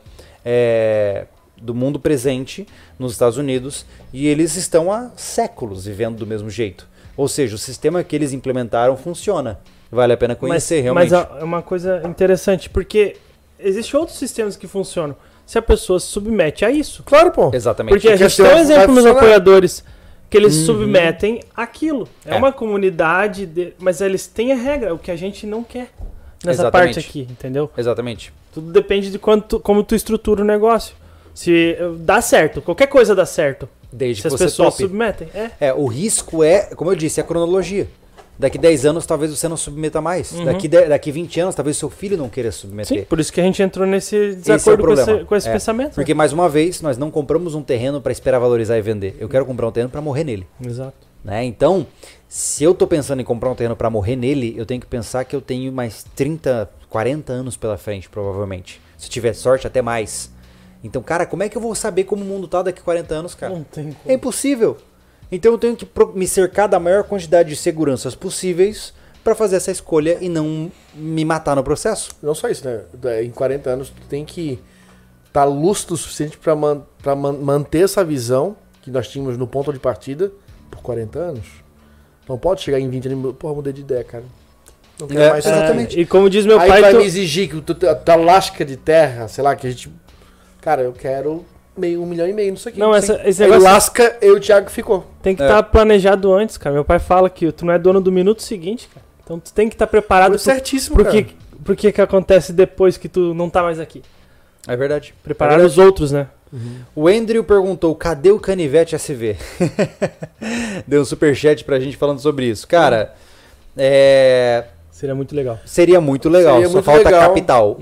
é, do mundo presente nos Estados Unidos e eles estão há séculos vivendo do mesmo jeito. Ou seja, o sistema que eles implementaram funciona. Vale a pena conhecer mas, realmente. Mas é uma coisa interessante, porque existem outros sistemas que funcionam se a pessoa se submete a isso. Claro, pô. Exatamente. Porque a Porque gente senão tem um vai exemplo nos funcionar. apoiadores que eles Uhum. submetem àquilo. É, É. uma comunidade, de- mas eles têm a regra, o que a gente não quer nessa Exatamente. parte aqui, entendeu? Exatamente. Tudo depende de quanto, como tu estrutura o negócio. Se eh, dá certo, qualquer coisa dá certo. Desde se que as você pessoas tope. submetem. É. É, o risco é, como eu disse, a cronologia. Daqui dez anos talvez você não submeta mais. Uhum. Daqui, de- daqui vinte anos talvez seu filho não queira submeter. Sim, por isso que a gente entrou nesse Esse é o desacordo com problema. esse, com esse É, pensamento. Porque, mais uma vez, nós não compramos um terreno para esperar valorizar e vender. Eu quero comprar um terreno para morrer nele. Exato. Né? Então, se eu tô pensando em comprar um terreno para morrer nele, eu tenho que pensar que eu tenho mais trinta, quarenta anos pela frente, provavelmente. Se tiver sorte, até mais. Então, cara, como é que eu vou saber como o mundo tá daqui a quarenta anos, cara? Não tem como. É impossível. Então eu tenho que pro- me cercar da maior quantidade de seguranças possíveis para fazer essa escolha e não me matar no processo. Não só isso, né? Em quarenta anos, tu tem que estar lúcido o suficiente para man, pra man, manter essa visão que nós tínhamos no ponto de partida por quarenta anos. Não pode chegar em vinte anos e, porra, mudei de ideia, cara. Não quero É, mais isso. exatamente. É, e como diz meu Aí pai, vai tu- me exigir que tu, tu, tua lasca de terra, sei lá, que a gente... Cara, eu quero meio, um milhão e meio nisso aqui. Não, essa- sei. esse Aí negócio- lasca, eu e o Thiago ficou. tem que É. estar planejado antes, cara. Meu pai fala que tu não é dono do minuto seguinte, cara. Então tu tem que estar preparado Foi pro, certíssimo, pro cara. que, pro que que acontece depois que tu não tá mais aqui. É verdade. Preparar os outros, né? O Andrew perguntou, cadê o Canivete S V? Deu um superchat pra gente falando sobre isso. Cara, é... Seria muito legal. seria muito legal, Seria só muito falta legal. capital.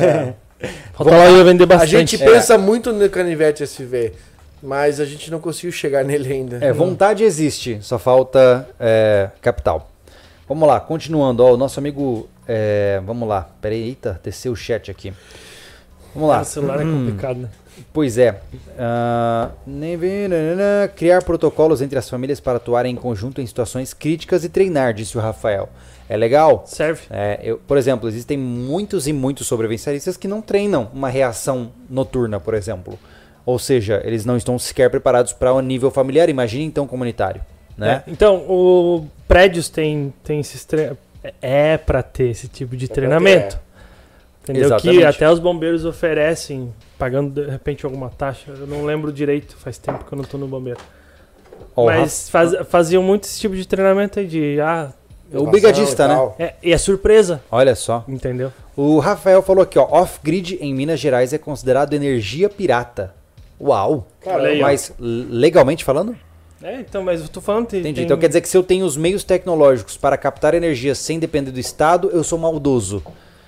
Falta lá eu ia vender A bastante. gente É. pensa muito no Canivete S V, mas a gente não conseguiu chegar nele ainda. É, vontade existe, só falta é, capital. Vamos lá, continuando, ó, o nosso amigo, é, vamos lá, peraí, eita, desceu o chat aqui. Vamos lá. O celular é complicado, né? Pois é. Ah, nem vi- nanana, criar protocolos entre as famílias para atuarem em conjunto em situações críticas e treinar, disse o Rafael. É legal? Serve. É, eu, por exemplo, existem muitos e muitos sobrevivencialistas que não treinam uma reação noturna, por exemplo. Ou seja, eles não estão sequer preparados para o nível familiar, imagine então comunitário. Né? É, então, o prédios tem, tem esses tre... É pra ter esse tipo de pra treinamento. Entendeu? Exatamente. Que até os bombeiros oferecem, pagando de repente alguma taxa. Eu não lembro direito, faz tempo que eu não tô no bombeiro. Ó, o Mas faz- faziam muito esse tipo de treinamento aí de. Ah, O brigadista, né? é, e é surpresa, Olha só. entendeu? O Rafael falou aqui, ó, off-grid em Minas Gerais é considerado energia pirata. Uau! Caramba. Olha aí, ó. Mas legalmente falando? É, então, mas eu tô falando. Tem, Entendi. tem- Então quer dizer que se eu tenho os meios tecnológicos para captar energia sem depender do Estado, eu sou maldoso.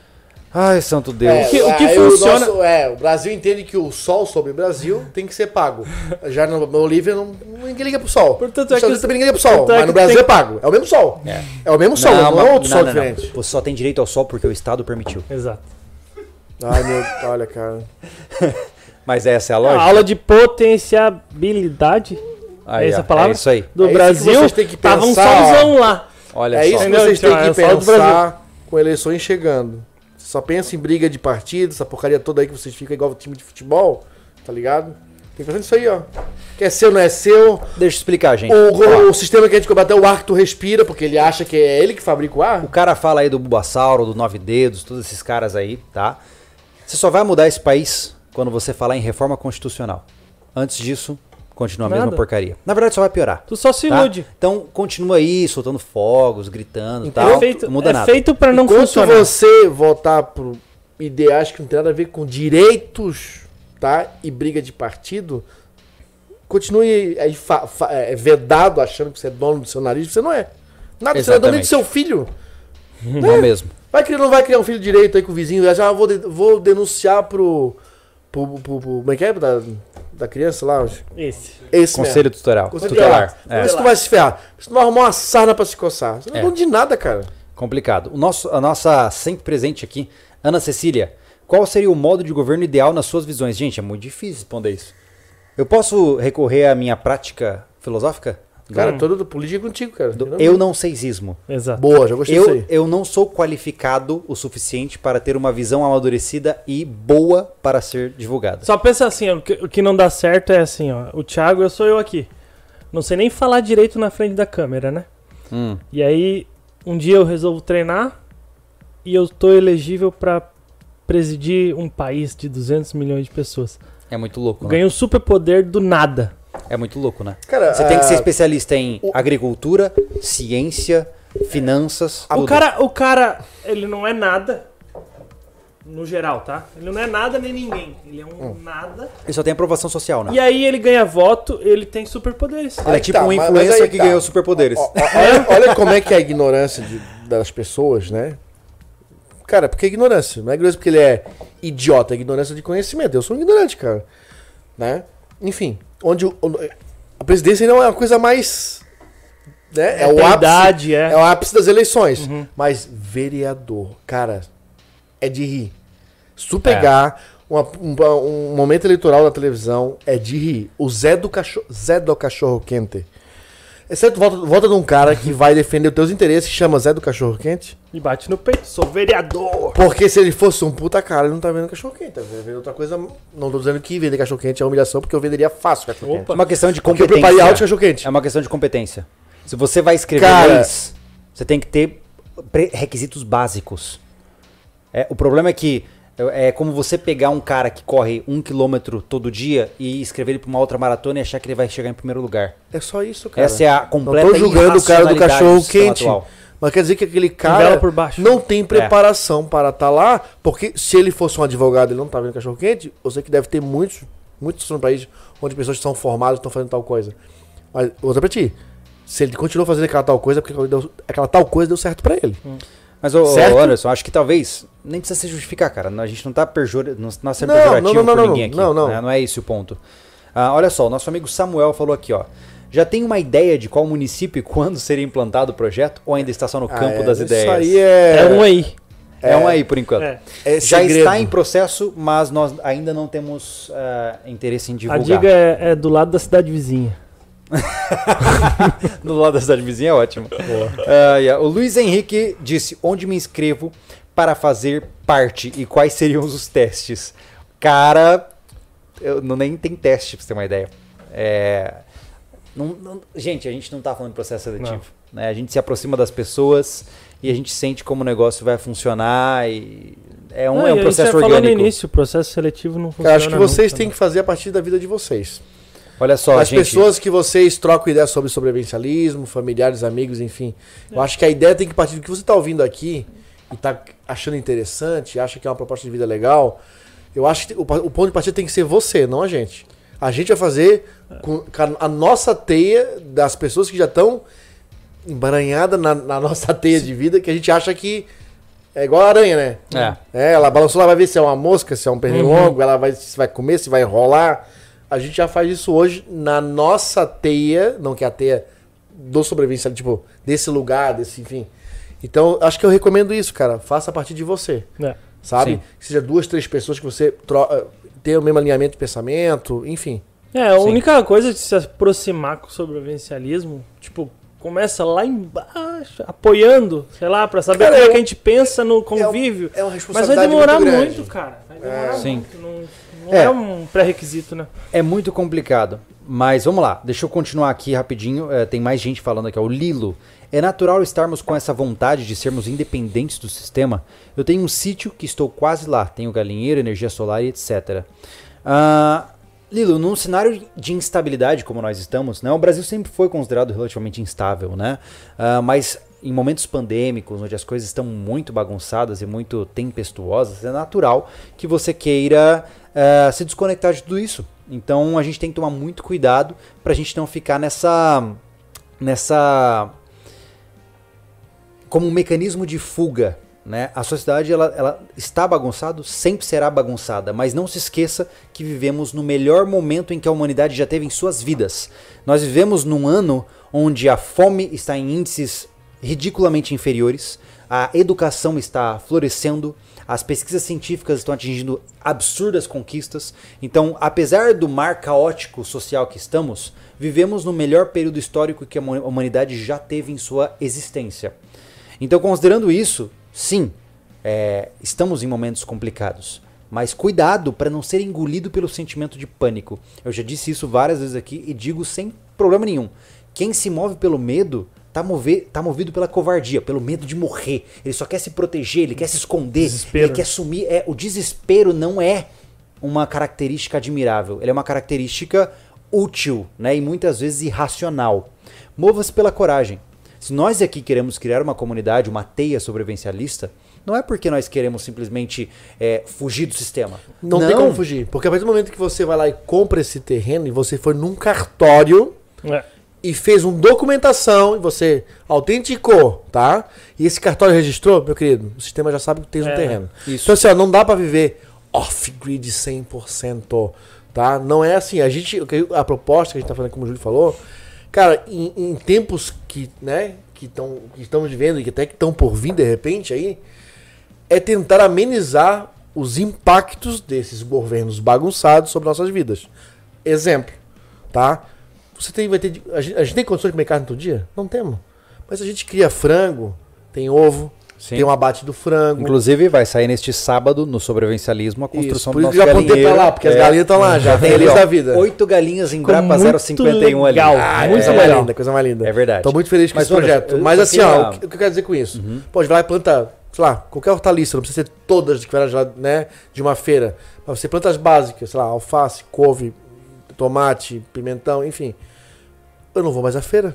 Ai, santo Deus. É, O que- o que aí funciona- nosso- é, o Brasil entende que o sol sobre o Brasil tem que ser pago. Já no Bolívia não, ninguém liga pro sol. Portanto, Nos é que- Estados Unidos também ninguém liga pro sol, portanto é mas no que Brasil tem- é pago. É o mesmo sol. É. É o mesmo sol, não, é mas- outro não, sol não, não. diferente. Você só tem direito ao sol porque o Estado permitiu. Exato. Ai, meu, olha, cara. Mas essa é a A lógica? aula de potenciabilidade Aí, é essa ó, palavra? É isso aí. do É isso que Brasil. vocês têm que Tava um pensar, solzão lá. Olha É só. isso que Entendeu? vocês têm Então, que é só do pensar com eleições chegando. Você só pensa em briga de partido, essa porcaria toda aí que vocês ficam igual o time de futebol, tá ligado? Tem que pensar nisso aí, ó. Que é seu, não é seu. Deixa eu explicar, gente. O, Ó, o sistema que a gente combate é o ar que tu respira, porque ele acha que é ele que fabrica o ar. o cara fala aí do Bulbasauro, do Nove Dedos, todos esses caras aí, tá? Você só vai mudar esse país quando você falar em reforma constitucional. Antes disso, continua a Nada. mesma porcaria. Na verdade, só vai piorar. Tu só se tá? ilude. Então, continua aí, soltando fogos, gritando e Então, tal. é feito, não muda é nada. feito pra não Enquanto funcionar. você votar por ideais que não tem nada a ver com direitos, tá? E briga de partido, continue aí fa- fa- é, vedado achando que você é dono do seu nariz, você não é. Nada, você não é dono nem do Exatamente. seu filho. Não é mesmo. Vai que ele não vai criar um filho direito aí com o vizinho. Eu já vou, de, vou denunciar pro, pro, pro, pro... Como é que é? Da, da criança lá? Esse. Esse Conselho mesmo. tutelar. Conselho tutelar. tutelar. É. Isso tu vai se ferrar. Você não vai arrumar uma sarna pra se coçar. Você não é dono de nada, cara. Complicado. O nosso, a nossa sempre presente aqui, Ana Cecília. Qual seria o modo de governo ideal nas suas visões? Gente, é muito difícil responder isso. Eu posso recorrer à minha prática filosófica? Cara, hum. todo político é contigo, cara. Do eu não seisismo. Exato. Boa, já gostei eu, disso aí. Eu não sou qualificado o suficiente para ter uma visão amadurecida e boa para ser divulgada. Só pensa assim, ó, o, que, o que não dá certo é assim, ó. O Thiago, eu sou eu aqui. Não sei nem falar direito na frente da câmera, né? Hum. E aí, um dia eu resolvo treinar e eu tô elegível para presidir um país de duzentos milhões de pessoas. É muito louco, né? Ganhei um superpoder do nada. É muito louco, né? Cara, Você tem que ser a- especialista em o- agricultura, ciência, finanças. O tudo. cara, o cara, ele não é nada, no geral, tá? Ele não é nada nem ninguém. Ele é um nada. Ele só tem aprovação social, né? E aí ele ganha voto, ele tem superpoderes. Ele é Aí tipo tá, um mas- mas influencer aí que tá. ganhou superpoderes. Ó, ó, olha, olha como é que é a ignorância de- das pessoas, né? Cara, porque é ignorância. Não é ignorância porque ele é idiota, é ignorância de conhecimento. Eu sou um ignorante, cara. Né? Enfim, onde o- o- a presidência não é uma coisa mais... Né? É, o ápice, Verdade, é. é o ápice das eleições. Mas vereador, cara, é de rir. Se tu pegar uma- um, um momento eleitoral na televisão, é de rir. O Zé do Cachorro, Zé do Cachorro Quente. Exceto volta, volta de um cara que vai defender os teus interesses, que chama Zé do Cachorro Quente. E bate no peito, sou vereador. Porque se ele fosse um puta cara, ele não tá vendo cachorro quente. Tá vendo outra coisa. Não tô dizendo que vender cachorro quente é humilhação, porque eu venderia fácil cachorro quente. É uma questão de Porque eu competência. preparei alto cachorro quente. É uma questão de competência. Se você vai escrever Cara- leis, você tem que ter pre- requisitos básicos. É, o problema é que é como você pegar um cara que corre um quilômetro todo dia e escrever ele pra uma outra maratona e achar que ele vai chegar em primeiro lugar. É só isso, cara. Essa é a Não completa tô julgando o cara do irracionalidade cachorro sistema quente. atual. Mas quer dizer que aquele Nivela cara por baixo. não tem preparação para estar lá, porque se ele fosse um advogado e ele não tá vendo cachorro quente, eu sei que deve ter muitos, muitos no país onde pessoas que são formadas estão fazendo tal coisa. Mas outra pra ti. Se ele continuou fazendo aquela tal coisa, é porque aquela, deu- aquela tal coisa deu certo pra ele. Mas, ô, ô, Certo? Anderson, acho que talvez nem precisa se justificar, cara. A gente não tá pejor... não tá sendo Não, pejorativo não, não, por não, ninguém não, aqui. não, não. Né? Não é esse o ponto. Ah, olha só, o nosso amigo Samuel falou aqui, ó. Já tem uma ideia de qual município e quando seria implantado o projeto? Ou ainda está só no campo Ah, é, das isso ideias? aí é... É um aí. É um aí, por enquanto. É. é Já segredo. está em processo, mas nós ainda não temos ah, interesse em A divulgar. dica é, é do lado da cidade vizinha. Do lado da cidade vizinha é ótimo. Ah, yeah. O Luiz Henrique disse, onde me inscrevo para fazer parte e quais seriam os testes? Cara, eu, não nem tem teste, pra você ter uma ideia. É, não- não- gente, a gente não tá falando de processo seletivo. Né? A gente se aproxima das pessoas e a gente sente como o negócio vai funcionar e é um, Não, é um e a processo gente já falou orgânico. no início, o processo seletivo não funciona. Eu acho que vocês nunca, têm né? que fazer a partir da vida de vocês. Olha só, As gente. pessoas que vocês trocam ideias sobre sobrevivencialismo, familiares, amigos, enfim. Eu acho que a ideia tem que partir do que você está ouvindo aqui e está achando interessante, acha que é uma proposta de vida legal. Eu acho que o, o ponto de partida tem que ser você, não a gente. A gente vai fazer com a nossa teia das pessoas que já estão embaranhadas na, na nossa teia de vida, que a gente acha que é igual a aranha, né? É. É, ela balançou, ela vai ver se é uma mosca, se é um pernilongo, ela vai, se vai comer, se vai enrolar. A gente já faz isso hoje na nossa teia, não que é a teia do sobrevivencialismo, tipo, desse lugar, desse, enfim. Então, acho que eu recomendo isso, cara. Faça a partir de você, É. sabe? Sim. Que seja duas, três pessoas que você tro- eh, tenha o mesmo alinhamento de pensamento, enfim. É, a Sim. única coisa de se aproximar com o sobrevivencialismo, tipo, começa lá embaixo, apoiando, sei lá, pra saber Cara, como é é que a um- gente pensa no convívio. É uma Mas vai responsabilidade demorar muito muito, grande. cara. Vai demorar Sim. muito. Não, não é. É. um pré-requisito, né? É muito complicado. Mas vamos lá, deixa eu continuar aqui rapidinho. eh, tem mais gente falando aqui, ó. O Lilo. É natural estarmos com essa vontade de sermos independentes do sistema? Eu tenho um sítio que estou quase lá. Tenho galinheiro, energia solar e etcétera. Ah, Lilo, num cenário de instabilidade como nós estamos, né, o Brasil sempre foi considerado relativamente instável, né? Ah, mas em momentos pandêmicos, onde as coisas estão muito bagunçadas e muito tempestuosas, é natural que você queira ah, se desconectar de tudo isso. Então a gente tem que tomar muito cuidado para a gente não ficar nessa, nessa como um mecanismo de fuga. Né? A sociedade ela, ela está bagunçada, sempre será bagunçada, mas não se esqueça que vivemos no melhor momento em que a humanidade já teve em suas vidas. Nós vivemos num ano onde a fome está em índices ridiculamente inferiores, a educação está florescendo, as pesquisas científicas estão atingindo absurdas conquistas. Então, apesar do mar caótico social que estamos, vivemos no melhor período histórico que a humanidade já teve em sua existência. Então, considerando isso, sim, é, estamos em momentos complicados, mas cuidado para não ser engolido pelo sentimento de pânico. Eu já disse isso várias vezes aqui e digo sem problema nenhum. Quem se move pelo medo está mover, tá movido pela covardia, pelo medo de morrer. Ele só quer se proteger, ele quer se esconder, desespero. Ele quer sumir. É, o desespero não é uma característica admirável, ele é uma característica útil, né, e muitas vezes irracional. Mova-se pela coragem. Se nós aqui queremos criar uma comunidade, uma teia sobrevivencialista, não é porque nós queremos simplesmente é, fugir do sistema. Não, não tem como fugir. Porque a partir do momento que você vai lá e compra esse terreno e você foi num cartório é. e fez uma documentação e você autenticou, tá? E esse cartório registrou, meu querido, o sistema já sabe que tem é. um terreno. Isso. Então assim, ó, não dá pra viver off-grid cem por cento, tá? Não é assim. A gente, a proposta que a gente tá falando, como o Júlio falou, cara, em, em tempos que, né, que, tão, que estamos vivendo e que até que estão por vir de repente aí, é tentar amenizar os impactos desses governos bagunçados sobre nossas vidas. Exemplo, tá? Você tem, vai ter, a gente, a gente tem condições de comer carne todo dia? Não temos. Mas a gente cria frango, tem ovo, Sim. tem um abate do frango. Inclusive vai sair neste sábado no Sobrevivencialismo a construção Isso, do nosso galinheiro. Por isso que eu já apontei pra lá, porque é. as galinhas estão lá já, tem ali, ó, da vida. Oito galinhas em Brapa zero cinquenta e um ali. Ah, muito é. mais linda, coisa mais linda. É verdade. Tô muito feliz com Mas, esse projeto. Mas assim, ó, o que eu quero dizer com isso? Uhum. Pode vai lá e planta, sei lá, qualquer hortaliça, não precisa ser todas que vai lá, né, de uma feira. Mas você planta as básicas, sei lá, alface, couve, tomate, pimentão, enfim. Eu não vou mais à feira.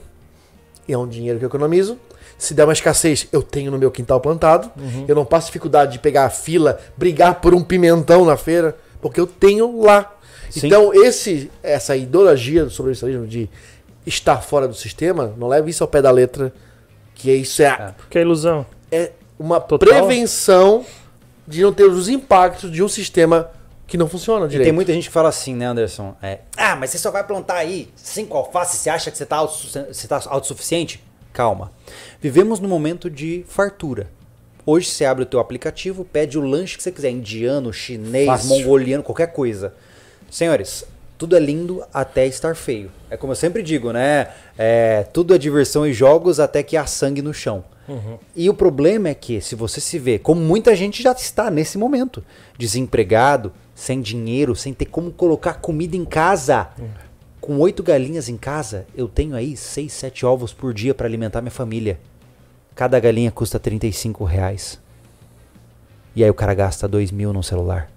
E é um dinheiro que eu economizo. Se der uma escassez, eu tenho no meu quintal plantado. Uhum. Eu não passo dificuldade de pegar a fila, brigar por um pimentão na feira, porque eu tenho lá. Sim. Então, esse, essa ideologia do sobrevivencialismo de estar fora do sistema, não leve isso ao pé da letra, que isso é... é. Que é ilusão. É uma Total. prevenção de não ter os impactos de um sistema que não funciona direito. E tem muita gente que fala assim, né, Anderson? É, ah, mas você só vai plantar aí cinco alfaces, você acha que você está você tá autossuficiente? Calma. Vivemos num momento de fartura. Hoje você abre o teu aplicativo, pede o lanche que você quiser, indiano, chinês, Fácil. mongoliano, qualquer coisa. Senhores, tudo é lindo até estar feio. É como eu sempre digo, né? É, tudo é diversão e jogos até que há sangue no chão. Uhum. E o problema é que se você se vê, como muita gente já está nesse momento, desempregado, sem dinheiro, sem ter como colocar comida em casa. Uhum. Com oito galinhas em casa, eu tenho aí seis, sete ovos por dia para alimentar minha família. Cada galinha custa trinta e cinco reais. E aí o cara gasta dois mil num celular.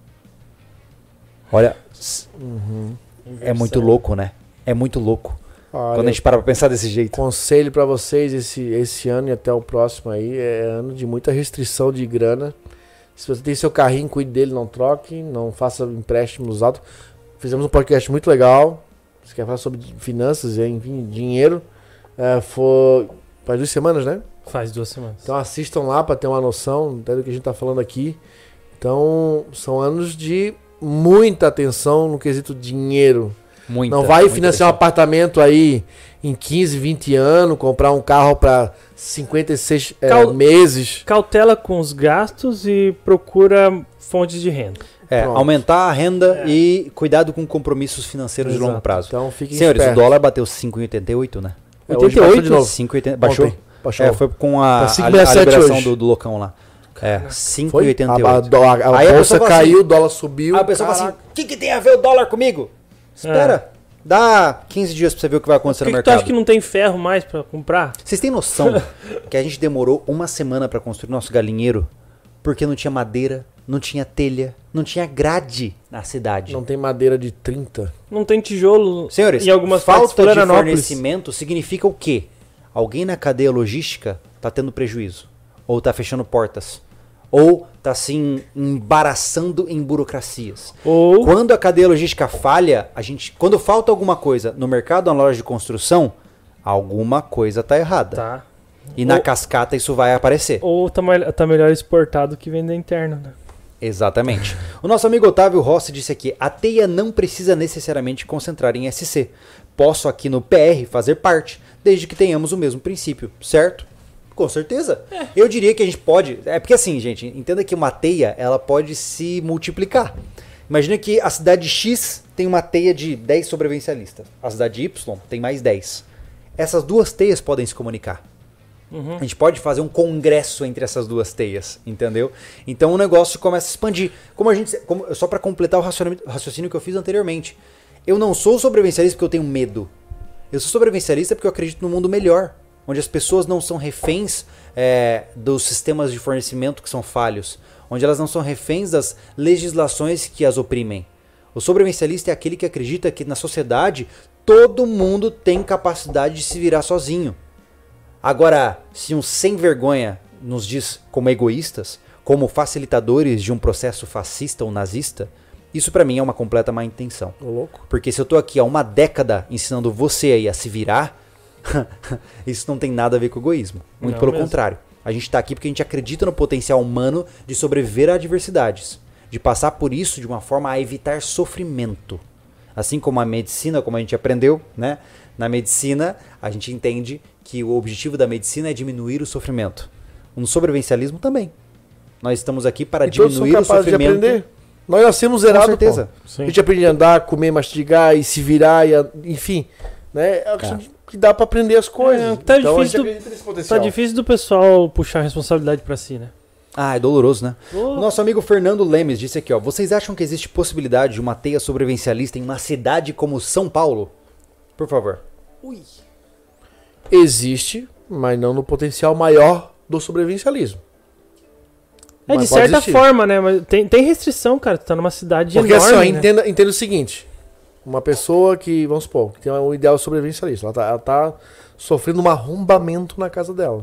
Olha, uhum. é muito louco, né? É muito louco. Olha, quando a gente para pra pensar desse jeito. Conselho para vocês esse, esse ano e até o próximo aí, é ano de muita restrição de grana. Se você tem seu carrinho, cuide dele, não troque, não faça empréstimos altos. Fizemos um podcast muito legal. Você quer falar sobre finanças, enfim, dinheiro. É, foi... Faz duas semanas, né? Faz duas semanas. Então assistam lá para ter uma noção até do que a gente tá falando aqui. Então, são anos de muita atenção no quesito dinheiro. Muita, não vai financiar um apartamento aí em quinze, vinte anos, comprar um carro para cinquenta e seis Cal... é, meses. Cautela com os gastos e procura fontes de renda. É, Pronto. aumentar a renda é. e cuidado com compromissos financeiros Exato. de longo prazo. Então, fiquem Senhores, espertos. o dólar bateu cinco reais e oitenta e oito, né? É, oitenta e oito? De novo. cinco reais e oitenta baixou? Ontem, baixou. É, foi com a, a, a liberação do, do loucão lá. É, cinco reais e oitenta e oito. A, a, a, a bolsa caiu, o assim, dólar subiu. Aí a pessoa fala assim, o que, que tem a ver o dólar comigo? Espera, é. dá quinze dias pra você ver o que vai acontecer que no que mercado. Tu acha que não tem ferro mais pra comprar? Vocês têm noção que a gente demorou uma semana pra construir nosso galinheiro? Porque não tinha madeira, não tinha telha, não tinha grade na cidade. Não tem madeira de trinta. Não tem tijolo. Senhores, em algumas falta de fornecimento significa o quê? Alguém na cadeia logística tá tendo prejuízo. Ou tá fechando portas. Ou tá se embaraçando em burocracias. Ou... Quando a cadeia logística falha, a gente, quando falta alguma coisa no mercado ou na loja de construção, alguma coisa tá errada. Tá. E na Ou- cascata isso vai aparecer. Ou tá, me- tá melhor exportado que vender interno, né? Exatamente. O nosso amigo Otávio Rossi disse aqui, a teia não precisa necessariamente concentrar em S C. Posso aqui no P R fazer parte, desde que tenhamos o mesmo princípio, certo? Com certeza. É. Eu diria que a gente pode... É porque assim, gente, entenda que uma teia, ela pode se multiplicar. Imagina que a cidade X tem uma teia de dez sobrevivencialistas. A cidade Y tem mais dez. Essas duas teias podem se comunicar. Uhum. A gente pode fazer um congresso entre essas duas teias, entendeu? Então o negócio começa a expandir. Como a gente, como, só para completar o raciocínio, raciocínio que eu fiz anteriormente. Eu não sou sobrevivencialista porque eu tenho medo. Eu sou sobrevivencialista porque eu acredito num mundo melhor, onde as pessoas não são reféns é, dos sistemas de fornecimento que são falhos, onde elas não são reféns das legislações que as oprimem. O sobrevivencialista é aquele que acredita que na sociedade todo mundo tem capacidade de se virar sozinho. Agora, se um sem vergonha nos diz como egoístas, como facilitadores de um processo fascista ou nazista, isso pra mim é uma completa má intenção. Ô, louco. Porque se eu tô aqui há uma década ensinando você aí a se virar, isso não tem nada a ver com egoísmo. Muito Não pelo mesmo. contrário. A gente tá aqui porque a gente acredita no potencial humano de sobreviver a adversidades, de passar por isso de uma forma a evitar sofrimento. Assim como a medicina, como a gente aprendeu, né? Na medicina, a gente entende que o objetivo da medicina é diminuir o sofrimento. No sobrevivencialismo também. Nós estamos aqui para E todos são diminuir o capazes de sofrimento. aprender. Nós nascemos zerados, Com certeza. pô. A gente aprende a andar, comer, mastigar e se virar, e a- enfim. Né? É uma questão É. de que dá pra aprender as coisas. É, tá então, a difícil gente do- acredita nesse Tá potencial. difícil do pessoal puxar a responsabilidade pra si, né? Ah, é doloroso, né? Oh. O nosso amigo Fernando Lemes disse aqui, ó. Vocês acham que existe possibilidade de uma teia sobrevivencialista em uma cidade como São Paulo? Por favor. Ui. Existe, mas não no potencial maior do sobrevivencialismo. É, de Mas pode certa existir. forma, né? Mas tem, tem restrição, cara. Tu tá numa cidade Porque enorme, assim, ó, né? entenda, entenda o seguinte. Uma pessoa que, vamos supor, que tem um ideal sobrevivencialista. Ela tá, ela tá sofrendo um arrombamento na casa dela.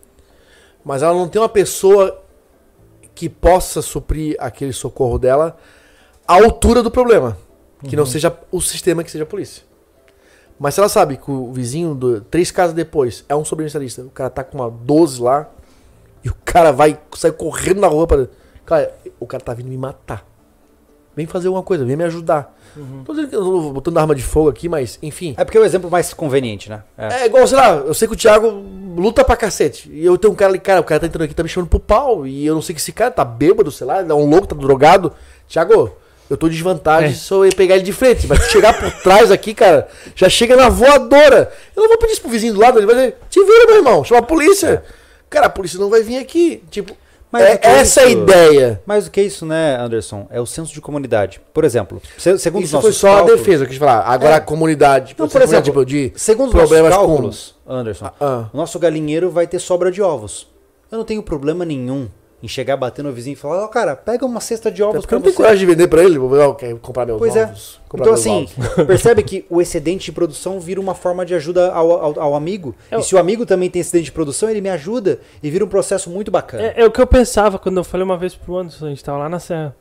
Mas ela não tem uma pessoa que possa suprir aquele socorro dela à altura do problema. Que não seja o sistema, que seja a polícia. Mas se ela sabe que o vizinho, do, três casas depois, é um sobrevivencialista, o cara tá com uma doze lá, e o cara vai sair correndo na rua pra... Cara, o cara tá vindo me matar. Vem fazer alguma coisa, vem me ajudar. Uhum. Tô dizendo que eu tô botando arma de fogo aqui, mas enfim. É porque é o exemplo mais conveniente, né? É. é igual, sei lá, eu sei que o Thiago luta pra cacete. E eu tenho um cara ali, cara, o cara tá entrando aqui, tá me chamando pro pau. E eu não sei que esse cara tá bêbado, sei lá, ele é um louco, tá drogado. Thiago, eu tô de desvantagem É. se eu pegar ele de frente. Mas se chegar por trás aqui, cara, já chega na voadora. Eu não vou pedir isso pro vizinho do lado, ele vai dizer, te vira, meu irmão, chama a polícia. Cara, a polícia não vai vir aqui. Tipo, Mas é, o que essa é a isso- ideia. Mais do que isso, né, Anderson? É o senso de comunidade. Por exemplo, se- segundo os Isso foi nossos só a cálculos- defesa que eu quis falar. Agora É. a comunidade, Não, você por falou, exemplo, tipo, de segundo os problemas nossos com- cálculos, Anderson, Ah. o nosso galinheiro vai ter sobra de ovos. Eu não tenho problema nenhum em chegar batendo no vizinho e falar, ó, cara, pega uma cesta de É ovos porque pra eu não tenho você. coragem de vender pra ele. Vou eu quero comprar meus Pois é. ovos. comprar Então meus assim, ovos. percebe que o excedente de produção vira uma forma de ajuda ao, ao, ao amigo. É o- E se o amigo também tem excedente de produção, ele me ajuda e vira um processo muito bacana. É, é o que eu pensava quando eu falei uma vez pro Anderson, a gente tava lá na serra.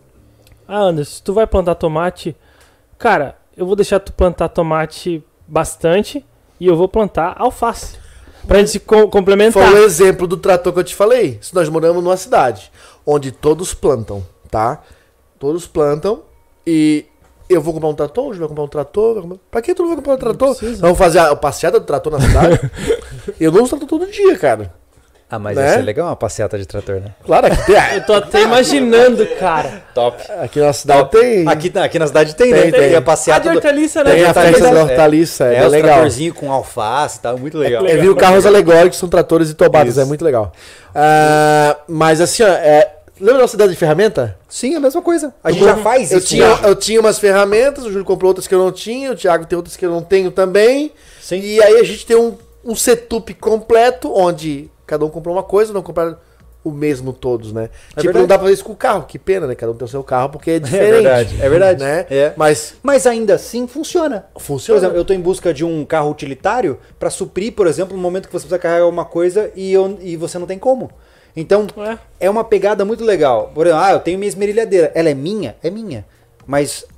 Ah, Anderson, se tu vai plantar tomate, cara, eu vou deixar tu plantar tomate bastante e eu vou plantar alface. Pra gente se co- complementar. Foi o exemplo do trator que eu te falei. Se nós moramos numa cidade onde todos plantam, tá? Todos plantam e eu vou comprar um trator, o Júlio vai comprar um trator. vai comprar- Pra que tu não vai comprar um trator? precisa. Vamos fazer a, a passeada do trator na cidade? Eu não uso trator todo dia, cara. Ah, mas Né? ia ser legal uma passeata de trator, né? Claro, aqui tem. Eu tô até imaginando, cara. Top. Aqui na cidade tem. Aqui, aqui na cidade tem, Tem, né? tem. E a Ah, passeata de do- hortaliça, né? Tem a hortaliça, festa da é. hortaliça, é, É, bem os legal. tratorzinhos com alface e tal, muito legal. Eu vi o carros alegóricos, são tratores e tobadas, Isso. é muito legal. Ah, mas assim, ó, é, lembra da nossa cidade de ferramenta? Sim, a mesma coisa. A gente já faz eu isso. tinha, já. eu tinha umas ferramentas, o Júlio comprou outras que eu não tinha, o Thiago tem outras que eu não tenho também. Sim. E aí a gente tem um, um setup completo, onde cada um comprou uma coisa, não compraram o mesmo todos, né? tipo, verdade. não dá pra fazer isso com o carro, que pena, né? Cada um tem o seu carro, porque é diferente. verdade, é verdade. Né? É. Mas Mas ainda assim funciona. funciona. Por exemplo, eu estou em busca de um carro utilitário para suprir, por exemplo, no momento que você precisa carregar uma coisa e, eu, e você não tem como. Então, É. é uma pegada muito legal. Por exemplo, ah, eu tenho minha esmerilhadeira. Ela é minha? É minha. Mas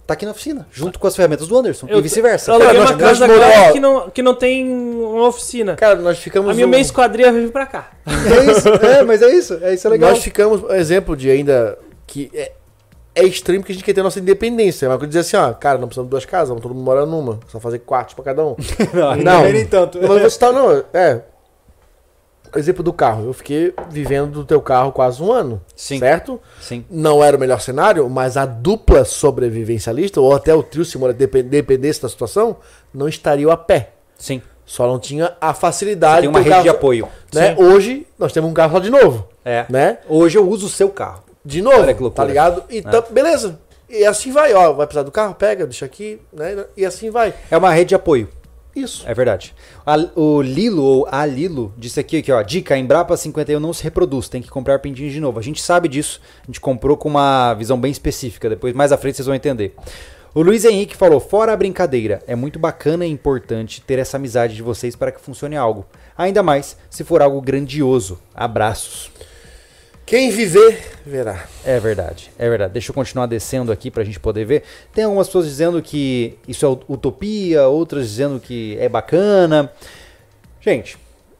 tá aqui na oficina, junto com as ferramentas do Anderson, Eu- e vice-versa. Eu aluguei Cara, uma nós- casa nós agora morou- que não, que não tem uma oficina. Cara, nós ficamos... A minha um- meia esquadria veio pra cá. É isso, é, mas é isso, é isso é legal. Nós ficamos, exemplo de ainda, que é, é extremo que a gente quer ter nossa independência. É uma coisa dizer assim, ó, cara, não precisamos de duas casas, vamos todo mundo morar numa. Só fazer quartos pra cada um. não, Não. nem tanto. Mas você tá, não, é... Exemplo do carro. Eu fiquei vivendo do teu carro quase um ano. Sim. Certo? Sim. Não era o melhor cenário, mas a dupla sobrevivencialista, ou até o trio, se mora- depen- dependesse da situação, não estariam a pé. Sim. Só não tinha a facilidade. Tem uma do rede carro, de apoio. Né? Hoje, nós temos um carro só de novo. É. Né? Hoje eu uso o seu carro. De novo, Olha que loucura. tá ligado? E tá- beleza. E assim vai, ó. Vai precisar do carro? Pega, deixa aqui, né? E assim vai. É uma rede de apoio. Isso. É verdade. A- o Lilo, ou a Lilo, disse aqui, aqui, ó. Dica, a Embrapa cinquenta e um não se reproduz, tem que comprar pintinhos de novo. A gente sabe disso. A gente comprou com uma visão bem específica. Depois, mais à frente, vocês vão entender. O Luiz Henrique falou, fora a brincadeira, é muito bacana e importante ter essa amizade de vocês para que funcione algo. Ainda mais se for algo grandioso. Abraços. Quem viver, verá. É verdade, é verdade. Deixa eu continuar descendo aqui pra gente poder ver. Tem algumas pessoas dizendo que isso é utopia, outras dizendo que é bacana. Gente,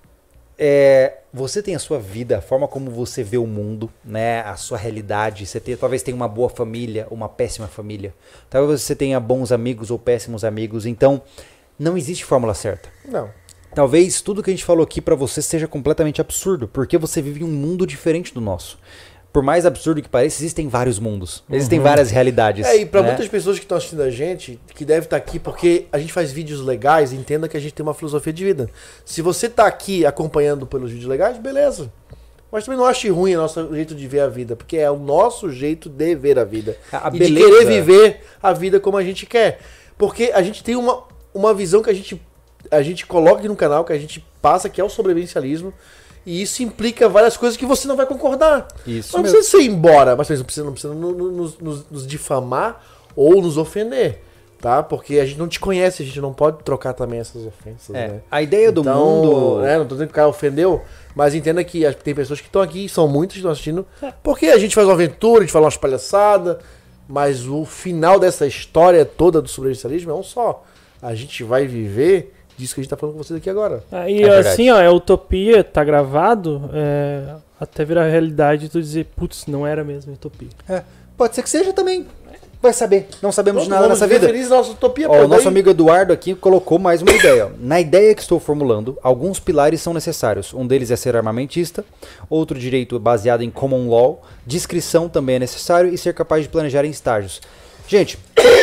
é, você tem a sua vida, a forma como você vê o mundo, né? A sua realidade. Você tem, talvez tenha uma boa família, uma péssima família. Talvez você tenha bons amigos ou péssimos amigos. Então, não existe fórmula certa. Não. Talvez tudo que a gente falou aqui pra você seja completamente absurdo, porque você vive em um mundo diferente do nosso. Por mais absurdo que pareça, existem vários mundos. Existem várias realidades. É, e pra né? muitas pessoas que estão assistindo a gente, que devem estar aqui porque a gente faz vídeos legais, entenda que a gente tem uma filosofia de vida. Se você tá aqui acompanhando pelos vídeos legais, beleza. Mas também não ache ruim o nosso jeito de ver a vida, porque é o nosso jeito de ver a vida. A e beleza- de querer viver a vida como a gente quer. Porque a gente tem uma, uma visão que a gente, a gente coloca aqui no canal, que a gente passa, que é o sobrevivencialismo. E isso implica várias coisas que você não vai concordar. Isso não mesmo. precisa ser embora, mas não precisa, não precisa no- no- nos, nos- nos difamar ou nos ofender, tá? Porque a gente não te conhece, a gente não pode trocar também essas ofensas, É, né? a ideia do Então, mundo... né, não tô dizendo que o cara ofendeu, mas entenda que as- tem pessoas que estão aqui, são muitas que estão assistindo, porque a gente faz uma aventura, a gente fala umas palhaçadas, mas o final dessa história toda do sobrevivencialismo é um só. A gente vai viver disso que a gente tá falando com vocês aqui agora. Aí, É verdade. assim, ó, é utopia, tá gravado, é, até virar realidade e tu dizer, putz, não era mesmo utopia. É, pode ser que seja também. Vai saber. Não sabemos de Pronto, nada vamos nessa viver vida. feliz na nossa utopia. Ó, pô, o nosso daí- amigo Eduardo aqui colocou mais uma ideia. Na ideia que estou formulando, alguns pilares são necessários. Um deles é ser armamentista, outro direito baseado em common law, discrição também é necessário e ser capaz de planejar em estágios. Gente,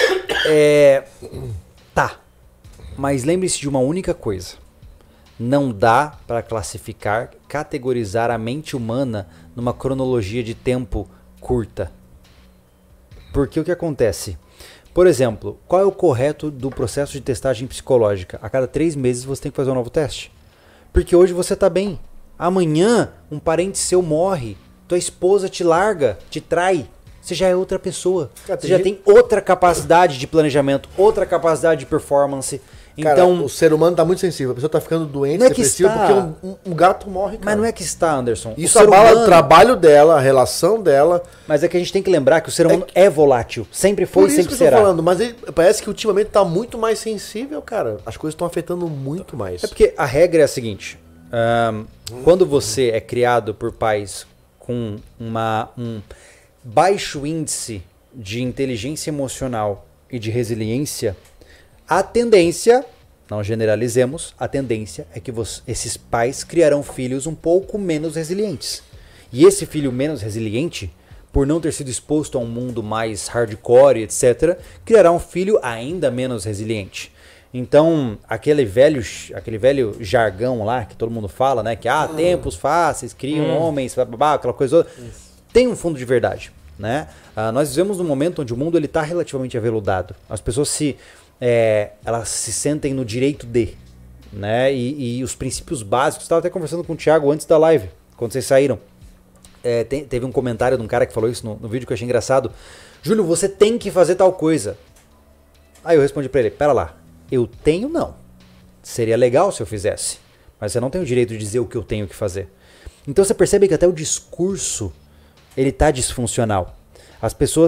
é... tá. Mas lembre-se de uma única coisa. Não dá para classificar, categorizar a mente humana numa cronologia de tempo curta. Porque o que acontece? Por exemplo, qual é o correto do processo de testagem psicológica? A cada três meses você tem que fazer um novo teste. Porque hoje você está bem. Amanhã um parente seu morre. Tua esposa te larga, te trai. Você já é outra pessoa. Cara, Você já tem tem outra capacidade de planejamento, outra capacidade de performance. Cara, Então, o ser humano tá muito sensível. A pessoa tá ficando doente, Não é que depressiva, está. porque um, um- um gato morre, cara. mas não é que está, Anderson. O Isso ser abala humano- o trabalho dela, a relação dela. Mas é que a gente tem que lembrar que o ser humano é, volátil. Sempre foi Por e isso sempre que eu tô será. falando. Mas ele- parece que ultimamente tá muito mais sensível, cara. As coisas estão afetando muito mais. É porque a regra é a seguinte: ahn, quando você é criado por pais com uma, um baixo índice de inteligência emocional e de resiliência, a tendência, não generalizemos, a tendência é que você- esses pais criarão filhos um pouco menos resilientes. E esse filho menos resiliente, por não ter sido exposto a um mundo mais hardcore, etcétera, criará um filho ainda menos resiliente. Então, aquele velho, aquele velho jargão lá que todo mundo fala, né? Que ah, tempos fáceis, criam homens, babá, aquela coisa toda, tem um fundo de verdade, né? Ah, nós vivemos num momento onde o mundo ele está relativamente aveludado. As pessoas se, é, elas se sentem no direito de, né? E, e os princípios básicos. Estava até conversando com o Thiago antes da live, quando vocês saíram. É, tem- teve um comentário de um cara que falou isso no, no vídeo que eu achei engraçado. Júlio, você tem que fazer tal coisa. Aí eu respondi pra ele, pera lá, eu tenho não. Seria legal se eu fizesse, mas eu não tenho o direito de dizer o que eu tenho que fazer. Então você percebe que até o discurso, ele tá disfuncional. As pessoas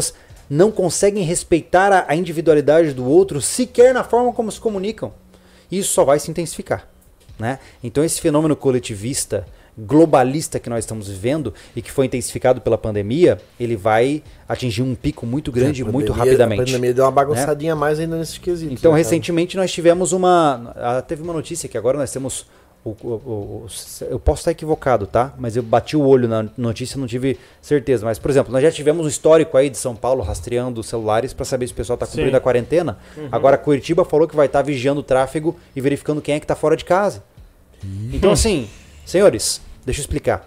não conseguem respeitar a, a individualidade do outro, sequer na forma como se comunicam. Isso só vai se intensificar, né? Então esse fenômeno coletivista, globalista que nós estamos vivendo e que foi intensificado pela pandemia, ele vai atingir um pico muito grande, pandemia, muito rapidamente. A pandemia deu uma bagunçadinha né? mais ainda nesse quesito. Então, né, recentemente nós tivemos uma... Teve uma notícia que agora nós temos... O, o, o, eu posso estar equivocado, tá? Mas eu bati o olho na notícia e não tive certeza. Mas, por exemplo, nós já tivemos um histórico aí de São Paulo rastreando celulares para saber se o pessoal está cumprindo Sim. a quarentena. Uhum. Agora, Curitiba falou que vai estar tá vigiando o tráfego e verificando quem é que está fora de casa. Uhum. Então, assim, senhores, deixa eu explicar.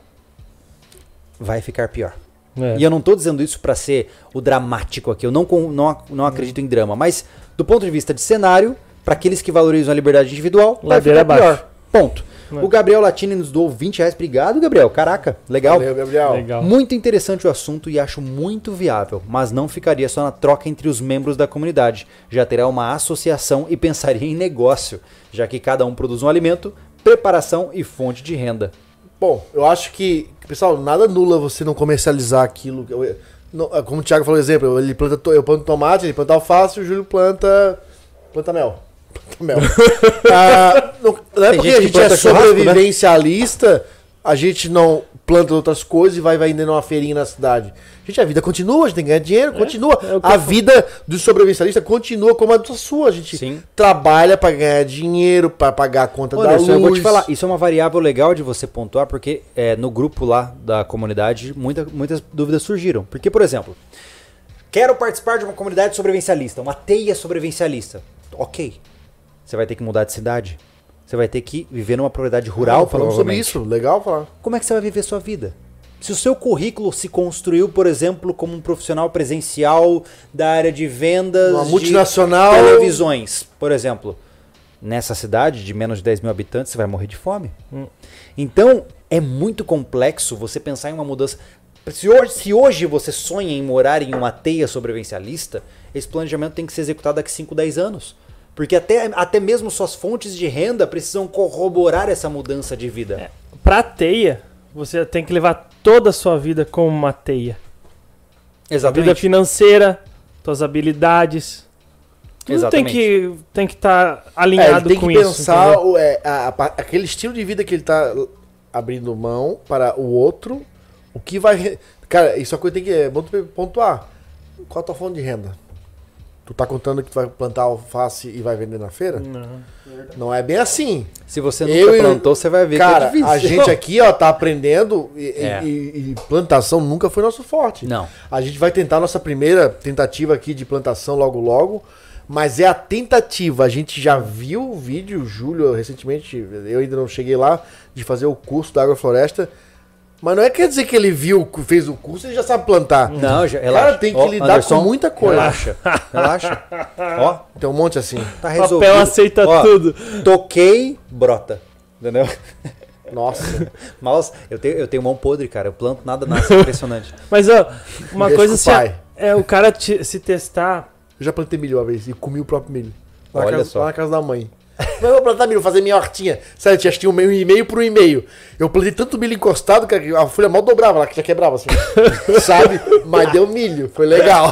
Vai ficar pior. É. E eu não estou dizendo isso para ser o dramático aqui. Eu não, não, não acredito uhum. em drama. Mas, do ponto de vista de cenário, para aqueles que valorizam a liberdade individual, vai ficar abaixo. pior. Ponto. O Gabriel Latini nos doou vinte reais. Obrigado, Gabriel. Caraca, legal. Valeu, Gabriel. Legal. Muito interessante o assunto e acho muito viável, mas não ficaria só na troca entre os membros da comunidade. Já terá uma associação e pensaria em negócio, já que cada um produz um alimento, preparação e fonte de renda. Bom, eu acho que, pessoal, nada anula você não comercializar aquilo. Eu, não, como o Thiago falou, exemplo, ele planta, eu planto tomate, ele planta alface, o Júlio planta, planta mel. Mel. ah, não, não é Tem porque gente a gente é sobrevivencialista, né? A gente não planta outras coisas e vai vendendo uma feirinha na cidade. Gente, a vida continua, a gente tem que ganhar dinheiro, é, continua. É a vida do sobrevivencialista continua como a da sua. A gente Sim. trabalha para ganhar dinheiro, para pagar a conta Olha, da luz. Eu vou te falar, isso é uma variável legal de você pontuar, porque é, no grupo lá da comunidade muita, muitas dúvidas surgiram. Porque, por exemplo, quero participar de uma comunidade sobrevivencialista, uma teia sobrevivencialista. Ok. Você vai ter que mudar de cidade. Você vai ter que viver numa propriedade rural. Ah, falando sobre isso, legal falar. Como é que você vai viver sua vida? Se o seu currículo se construiu, por exemplo, como um profissional presencial da área de vendas, uma multinacional, de televisões, por exemplo, nessa cidade de menos de dez mil habitantes, você vai morrer de fome. Hum. Então, é muito complexo você pensar em uma mudança. Se hoje, se hoje você sonha em morar em uma teia sobrevivencialista, esse planejamento tem que ser executado daqui cinco, dez anos. Porque até, até mesmo suas fontes de renda precisam corroborar essa mudança de vida. É, pra teia, você tem que levar toda a sua vida como uma teia. Exatamente. A vida financeira, suas habilidades. Tudo Exatamente. tem que tem que estar tá alinhado é, com tem que isso. Pensar o, é, a, a, aquele estilo de vida que ele está abrindo mão para o outro. O que vai... Cara, isso é uma coisa que tem que é bom tu pontuar. Qual a tua fonte de renda? Tu tá contando que tu vai plantar alface e vai vender na feira? Não. Não é bem assim. Se você nunca eu, plantou, você vai ver cara, que é difícil. A gente aqui, ó, tá aprendendo e, é. e, e plantação nunca foi nosso forte. Não. A gente vai tentar a nossa primeira tentativa aqui de plantação logo logo, mas é a tentativa. A gente já viu o vídeo, Júlio, recentemente, eu ainda não cheguei lá, de fazer o curso da agrofloresta. Mas não é quer dizer que ele viu, fez o curso e já sabe plantar. Não, já, relaxa. Cara, tem que oh, lidar Anderson, com muita coisa. Relaxa, relaxa. Ó, tem um monte assim. Tá resolvido. Papel aceita Ó, tudo. Toquei, brota. Entendeu? Nossa. Mas eu tenho, eu tenho mão podre, cara. Eu planto, nada nasce. Impressionante. Mas, ó, uma Deixa coisa assim, é o cara te, se testar... Eu já plantei milho uma vez e comi o próprio milho. Lá Olha casa, só. Lá na casa da mãe. Mas eu vou plantar milho, fazer minha hortinha. Sério, tinha, tinha um meio e meio por um e meio. Eu plantei tanto milho encostado que a folha mal dobrava lá, que já quebrava assim. Sabe? Mas deu milho, foi legal.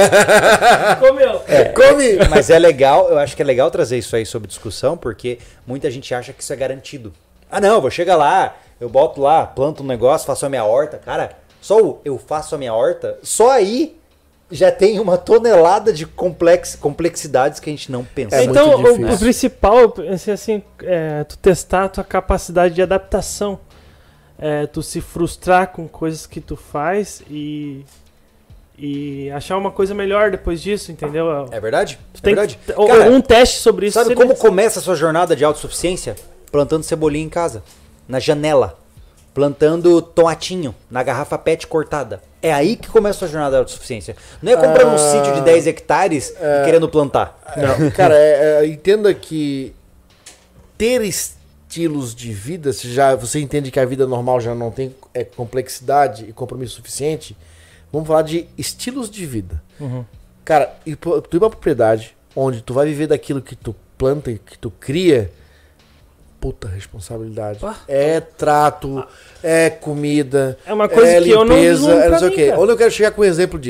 Comeu. É, Come. Mas é legal, eu acho que é legal trazer isso aí sobre discussão, porque muita gente acha que isso é garantido. Ah não, eu vou chegar lá, eu boto lá, planto um negócio, faço a minha horta. Cara, só o eu faço a minha horta, só aí... já tem uma tonelada de complex, complexidades que a gente não pensa. É então, o, o principal é assim, é, tu testar a tua capacidade de adaptação. É, tu se frustrar com coisas que tu faz e, e achar uma coisa melhor depois disso, entendeu? É verdade? Tu é tem verdade. Que, Cara, um teste sobre isso. Sabe como começa a sua jornada de autossuficiência? Plantando cebolinha em casa, na janela. Plantando tomatinho na garrafa pet cortada. É aí que começa a sua jornada de autossuficiência. Não é comprando ah, um sítio de dez hectares é, e querendo plantar. Não, cara, é, é, entenda que ter estilos de vida, se já você entende que a vida normal já não tem é, complexidade e compromisso suficiente, vamos falar de estilos de vida. Uhum. Cara, tu ir pra propriedade onde tu vai viver daquilo que tu planta e que tu cria, puta responsabilidade. Ah. É trato, é comida, é uma coisa é que limpeza, eu não, não é não sei mim, o quê. Cara. Onde eu quero chegar com um exemplo disso?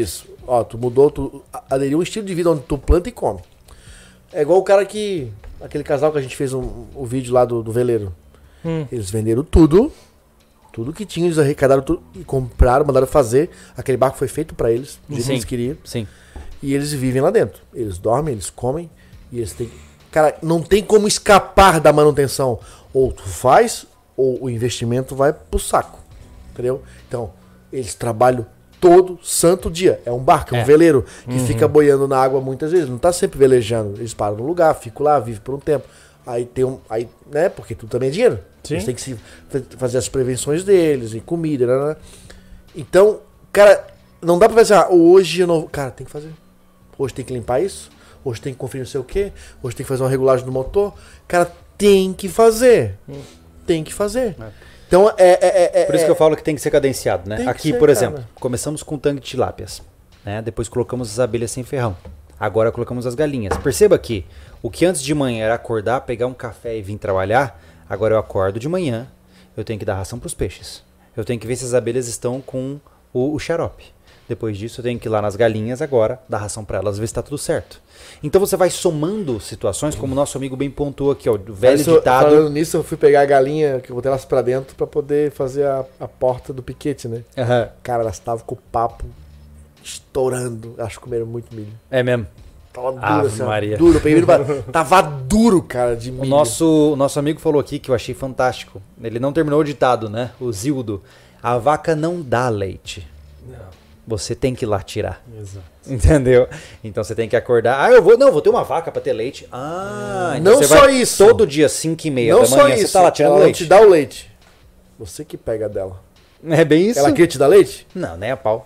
Ó, tu mudou, tu aderiu um estilo de vida onde tu planta e come. É igual o cara que... Aquele casal que a gente fez um, um vídeo lá do, do veleiro. Hum. Eles venderam tudo. Tudo que tinham, eles arrecadaram tudo e compraram, mandaram fazer. Aquele barco foi feito pra eles, do jeito que eles queriam. Sim. E eles vivem lá dentro. Eles dormem, eles comem. E eles têm... Cara, não tem como escapar da manutenção. Ou tu faz, ou o investimento vai pro saco. Entendeu? Então, eles trabalham todo santo dia. É um barco, é um é. veleiro que uhum. fica boiando na água muitas vezes. Não tá sempre velejando. Eles param no lugar, ficam lá, vivem por um tempo. Aí tem um... Aí, né? Porque tudo também é dinheiro. Sim. Eles têm que se, fazer as prevenções deles, e comida, né, né? Então, cara, não dá pra pensar, ah, hoje eu não... Cara, tem que fazer. Hoje tem que limpar isso. Hoje tem que conferir não sei o quê. Hoje tem que fazer uma regulagem do motor. Cara, tem que fazer. Hum. Tem que fazer. É. Então, é, é, é... Por isso é, que eu falo que tem que ser cadenciado, né? Aqui, ser, por cara. exemplo, começamos com um tanque de tilápias, né? Depois colocamos as abelhas sem ferrão. Agora colocamos as galinhas. Perceba que o que antes de manhã era acordar, pegar um café e vir trabalhar, agora eu acordo de manhã, eu tenho que dar ração para os peixes. Eu tenho que ver se as abelhas estão com o, o xarope. Depois disso eu tenho que ir lá nas galinhas agora, dar ração para elas, ver se está tudo certo. Então você vai somando situações, como o nosso amigo bem pontuou aqui, ó, o velho isso, ditado... Falando nisso, eu fui pegar a galinha, que eu botei elas para dentro para poder fazer a, a porta do piquete, né? Uhum. Cara, elas estavam com o papo estourando. Acho que comeram muito milho. É mesmo? Tava duro, Ave assim, Maria. duro. Tava duro, cara, de milho. O nosso, o nosso amigo falou aqui, que eu achei fantástico. Ele não terminou o ditado, né? O Zildo. A vaca não dá leite. Não. Você tem que ir lá tirar. Exato. Entendeu? Então você tem que acordar. Ah, eu vou. Não, eu vou ter uma vaca pra ter leite. Ah, então não você só vai isso. Todo dia, cinco e meia não da manhã, só isso. você tá lá tirando ela leite. Ela te dá o leite. Você que pega dela. É bem isso. Ela queria te dar leite? Não, nem a pau.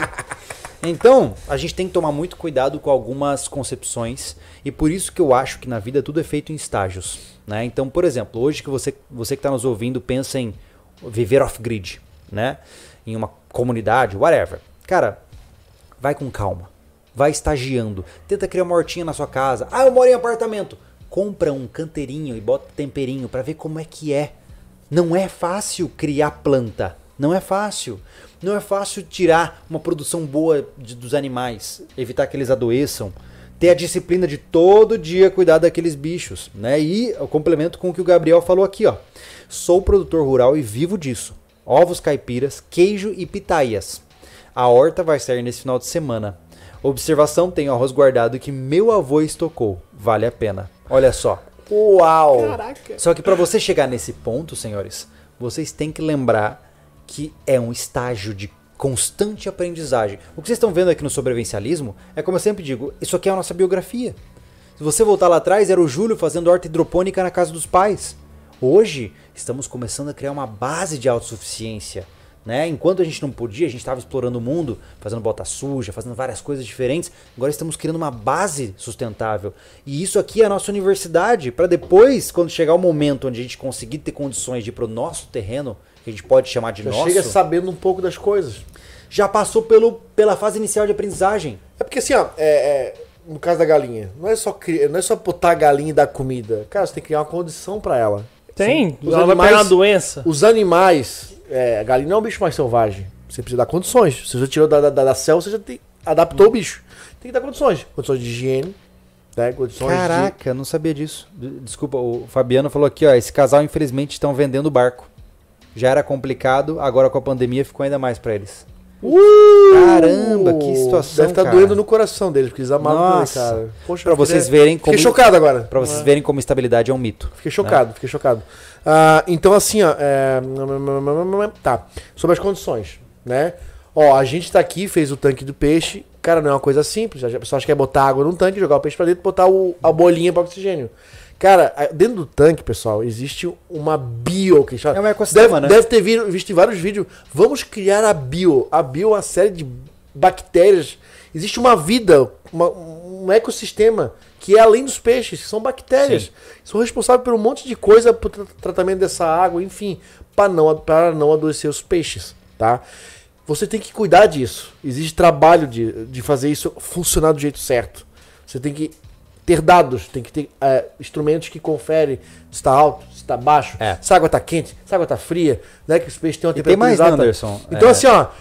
Então, a gente tem que tomar muito cuidado com algumas concepções e por isso que eu acho que na vida tudo é feito em estágios, né? Então, por exemplo, hoje que você, você que está nos ouvindo pensa em viver off-grid, né? Em uma comunidade, whatever. Cara, vai com calma, vai estagiando, tenta criar uma hortinha na sua casa. Ah, eu moro em apartamento. Compra um canteirinho e bota temperinho para ver como é que é. Não é fácil criar planta, não é fácil. Não é fácil tirar uma produção boa de, dos animais, evitar que eles adoeçam, ter a disciplina de todo dia cuidar daqueles bichos, né? E eu complemento com o que o Gabriel falou aqui, ó. Sou produtor rural e vivo disso. Ovos caipiras, queijo e pitaias. A horta vai sair nesse final de semana. Observação, tem arroz guardado que meu avô estocou. Vale a pena. Olha só. Uau! Caraca! Só que para você chegar nesse ponto, senhores, vocês têm que lembrar que é um estágio de constante aprendizagem. O que vocês estão vendo aqui no sobrevivencialismo é, como eu sempre digo, isso aqui é a nossa biografia. Se você voltar lá atrás, era o Júlio fazendo horta hidropônica na casa dos pais. Hoje, estamos começando a criar uma base de autossuficiência. Né? Enquanto a gente não podia, a gente estava explorando o mundo, fazendo bota suja, fazendo várias coisas diferentes. Agora estamos criando uma base sustentável. E isso aqui é a nossa universidade, para depois, quando chegar o momento onde a gente conseguir ter condições de ir para o nosso terreno, que a gente pode chamar de já nosso... chega sabendo um pouco das coisas. Já passou pelo, pela fase inicial de aprendizagem. É porque assim, ó, é, é, no caso da galinha, não é, só criar, não é só botar a galinha e dar comida. Cara, você tem que criar uma condição para ela. Tem, os ela animais, vai pegar uma doença. Os animais, é, a galinha não é um bicho mais selvagem. Você precisa dar condições. Você já tirou da, da, da selva, você já tem, adaptou hum. o bicho. Tem que dar condições. Condições de higiene. Né? Condições Caraca, de... não sabia disso. Desculpa, o Fabiano falou aqui, ó, esse casal infelizmente estão vendendo o barco. Já era complicado, agora com a pandemia ficou ainda mais pra eles. Uh, Caramba, que situação, deve estar cara. doendo no coração deles, porque eles amaram Nossa. também, cara. Poxa, pra vocês fiquei, verem como... Fiquei chocado agora. Pra vocês é. verem como estabilidade é um mito. Fiquei chocado, né? fiquei chocado. Uh, então assim, ó... É... Tá, sobre as condições, né? Ó, a gente tá aqui, fez o tanque do peixe. Cara, não é uma coisa simples. A pessoa acha que é botar água num tanque, jogar o peixe pra dentro e botar o, a bolinha para oxigênio. Cara, dentro do tanque, pessoal, existe uma bio que chama. É um ecossistema, deve, né? Deve ter visto em vários vídeos. Vamos criar a bio. A bio é uma série de bactérias. Existe uma vida, uma, um ecossistema que é além dos peixes, que são bactérias. Sim. São responsáveis por um monte de coisa, por tratamento dessa água, enfim, para não, para não adoecer os peixes, tá? Você tem que cuidar disso. Existe trabalho de, de fazer isso funcionar do jeito certo. Você tem que ter dados, tem que ter é, instrumentos que conferem se está alto, se está baixo, é. se a água está quente, se a água está fria, né? Que os peixes têm uma e temperatura tem mais, exata. Anderson. Então é... assim, ó,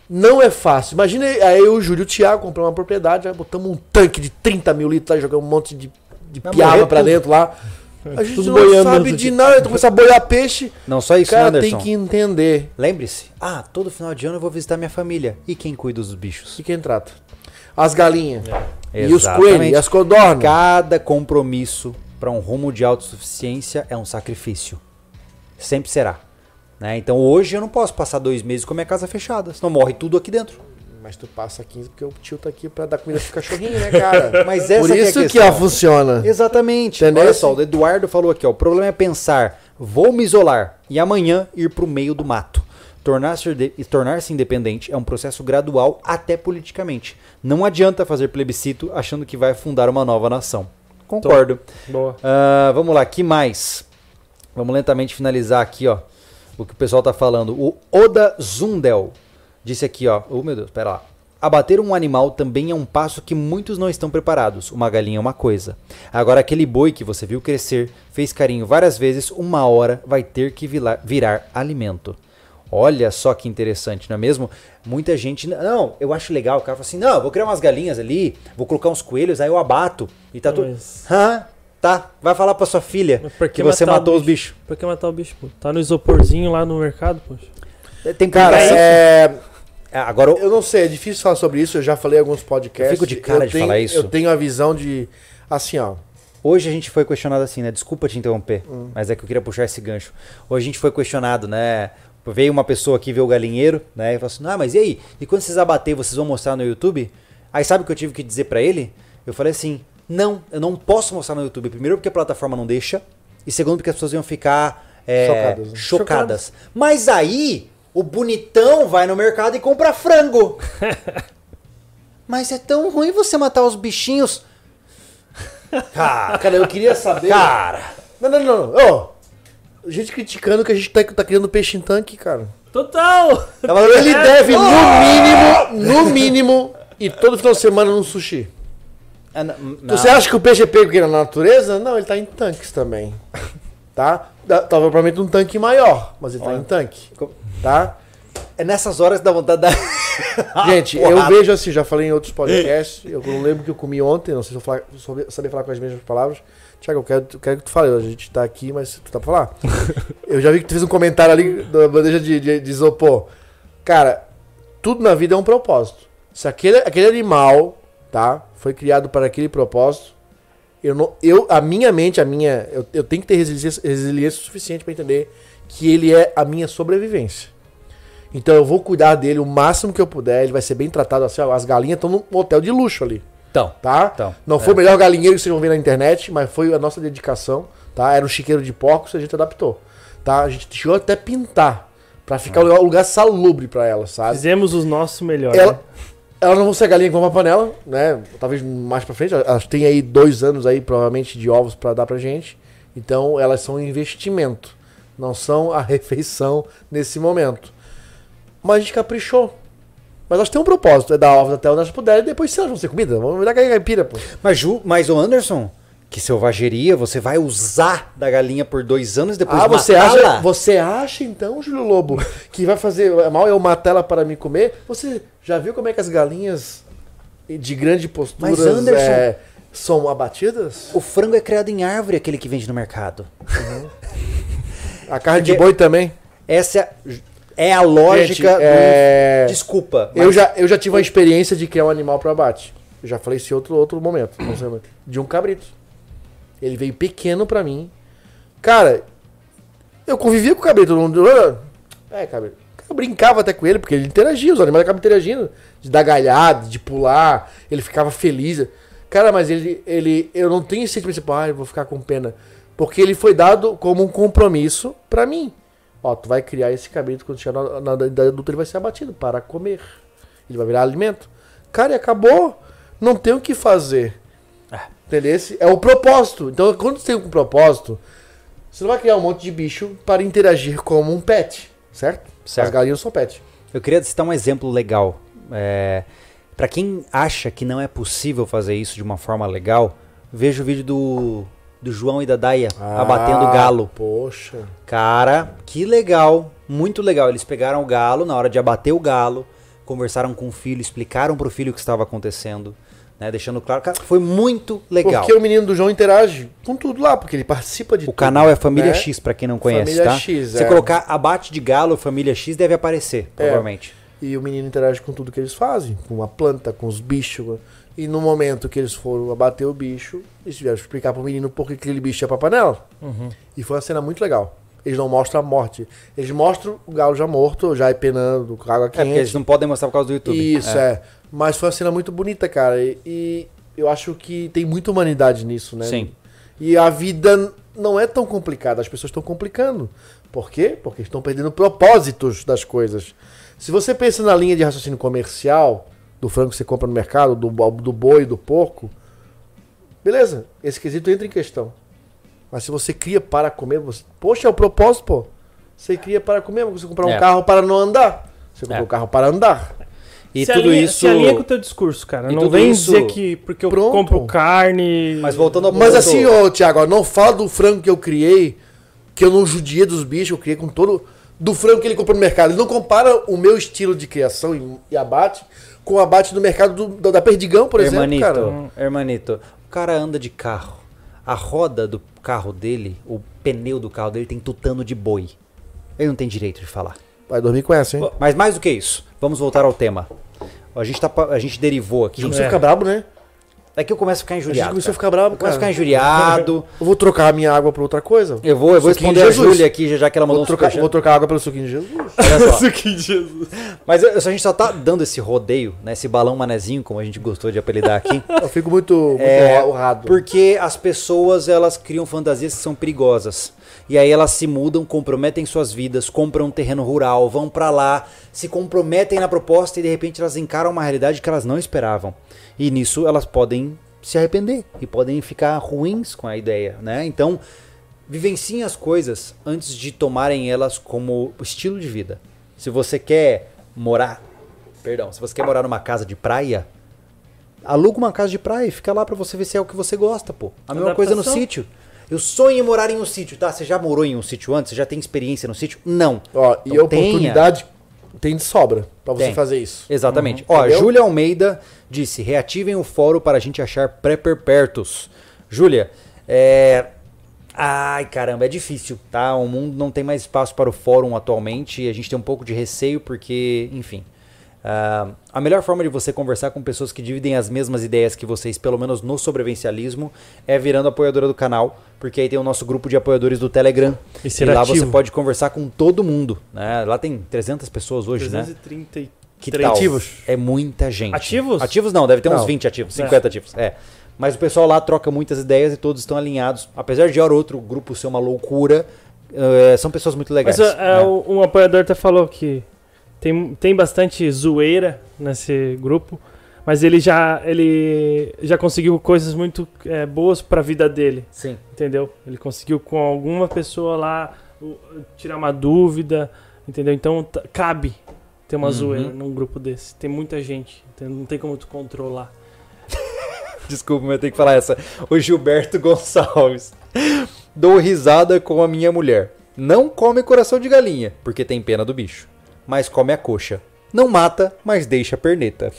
Não é fácil. Imagina aí o Júlio e o Thiago compramos uma propriedade, aí botamos um tanque de trinta mil litros lá, jogamos um monte de, de piaba pra dentro lá. A gente Tudo não boiando sabe dentro de de- nada, então começar a boiar peixe. Não só isso, O cara Anderson. tem que entender. Lembre-se, ah, todo final de ano eu vou visitar minha família. E quem cuida dos bichos? E quem trata? As galinhas. E os Exatamente. coelhos, e as codornas. Cada compromisso para um rumo de autossuficiência é um sacrifício. Sempre será. Né? Então hoje eu não posso passar dois meses com a minha casa fechada, senão morre tudo aqui dentro. Mas tu passa quinze porque o tio tá aqui pra dar comida pro cachorrinho, né, cara? Mas essa Por que é a isso que, questão. ela funciona. Exatamente. Entendeu? Olha só, o Eduardo falou aqui, ó, o problema é pensar, vou me isolar e amanhã ir pro meio do mato. Tornar-se de- tornar-se independente é um processo gradual até politicamente. Não adianta fazer plebiscito achando que vai fundar uma nova nação. Concordo. Boa. Ah, vamos lá, que mais? Vamos lentamente finalizar aqui, ó, o que o pessoal tá falando. O Oda Zundel disse aqui, ó, oh meu Deus, pera lá. Abater um animal também é um passo que muitos não estão preparados. Uma galinha é uma coisa. Agora aquele boi que você viu crescer, fez carinho várias vezes, uma hora vai ter que virar, virar alimento. Olha só que interessante, não é mesmo? Muita gente, não, eu acho legal, o cara fala assim, não, eu vou criar umas galinhas ali, vou colocar uns coelhos, aí eu abato e tá tudo... Mas- Hã? Tá, vai falar pra sua filha Mas por que você matar o matou os bichos. Por que matar o bicho, pô? Tá no isoporzinho lá no mercado, poxa. Tem Cara, é... É, agora, Eu não sei, é difícil falar sobre isso, eu já falei em alguns podcasts. Eu fico de cara de tenho, falar isso. Eu tenho a visão de, assim, ó, hoje a gente foi questionado assim, né? Desculpa te interromper, Hum. mas é que eu queria puxar esse gancho. Hoje a gente foi questionado, né? Veio uma pessoa aqui ver o galinheiro, né? E falou assim, ah, mas e aí? E quando vocês abater, vocês vão mostrar no YouTube? Aí sabe o que eu tive que dizer pra ele? Eu falei assim, não, eu não posso mostrar no YouTube. Primeiro porque a plataforma não deixa, e segundo porque as pessoas iam ficar é, Chocadas, né? chocadas. Mas aí, o bonitão vai no mercado e compra frango. Mas é tão ruim você matar os bichinhos. Cara, cara, eu queria saber... cara. Não, não, não, não. Ó, gente criticando que a gente tá, tá criando peixe em tanque, cara. Total! Ele deve, no mínimo, no mínimo, e todo final de semana no sushi. Ah, n- não. Você acha que o peixe é pego aqui na natureza? Não, ele tá em tanques também. Tá? Dá- Talvez provavelmente um tanque maior, mas ele tá em tanque. Tá? É nessas horas que dá vontade de dar... Gente, eu porrada. vejo assim, já falei em outros podcasts, eu não lembro o que eu comi ontem, não sei se eu falar, souber- saber falar com as mesmas palavras. Tiago, eu quero, eu quero que tu fale, a gente tá aqui, mas tu tá pra falar? Eu já vi que tu fez um comentário ali da bandeja de, de, de isopor. Cara, tudo na vida é um propósito. Se aquele, aquele animal, tá, foi criado para aquele propósito, eu não, eu, a minha mente, a minha, eu, eu tenho que ter resiliência, resiliência suficiente para entender que ele é a minha sobrevivência. Então eu vou cuidar dele o máximo que eu puder, ele vai ser bem tratado assim, ó, as galinhas estão num hotel de luxo ali, Então, tá? Então, Não foi o melhor galinheiro que vocês vão ver na internet, mas foi a nossa dedicação, tá? Era um chiqueiro de porcos, a gente adaptou, tá? A gente chegou até pintar, pra ficar um lugar, um lugar salubre pra elas, sabe? Fizemos os nossos melhores. Ela, né? elas não vão ser galinha que vão pra panela, né? Talvez mais pra frente, elas têm aí dois anos aí, provavelmente, de ovos pra dar pra gente, então elas são um investimento, não são a refeição nesse momento. Mas a gente caprichou. Mas elas têm um propósito, é dar ovos até onde elas puderem, e depois se elas vão ser comida, vamos dar caipira, pô. mas, Ju, mas o Anderson, que selvageria, você vai usar da galinha por dois anos e depois Ah, você matá-la? acha, você acha então, Júlio Lobo, que vai fazer mal eu matar ela para me comer? Você já viu como é que as galinhas de grande postura Mas, Anderson- é, são abatidas? O frango é criado em árvore, aquele que vende no mercado. A carne de Porque- boi também? Essa é, é a lógica Gente, é, do... Desculpa. Eu mas- já, eu já tive uma experiência de criar um animal para abate. Eu já falei isso em outro, outro momento. Não sei, mas- de um cabrito. Ele veio pequeno pra mim. Cara, eu convivia com o cabrito. Não, é, cabrito. Eu brincava até com ele, porque ele interagia, os animais acabam interagindo. De dar galhada, de pular. Ele ficava feliz. Cara, mas ele, ele eu não tenho esse sentimento de, tipo, ah, eu vou ficar com pena. Porque ele foi dado como um compromisso pra mim. Ó, tu vai criar esse cabrito, quando chegar na, na, na idade adulta, ele vai ser abatido para comer. Ele vai virar alimento. Cara, e acabou. Não tem o que fazer. Entendeu? Esse é o propósito. Então, quando você tem um propósito, você não vai criar um monte de bicho para interagir como um pet, certo? Certo. As galinhas são pet. Eu queria citar um exemplo legal. É, para quem acha que não é possível fazer isso de uma forma legal, veja o vídeo do, do João e da Daia abatendo o galo. Poxa. Cara, que legal, muito legal. Eles pegaram o galo na hora de abater o galo, conversaram com o filho, explicaram pro filho o que estava acontecendo, né? Deixando claro, cara, foi muito legal. Porque o menino do João interage com tudo lá, porque ele participa de O tudo, canal é Família né? X, pra quem não conhece, Família tá? X, Se é. colocar Abate de Galo, Família X, deve aparecer, É. provavelmente. E o menino interage com tudo que eles fazem, com a planta, com os bichos. E no momento que eles foram abater o bicho, eles tiveram que explicar pro menino por que aquele bicho ia pra panela. Uhum. E foi uma cena muito legal. Eles não mostram a morte. Eles mostram o galo já morto, já penando, com água É, porque quente. eles não podem mostrar por causa do YouTube. Isso, é. Mas foi uma cena muito bonita, cara. E, e eu acho que tem muita humanidade nisso, né? Sim. E a vida não é tão complicada. As pessoas estão complicando. Por quê? Porque estão perdendo propósitos das coisas. Se você pensa na linha de raciocínio comercial, do frango que você compra no mercado, do, do boi, do porco, beleza, esse quesito entra em questão. Mas se você cria para comer, você, poxa, é o propósito, pô. Você cria para comer, você comprar um É. carro para não andar. Você comprou É. um carro para andar. E se tudo alinha, isso... Se alinha com o teu discurso, cara. E Não tudo vem isso- dizer que porque eu Pronto. compro carne... Mas voltando ao Mas ponto- assim, ô Thiago, ó, não fala do frango que eu criei, que eu não judiei dos bichos, eu criei com todo... Do frango que ele comprou no mercado. Ele não compara o meu estilo de criação e, e abate com o abate do mercado do- da, da Perdigão, por Hermanito, exemplo, cara. hermanito, o cara anda de carro. A roda do carro dele, o pneu do carro dele tem tutano de boi. Ele não tem direito de falar. Vai dormir com essa, hein? Mas mais do que isso, vamos voltar ao tema. A gente, tá, pa- a gente derivou aqui. A gente começou a É. ficar brabo, né? É que eu começo a ficar A gente injuriado. começou a cara. ficar brabo, Eu começo a cara. ficar injuriado. Eu vou trocar a minha água por outra coisa. Eu vou, eu vou Suquinho responder de a Jesus. Júlia aqui, já, já que ela mandou Vou um trocar, superchat. vou trocar a água pelo suquinho de Jesus. Olha só. Suquinho de Jesus. Mas eu- a gente só tá dando esse rodeio, né? Esse balão manezinho, como a gente gostou de apelidar aqui. Eu fico muito, muito É, honrado. porque as pessoas, elas criam fantasias que são perigosas. E aí elas se mudam, comprometem suas vidas, compram um terreno rural, vão pra lá, se comprometem na proposta e de repente elas encaram uma realidade que elas não esperavam. E nisso elas podem se arrepender e podem ficar ruins com a ideia, né? Então, vivenciem as coisas antes de tomarem elas como estilo de vida. Se você quer morar, perdão, se você quer morar numa casa de praia, aluga uma casa de praia e fica lá pra você ver se é o que você gosta, pô. A mesma coisa no Adaptação. sítio. Eu sonho em morar em um sítio, tá? Você já morou em um sítio antes? Você já tem experiência no sítio? Não. Ó, e Então a oportunidade tem de sobra pra você Tem. fazer isso. Exatamente. Ó, Entendeu? Júlia Almeida disse, reativem o fórum para a gente achar pré-perpertos. Júlia, é... Ai, caramba, é difícil, tá? O mundo não tem mais espaço para o fórum atualmente e a gente tem um pouco de receio porque, enfim... ah, a melhor forma de você conversar com pessoas que dividem as mesmas ideias que vocês, pelo menos no sobrevivencialismo, é virando apoiadora do canal, porque aí tem o nosso grupo de apoiadores do Telegram. E E ser lá ativo. você pode conversar com todo mundo, né? Lá tem trezentas pessoas hoje, né? trezentos e trinta e Que três. tal? Ativos? É muita gente. Ativos? Ativos não, deve ter uns Não. vinte ativos, cinquenta ativos. É. Mas o pessoal lá troca muitas ideias e todos estão alinhados. Apesar de hora ou outro o grupo ser uma loucura, eh, são pessoas muito legais. Mas é, né? o- um apoiador até falou que tem, tem bastante zoeira nesse grupo, mas ele já, ele já conseguiu coisas muito é, boas pra vida dele, Sim. entendeu? Ele conseguiu com alguma pessoa lá o- tirar uma dúvida, entendeu? Então t- cabe ter uma Uhum. zoeira num grupo desse. Tem muita gente, entendeu? Não tem como tu controlar. Desculpa, mas eu tenho que falar essa. O Gilberto Gonçalves. Dou risada com a minha mulher. Não come coração de galinha, porque tem pena do bicho. Mas come a coxa. Não mata, mas deixa a perneta.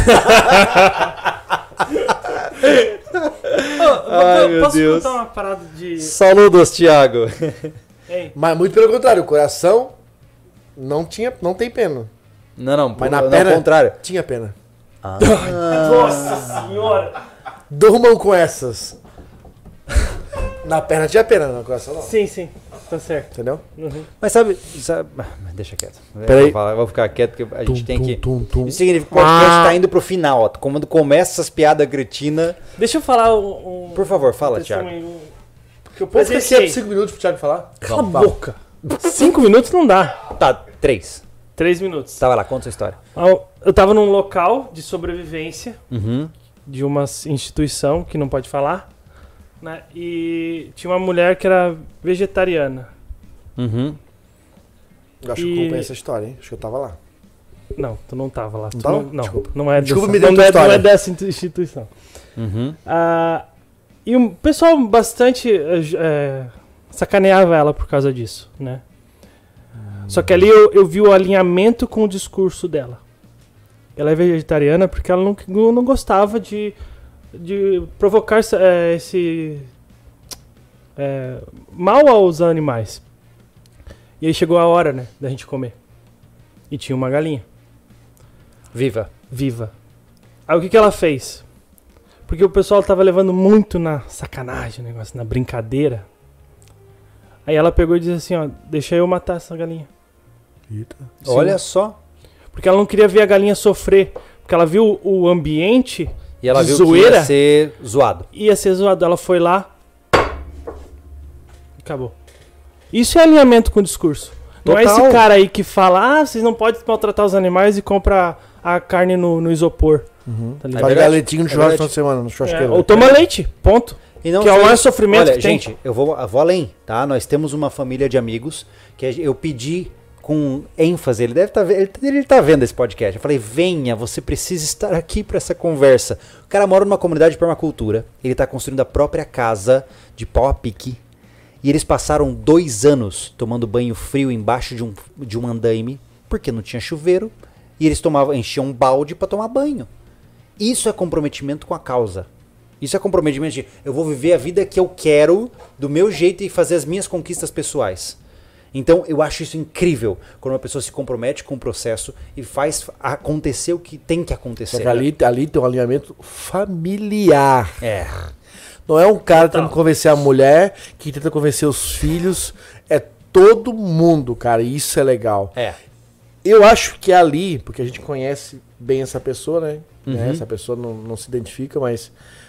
Ai, meu Posso Deus. contar uma parada de... Saludos, Thiago. Hein? Mas muito pelo contrário, o coração não tinha, não tem pena. Não, não, Mas na não, perna ao contrário. tinha pena. Nossa senhora! Durmam com essas. Na perna tinha pena, no coração não. Sim, sim. Tá certo. Entendeu? Uhum. Mas sabe, sabe- ah, deixa quieto. Peraí. Vou, falar- vou ficar quieto porque a gente Tum, tem tum, que... tum, tum. Isso significa que o podcast tá indo pro final, ó. Quando começa essas piadas gretinas... Deixa eu falar um... um Por favor, fala, um Thiago. testemunho, um- Porque eu Pode ficar presenciei. quieto cinco minutos pro Thiago falar? Cala a boca. Cinco minutos não dá. Tá, três. Três minutos. Tá, vai lá, conta sua história. Eu tava num local de sobrevivência Uhum. de uma instituição que não pode falar, né? E tinha uma mulher que era vegetariana. Uhum. Eu acho que E- eu acompanhei essa história, hein? Acho que eu tava lá. Não, tu não tava lá. Tu tava? Não, não, Desculpa. não é Desculpa, dessa, me deu não, tua é, não é história. dessa instituição. Uhum. Ah, e o pessoal bastante eh, j- eh, sacaneava ela por causa disso, né? Só que ali eu, eu vi o alinhamento com o discurso dela. Ela é vegetariana porque ela não, não gostava de, de provocar é, esse é, mal aos animais. E aí chegou a hora, né, da gente comer. E tinha uma galinha. Viva. Viva. Aí o que, que ela fez? Porque o pessoal tava levando muito na sacanagem o negócio, na brincadeira. Aí ela pegou e disse assim, ó, deixa eu matar essa galinha. Eita. Olha só. Porque ela não queria ver a galinha sofrer. Porque ela viu o ambiente E ela de viu zoeira, que ia ser zoado. ia ser zoado. Ela foi lá. Acabou. Isso é alinhamento com o discurso. Não é Total. esse cara aí que fala, ah, vocês não podem maltratar os animais e compra a carne no, no isopor. Uhum. Tá ligado? Faz verdade. galetinho no É churrasco verdade. no final de semana, no É, churrasqueiro. ou toma leite, ponto. E não Que é o só maior isso. sofrimento Olha, que tem. gente, eu vou, eu vou além, tá? Nós temos uma família de amigos que eu pedi com ênfase, ele deve estar ele, ele tá vendo esse podcast. Eu falei, venha, você precisa estar aqui para essa conversa. O cara mora numa comunidade de permacultura, ele tá construindo a própria casa de pau a pique. E eles passaram dois anos tomando banho frio embaixo de um, de um andaime, porque não tinha chuveiro, e eles tomavam, enchiam um balde para tomar banho. Isso é comprometimento com a causa. Isso é comprometimento de eu vou viver a vida que eu quero, do meu jeito e fazer as minhas conquistas pessoais. Então eu acho isso incrível, quando uma pessoa se compromete com o processo e faz acontecer o que tem que acontecer. Só que ali, ali tem um alinhamento familiar. É. Não é um cara tentando convencer a mulher, que tenta convencer os filhos. É todo mundo, cara. E isso é legal. É. Eu acho que ali, porque a gente conhece bem essa pessoa, né? Uhum. Né? Essa pessoa não, não se identifica, mas...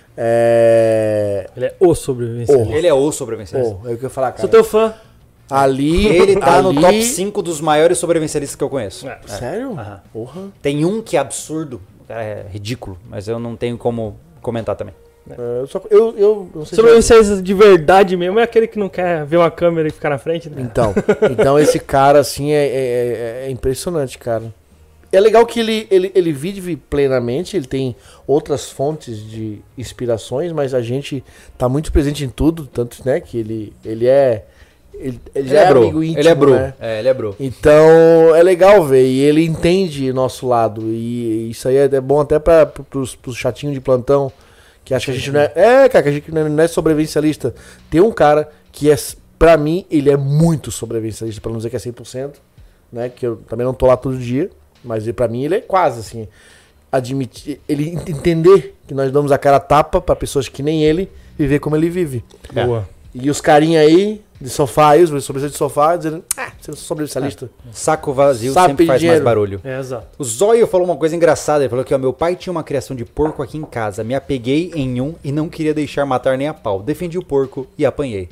É... Ele é o sobrevivencialista. Oh. Ele é o sobrevivencialista. Pô, é o que eu ia falar, cara. Sou teu fã. Ali... Ele tá ali... no top cinco dos maiores sobrevivencialistas que eu conheço. É. Sério? Aham. Porra. Tem um que é absurdo, cara, é ridículo, mas eu não tenho como comentar também. É, eu, só, eu, eu não sei se... Sobrevivencialista de verdade mesmo é aquele que não quer ver uma câmera e ficar na frente, né? Então, então esse cara, assim, é, é, é impressionante, cara. É legal que ele, ele, ele vive plenamente, ele tem outras fontes de inspirações, mas a gente tá muito presente em tudo, tanto, né, que ele, ele é... Ele, ele já é, bro. amigo íntimo, Ele é bro. né? É, ele é bro. Então, é legal ver, e ele entende nosso lado, e isso aí é, é bom até para pros, pros chatinhos de plantão, que acha que a gente não é... É, cara, que a gente não é sobrevivencialista. Tem um cara que, é, pra mim, ele é muito sobrevivencialista, pra não dizer que é cem por cento, né? Que eu também não tô lá todo dia, mas pra mim ele é quase, assim. Admitir, ele entender que nós damos a cara a tapa pra pessoas que nem ele viver como ele vive. É. Boa. E os carinha aí, de sofá aí, os sobrevivencialistas de sofá, dizendo, ah, você não é sobrevivencialista. Saco vazio Sabe sempre faz dinheiro. mais barulho. É, exato. O Zóio falou uma coisa engraçada. Ele falou que ó, meu pai tinha uma criação de porco aqui em casa. Me apeguei em um e não queria deixar matar nem a pau. Defendi o porco e apanhei.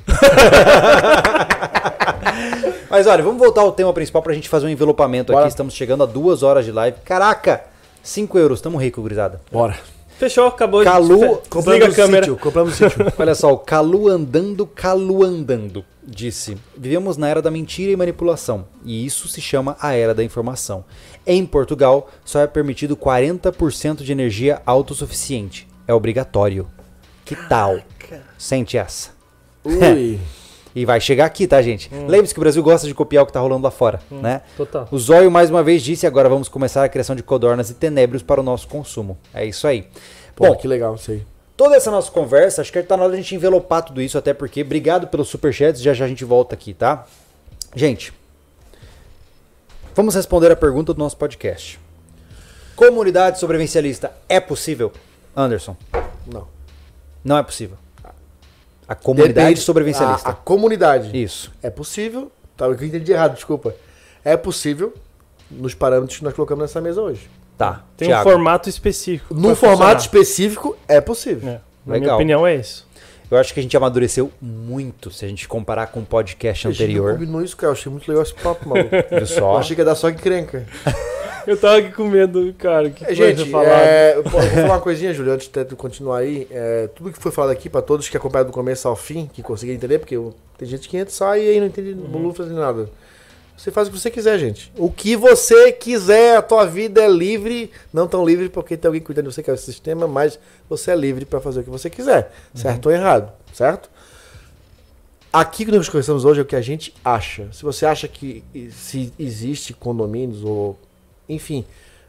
Mas olha, vamos voltar ao tema principal pra gente fazer um envelopamento Bora. aqui. Estamos chegando a duas horas de live. Caraca! cinco euros, tamo rico, gurizada. Bora. Fechou, acabou. Calu, Desliga Compramos a o câmera. sítio, compramos o sítio. Olha só, o Calu andando, Calu andando, disse: vivemos na era da mentira e manipulação, e isso se chama a era da informação. Em Portugal, só é permitido quarenta por cento de energia autossuficiente. É obrigatório. Que tal? Sente essa. Ui. E vai chegar aqui, tá, gente? Lembre-se que o Brasil gosta de copiar o que tá rolando lá fora, né? Total. O Zóio mais uma vez disse: agora vamos começar a criação de codornas e tenébrios para o nosso consumo. É isso aí. Pô, Bom, que legal isso aí. toda essa nossa conversa, acho que tá na hora de a gente envelopar tudo isso, até porque, obrigado pelos superchats, já já a gente volta aqui, tá? Gente, vamos responder a pergunta do nosso podcast. Comunidade sobrevivencialista é possível? Anderson, Não. não é possível. A comunidade Depende- sobrevivencialista. A, a comunidade. Isso. É possível. Tá, eu entendi errado, desculpa. É possível nos parâmetros que nós colocamos nessa mesa hoje. Tá. Tem Thiago. um formato específico. Num pra formato funcionar. específico, é possível. É. Na Legal. minha opinião é isso. Eu acho que a gente amadureceu muito se a gente comparar com o podcast A gente não anterior. combinou isso, cara. Eu achei muito legal esse papo, maluco. Viu Eu só? achei que ia dar só encrenca. Eu tava aqui com medo, cara. Que É, coisa gente, falada. é, eu vou vou falar uma coisinha, Júlio, antes de tu continuar aí. É, tudo que foi falado aqui, pra todos que acompanharam do começo ao fim, que conseguiram entender, porque eu- tem gente que entra e sai e aí não entende Uhum. bolufas nem nada. Você faz o que você quiser, gente. O que você quiser, a tua vida é livre. Não tão livre porque tem alguém cuidando de você, que é o sistema, mas você é livre pra fazer o que você quiser. Certo ou errado, certo? Aqui que nós conversamos hoje é o que a gente acha. Se você acha que se existe condomínios ou, enfim,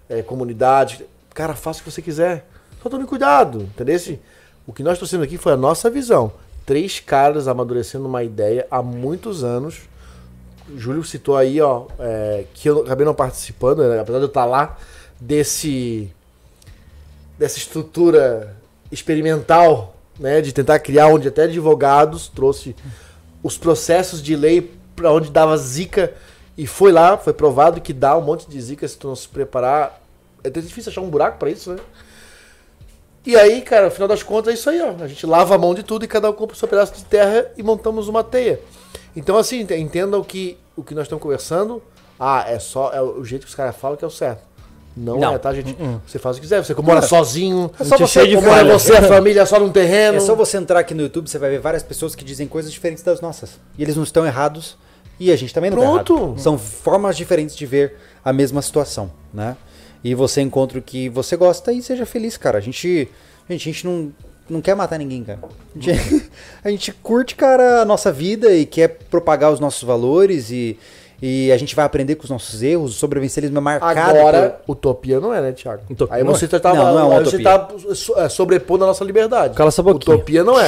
é, comunidade. Cara, faça o que você quiser. Só tome cuidado, entendeu? O que nós trouxemos aqui foi a nossa visão. Três caras amadurecendo uma ideia há muitos anos. O Júlio citou aí, ó, é, que eu acabei não participando, né, apesar de eu estar lá, desse, dessa estrutura experimental, né, de tentar criar onde até advogados trouxe os processos de lei para onde dava zica e foi lá, foi provado que dá um monte de zica se tu não se preparar. É até difícil achar um buraco para isso, né? E aí, cara, no final das contas é isso aí, ó. A gente lava a mão de tudo e cada um compra o seu pedaço de terra e montamos uma teia. Então, assim, entendam que o que nós estamos conversando, ah, é só é o jeito que os caras falam que é o certo. Não, não. é, tá, gente? Uh-uh. Você faz o que quiser. Você mora sozinho, é só você, de mora você, a família, só num terreno. É só você entrar aqui no YouTube, você vai ver várias pessoas que dizem coisas diferentes das nossas. E eles não estão errados e a gente também não Pronto. está errado. São formas diferentes de ver a mesma situação, né? E você encontra o que você gosta e seja feliz, cara. A gente, gente, a gente não, não quer matar ninguém, cara. A gente, a gente curte, cara, a nossa vida e quer propagar os nossos valores e, e a gente vai aprender com os nossos erros. O sobrevivencialismo é marcado. Agora, por... utopia não é, né, Thiago? Utopia Aí não você é. tá, não, não é uma você tá sobrepondo a nossa liberdade. Cala essa boquinha. Utopia não é.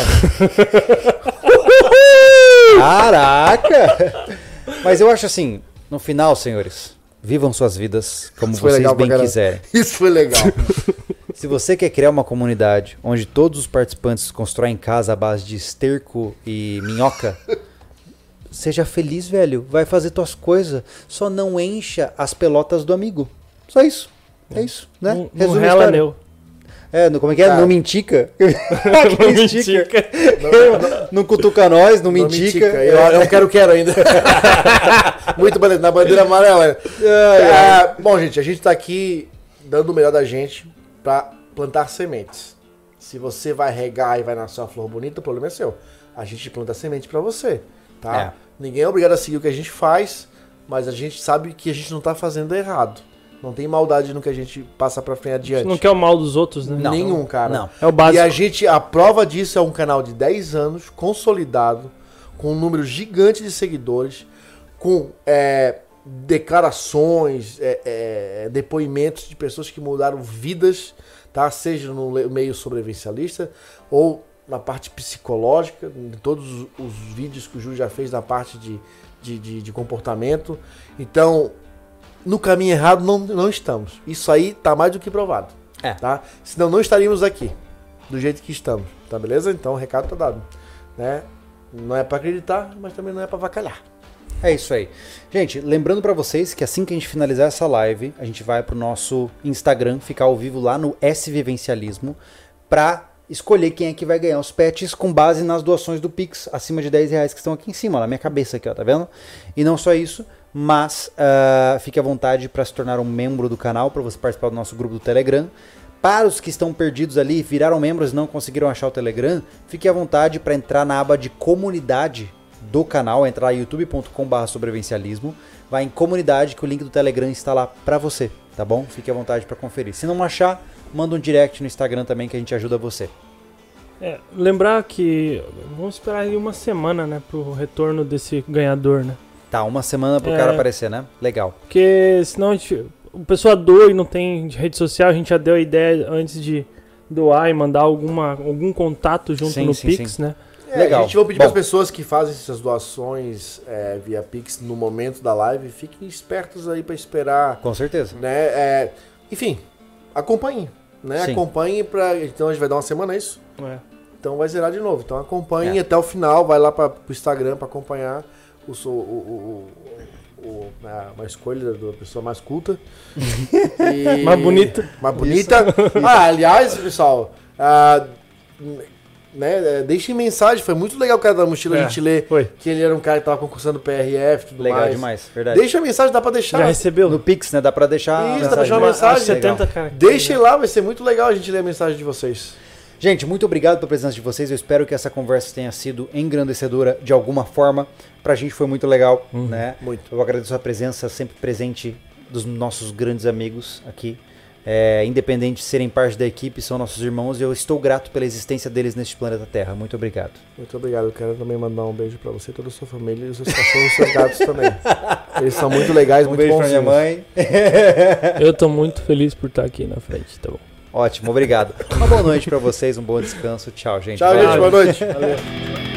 Caraca! Mas eu acho assim, no final, senhores, vivam suas vidas como Isso vocês bem quiserem. Isso foi legal. Se você quer criar uma comunidade onde todos os participantes constroem casa à base de esterco e minhoca, seja feliz, velho. Vai fazer tuas coisas. Só não encha as pelotas do amigo. Só isso. É isso, né? Não, não rela meu. É, no, como é que é? Ah. Não mentica. Não mentica. Não, não cutuca nós, não, não mentica. Eu, eu quero, quero ainda. Muito bonito, na bandeira amarela. É, é. Bom, gente, a gente tá aqui dando o melhor da gente pra plantar sementes. Se você vai regar e vai nascer uma flor bonita, o problema é seu. A gente planta semente pra você, tá? É. Ninguém é obrigado a seguir o que a gente faz, mas a gente sabe que a gente não tá fazendo errado. Não tem maldade no que a gente passa pra frente adiante. Você não quer o mal dos outros, né? Não, nenhum, cara. Não. É o básico. E a gente, a prova disso é um canal de dez anos, consolidado, com um número gigante de seguidores, com é, declarações, é, é, depoimentos de pessoas que mudaram vidas, tá? Seja no meio sobrevivencialista ou na parte psicológica, em todos os, os vídeos que o Júlio já fez na parte de, de, de, de comportamento. Então, no caminho errado não, não estamos. Isso aí tá mais do que provado. É. Tá? Senão não estaríamos aqui, do jeito que estamos. Tá beleza? Então o recado tá dado. Né? Não é pra acreditar, mas também não é pra avacalhar. É isso aí. Gente, lembrando pra vocês que assim que a gente finalizar essa live, a gente vai pro nosso Instagram, ficar ao vivo lá no S-Vivencialismo, pra escolher quem é que vai ganhar os pets com base nas doações do Pix, acima de dez reais que estão aqui em cima, na minha cabeça aqui, ó, tá vendo? E não só isso, mas uh, fique à vontade para se tornar um membro do canal, para você participar do nosso grupo do Telegram. Para os que estão perdidos ali, viraram membros e não conseguiram achar o Telegram, fique à vontade para entrar na aba de comunidade do canal, entrar em youtube ponto com barra sobrevivencialismo, vai em comunidade que o link do Telegram está lá para você, tá bom? Fique à vontade para conferir. Se não achar, manda um direct no Instagram também que a gente ajuda você. É, lembrar que vamos esperar aí uma semana, né, pro retorno desse ganhador, né? Tá, uma semana pro é, cara aparecer, né? Legal. Porque senão a gente, o pessoal doa e não tem rede social, a gente já deu a ideia antes de doar e mandar alguma, algum contato junto sim, no sim, Pix, sim. né? É, Legal. A gente vai pedir para as pessoas que fazem essas doações é, via Pix no momento da live, fiquem espertos aí para esperar. Com certeza. Né? É, enfim, acompanhem. Né? Acompanhem para. Então a gente vai dar uma semana, é isso? É. Então vai zerar de novo. Então acompanhem é. até o final, vai lá para o Instagram para acompanhar. O, o, o, o, a, uma escolha da pessoa mais culta. E, mais bonita. Mais bonita. Isso. Ah, aliás, pessoal, ah, né, deixem mensagem. Foi muito legal o cara da mochila é, a gente ler foi. que ele era um cara que tava concursando P R F tudo legal mais. demais, verdade. Deixa a mensagem, dá pra deixar. Já recebeu? No Pix, né? Dá pra deixar. Isso, dá pra deixar uma mensagem. setenta, cara. Deixem lá, vai ser muito legal a gente ler a mensagem de vocês. Gente, muito obrigado pela presença de vocês. Eu espero que essa conversa tenha sido engrandecedora de alguma forma. Pra gente foi muito legal, uhum, né? Muito. Eu agradeço a presença sempre presente dos nossos grandes amigos aqui. É, independente de serem parte da equipe, são nossos irmãos e eu estou grato pela existência deles neste planeta Terra. Muito obrigado. Muito obrigado. Eu quero também mandar um beijo pra você, toda a sua família e os seus cachorros e os seus gatos também. Eles são muito legais, um muito beijo bons. Pra minha mãe. Eu tô muito feliz por estar aqui na frente, tá bom? Ótimo, obrigado. Uma boa noite pra vocês, um bom descanso. Tchau, gente. Tchau, Valeu. gente. Boa noite. Valeu.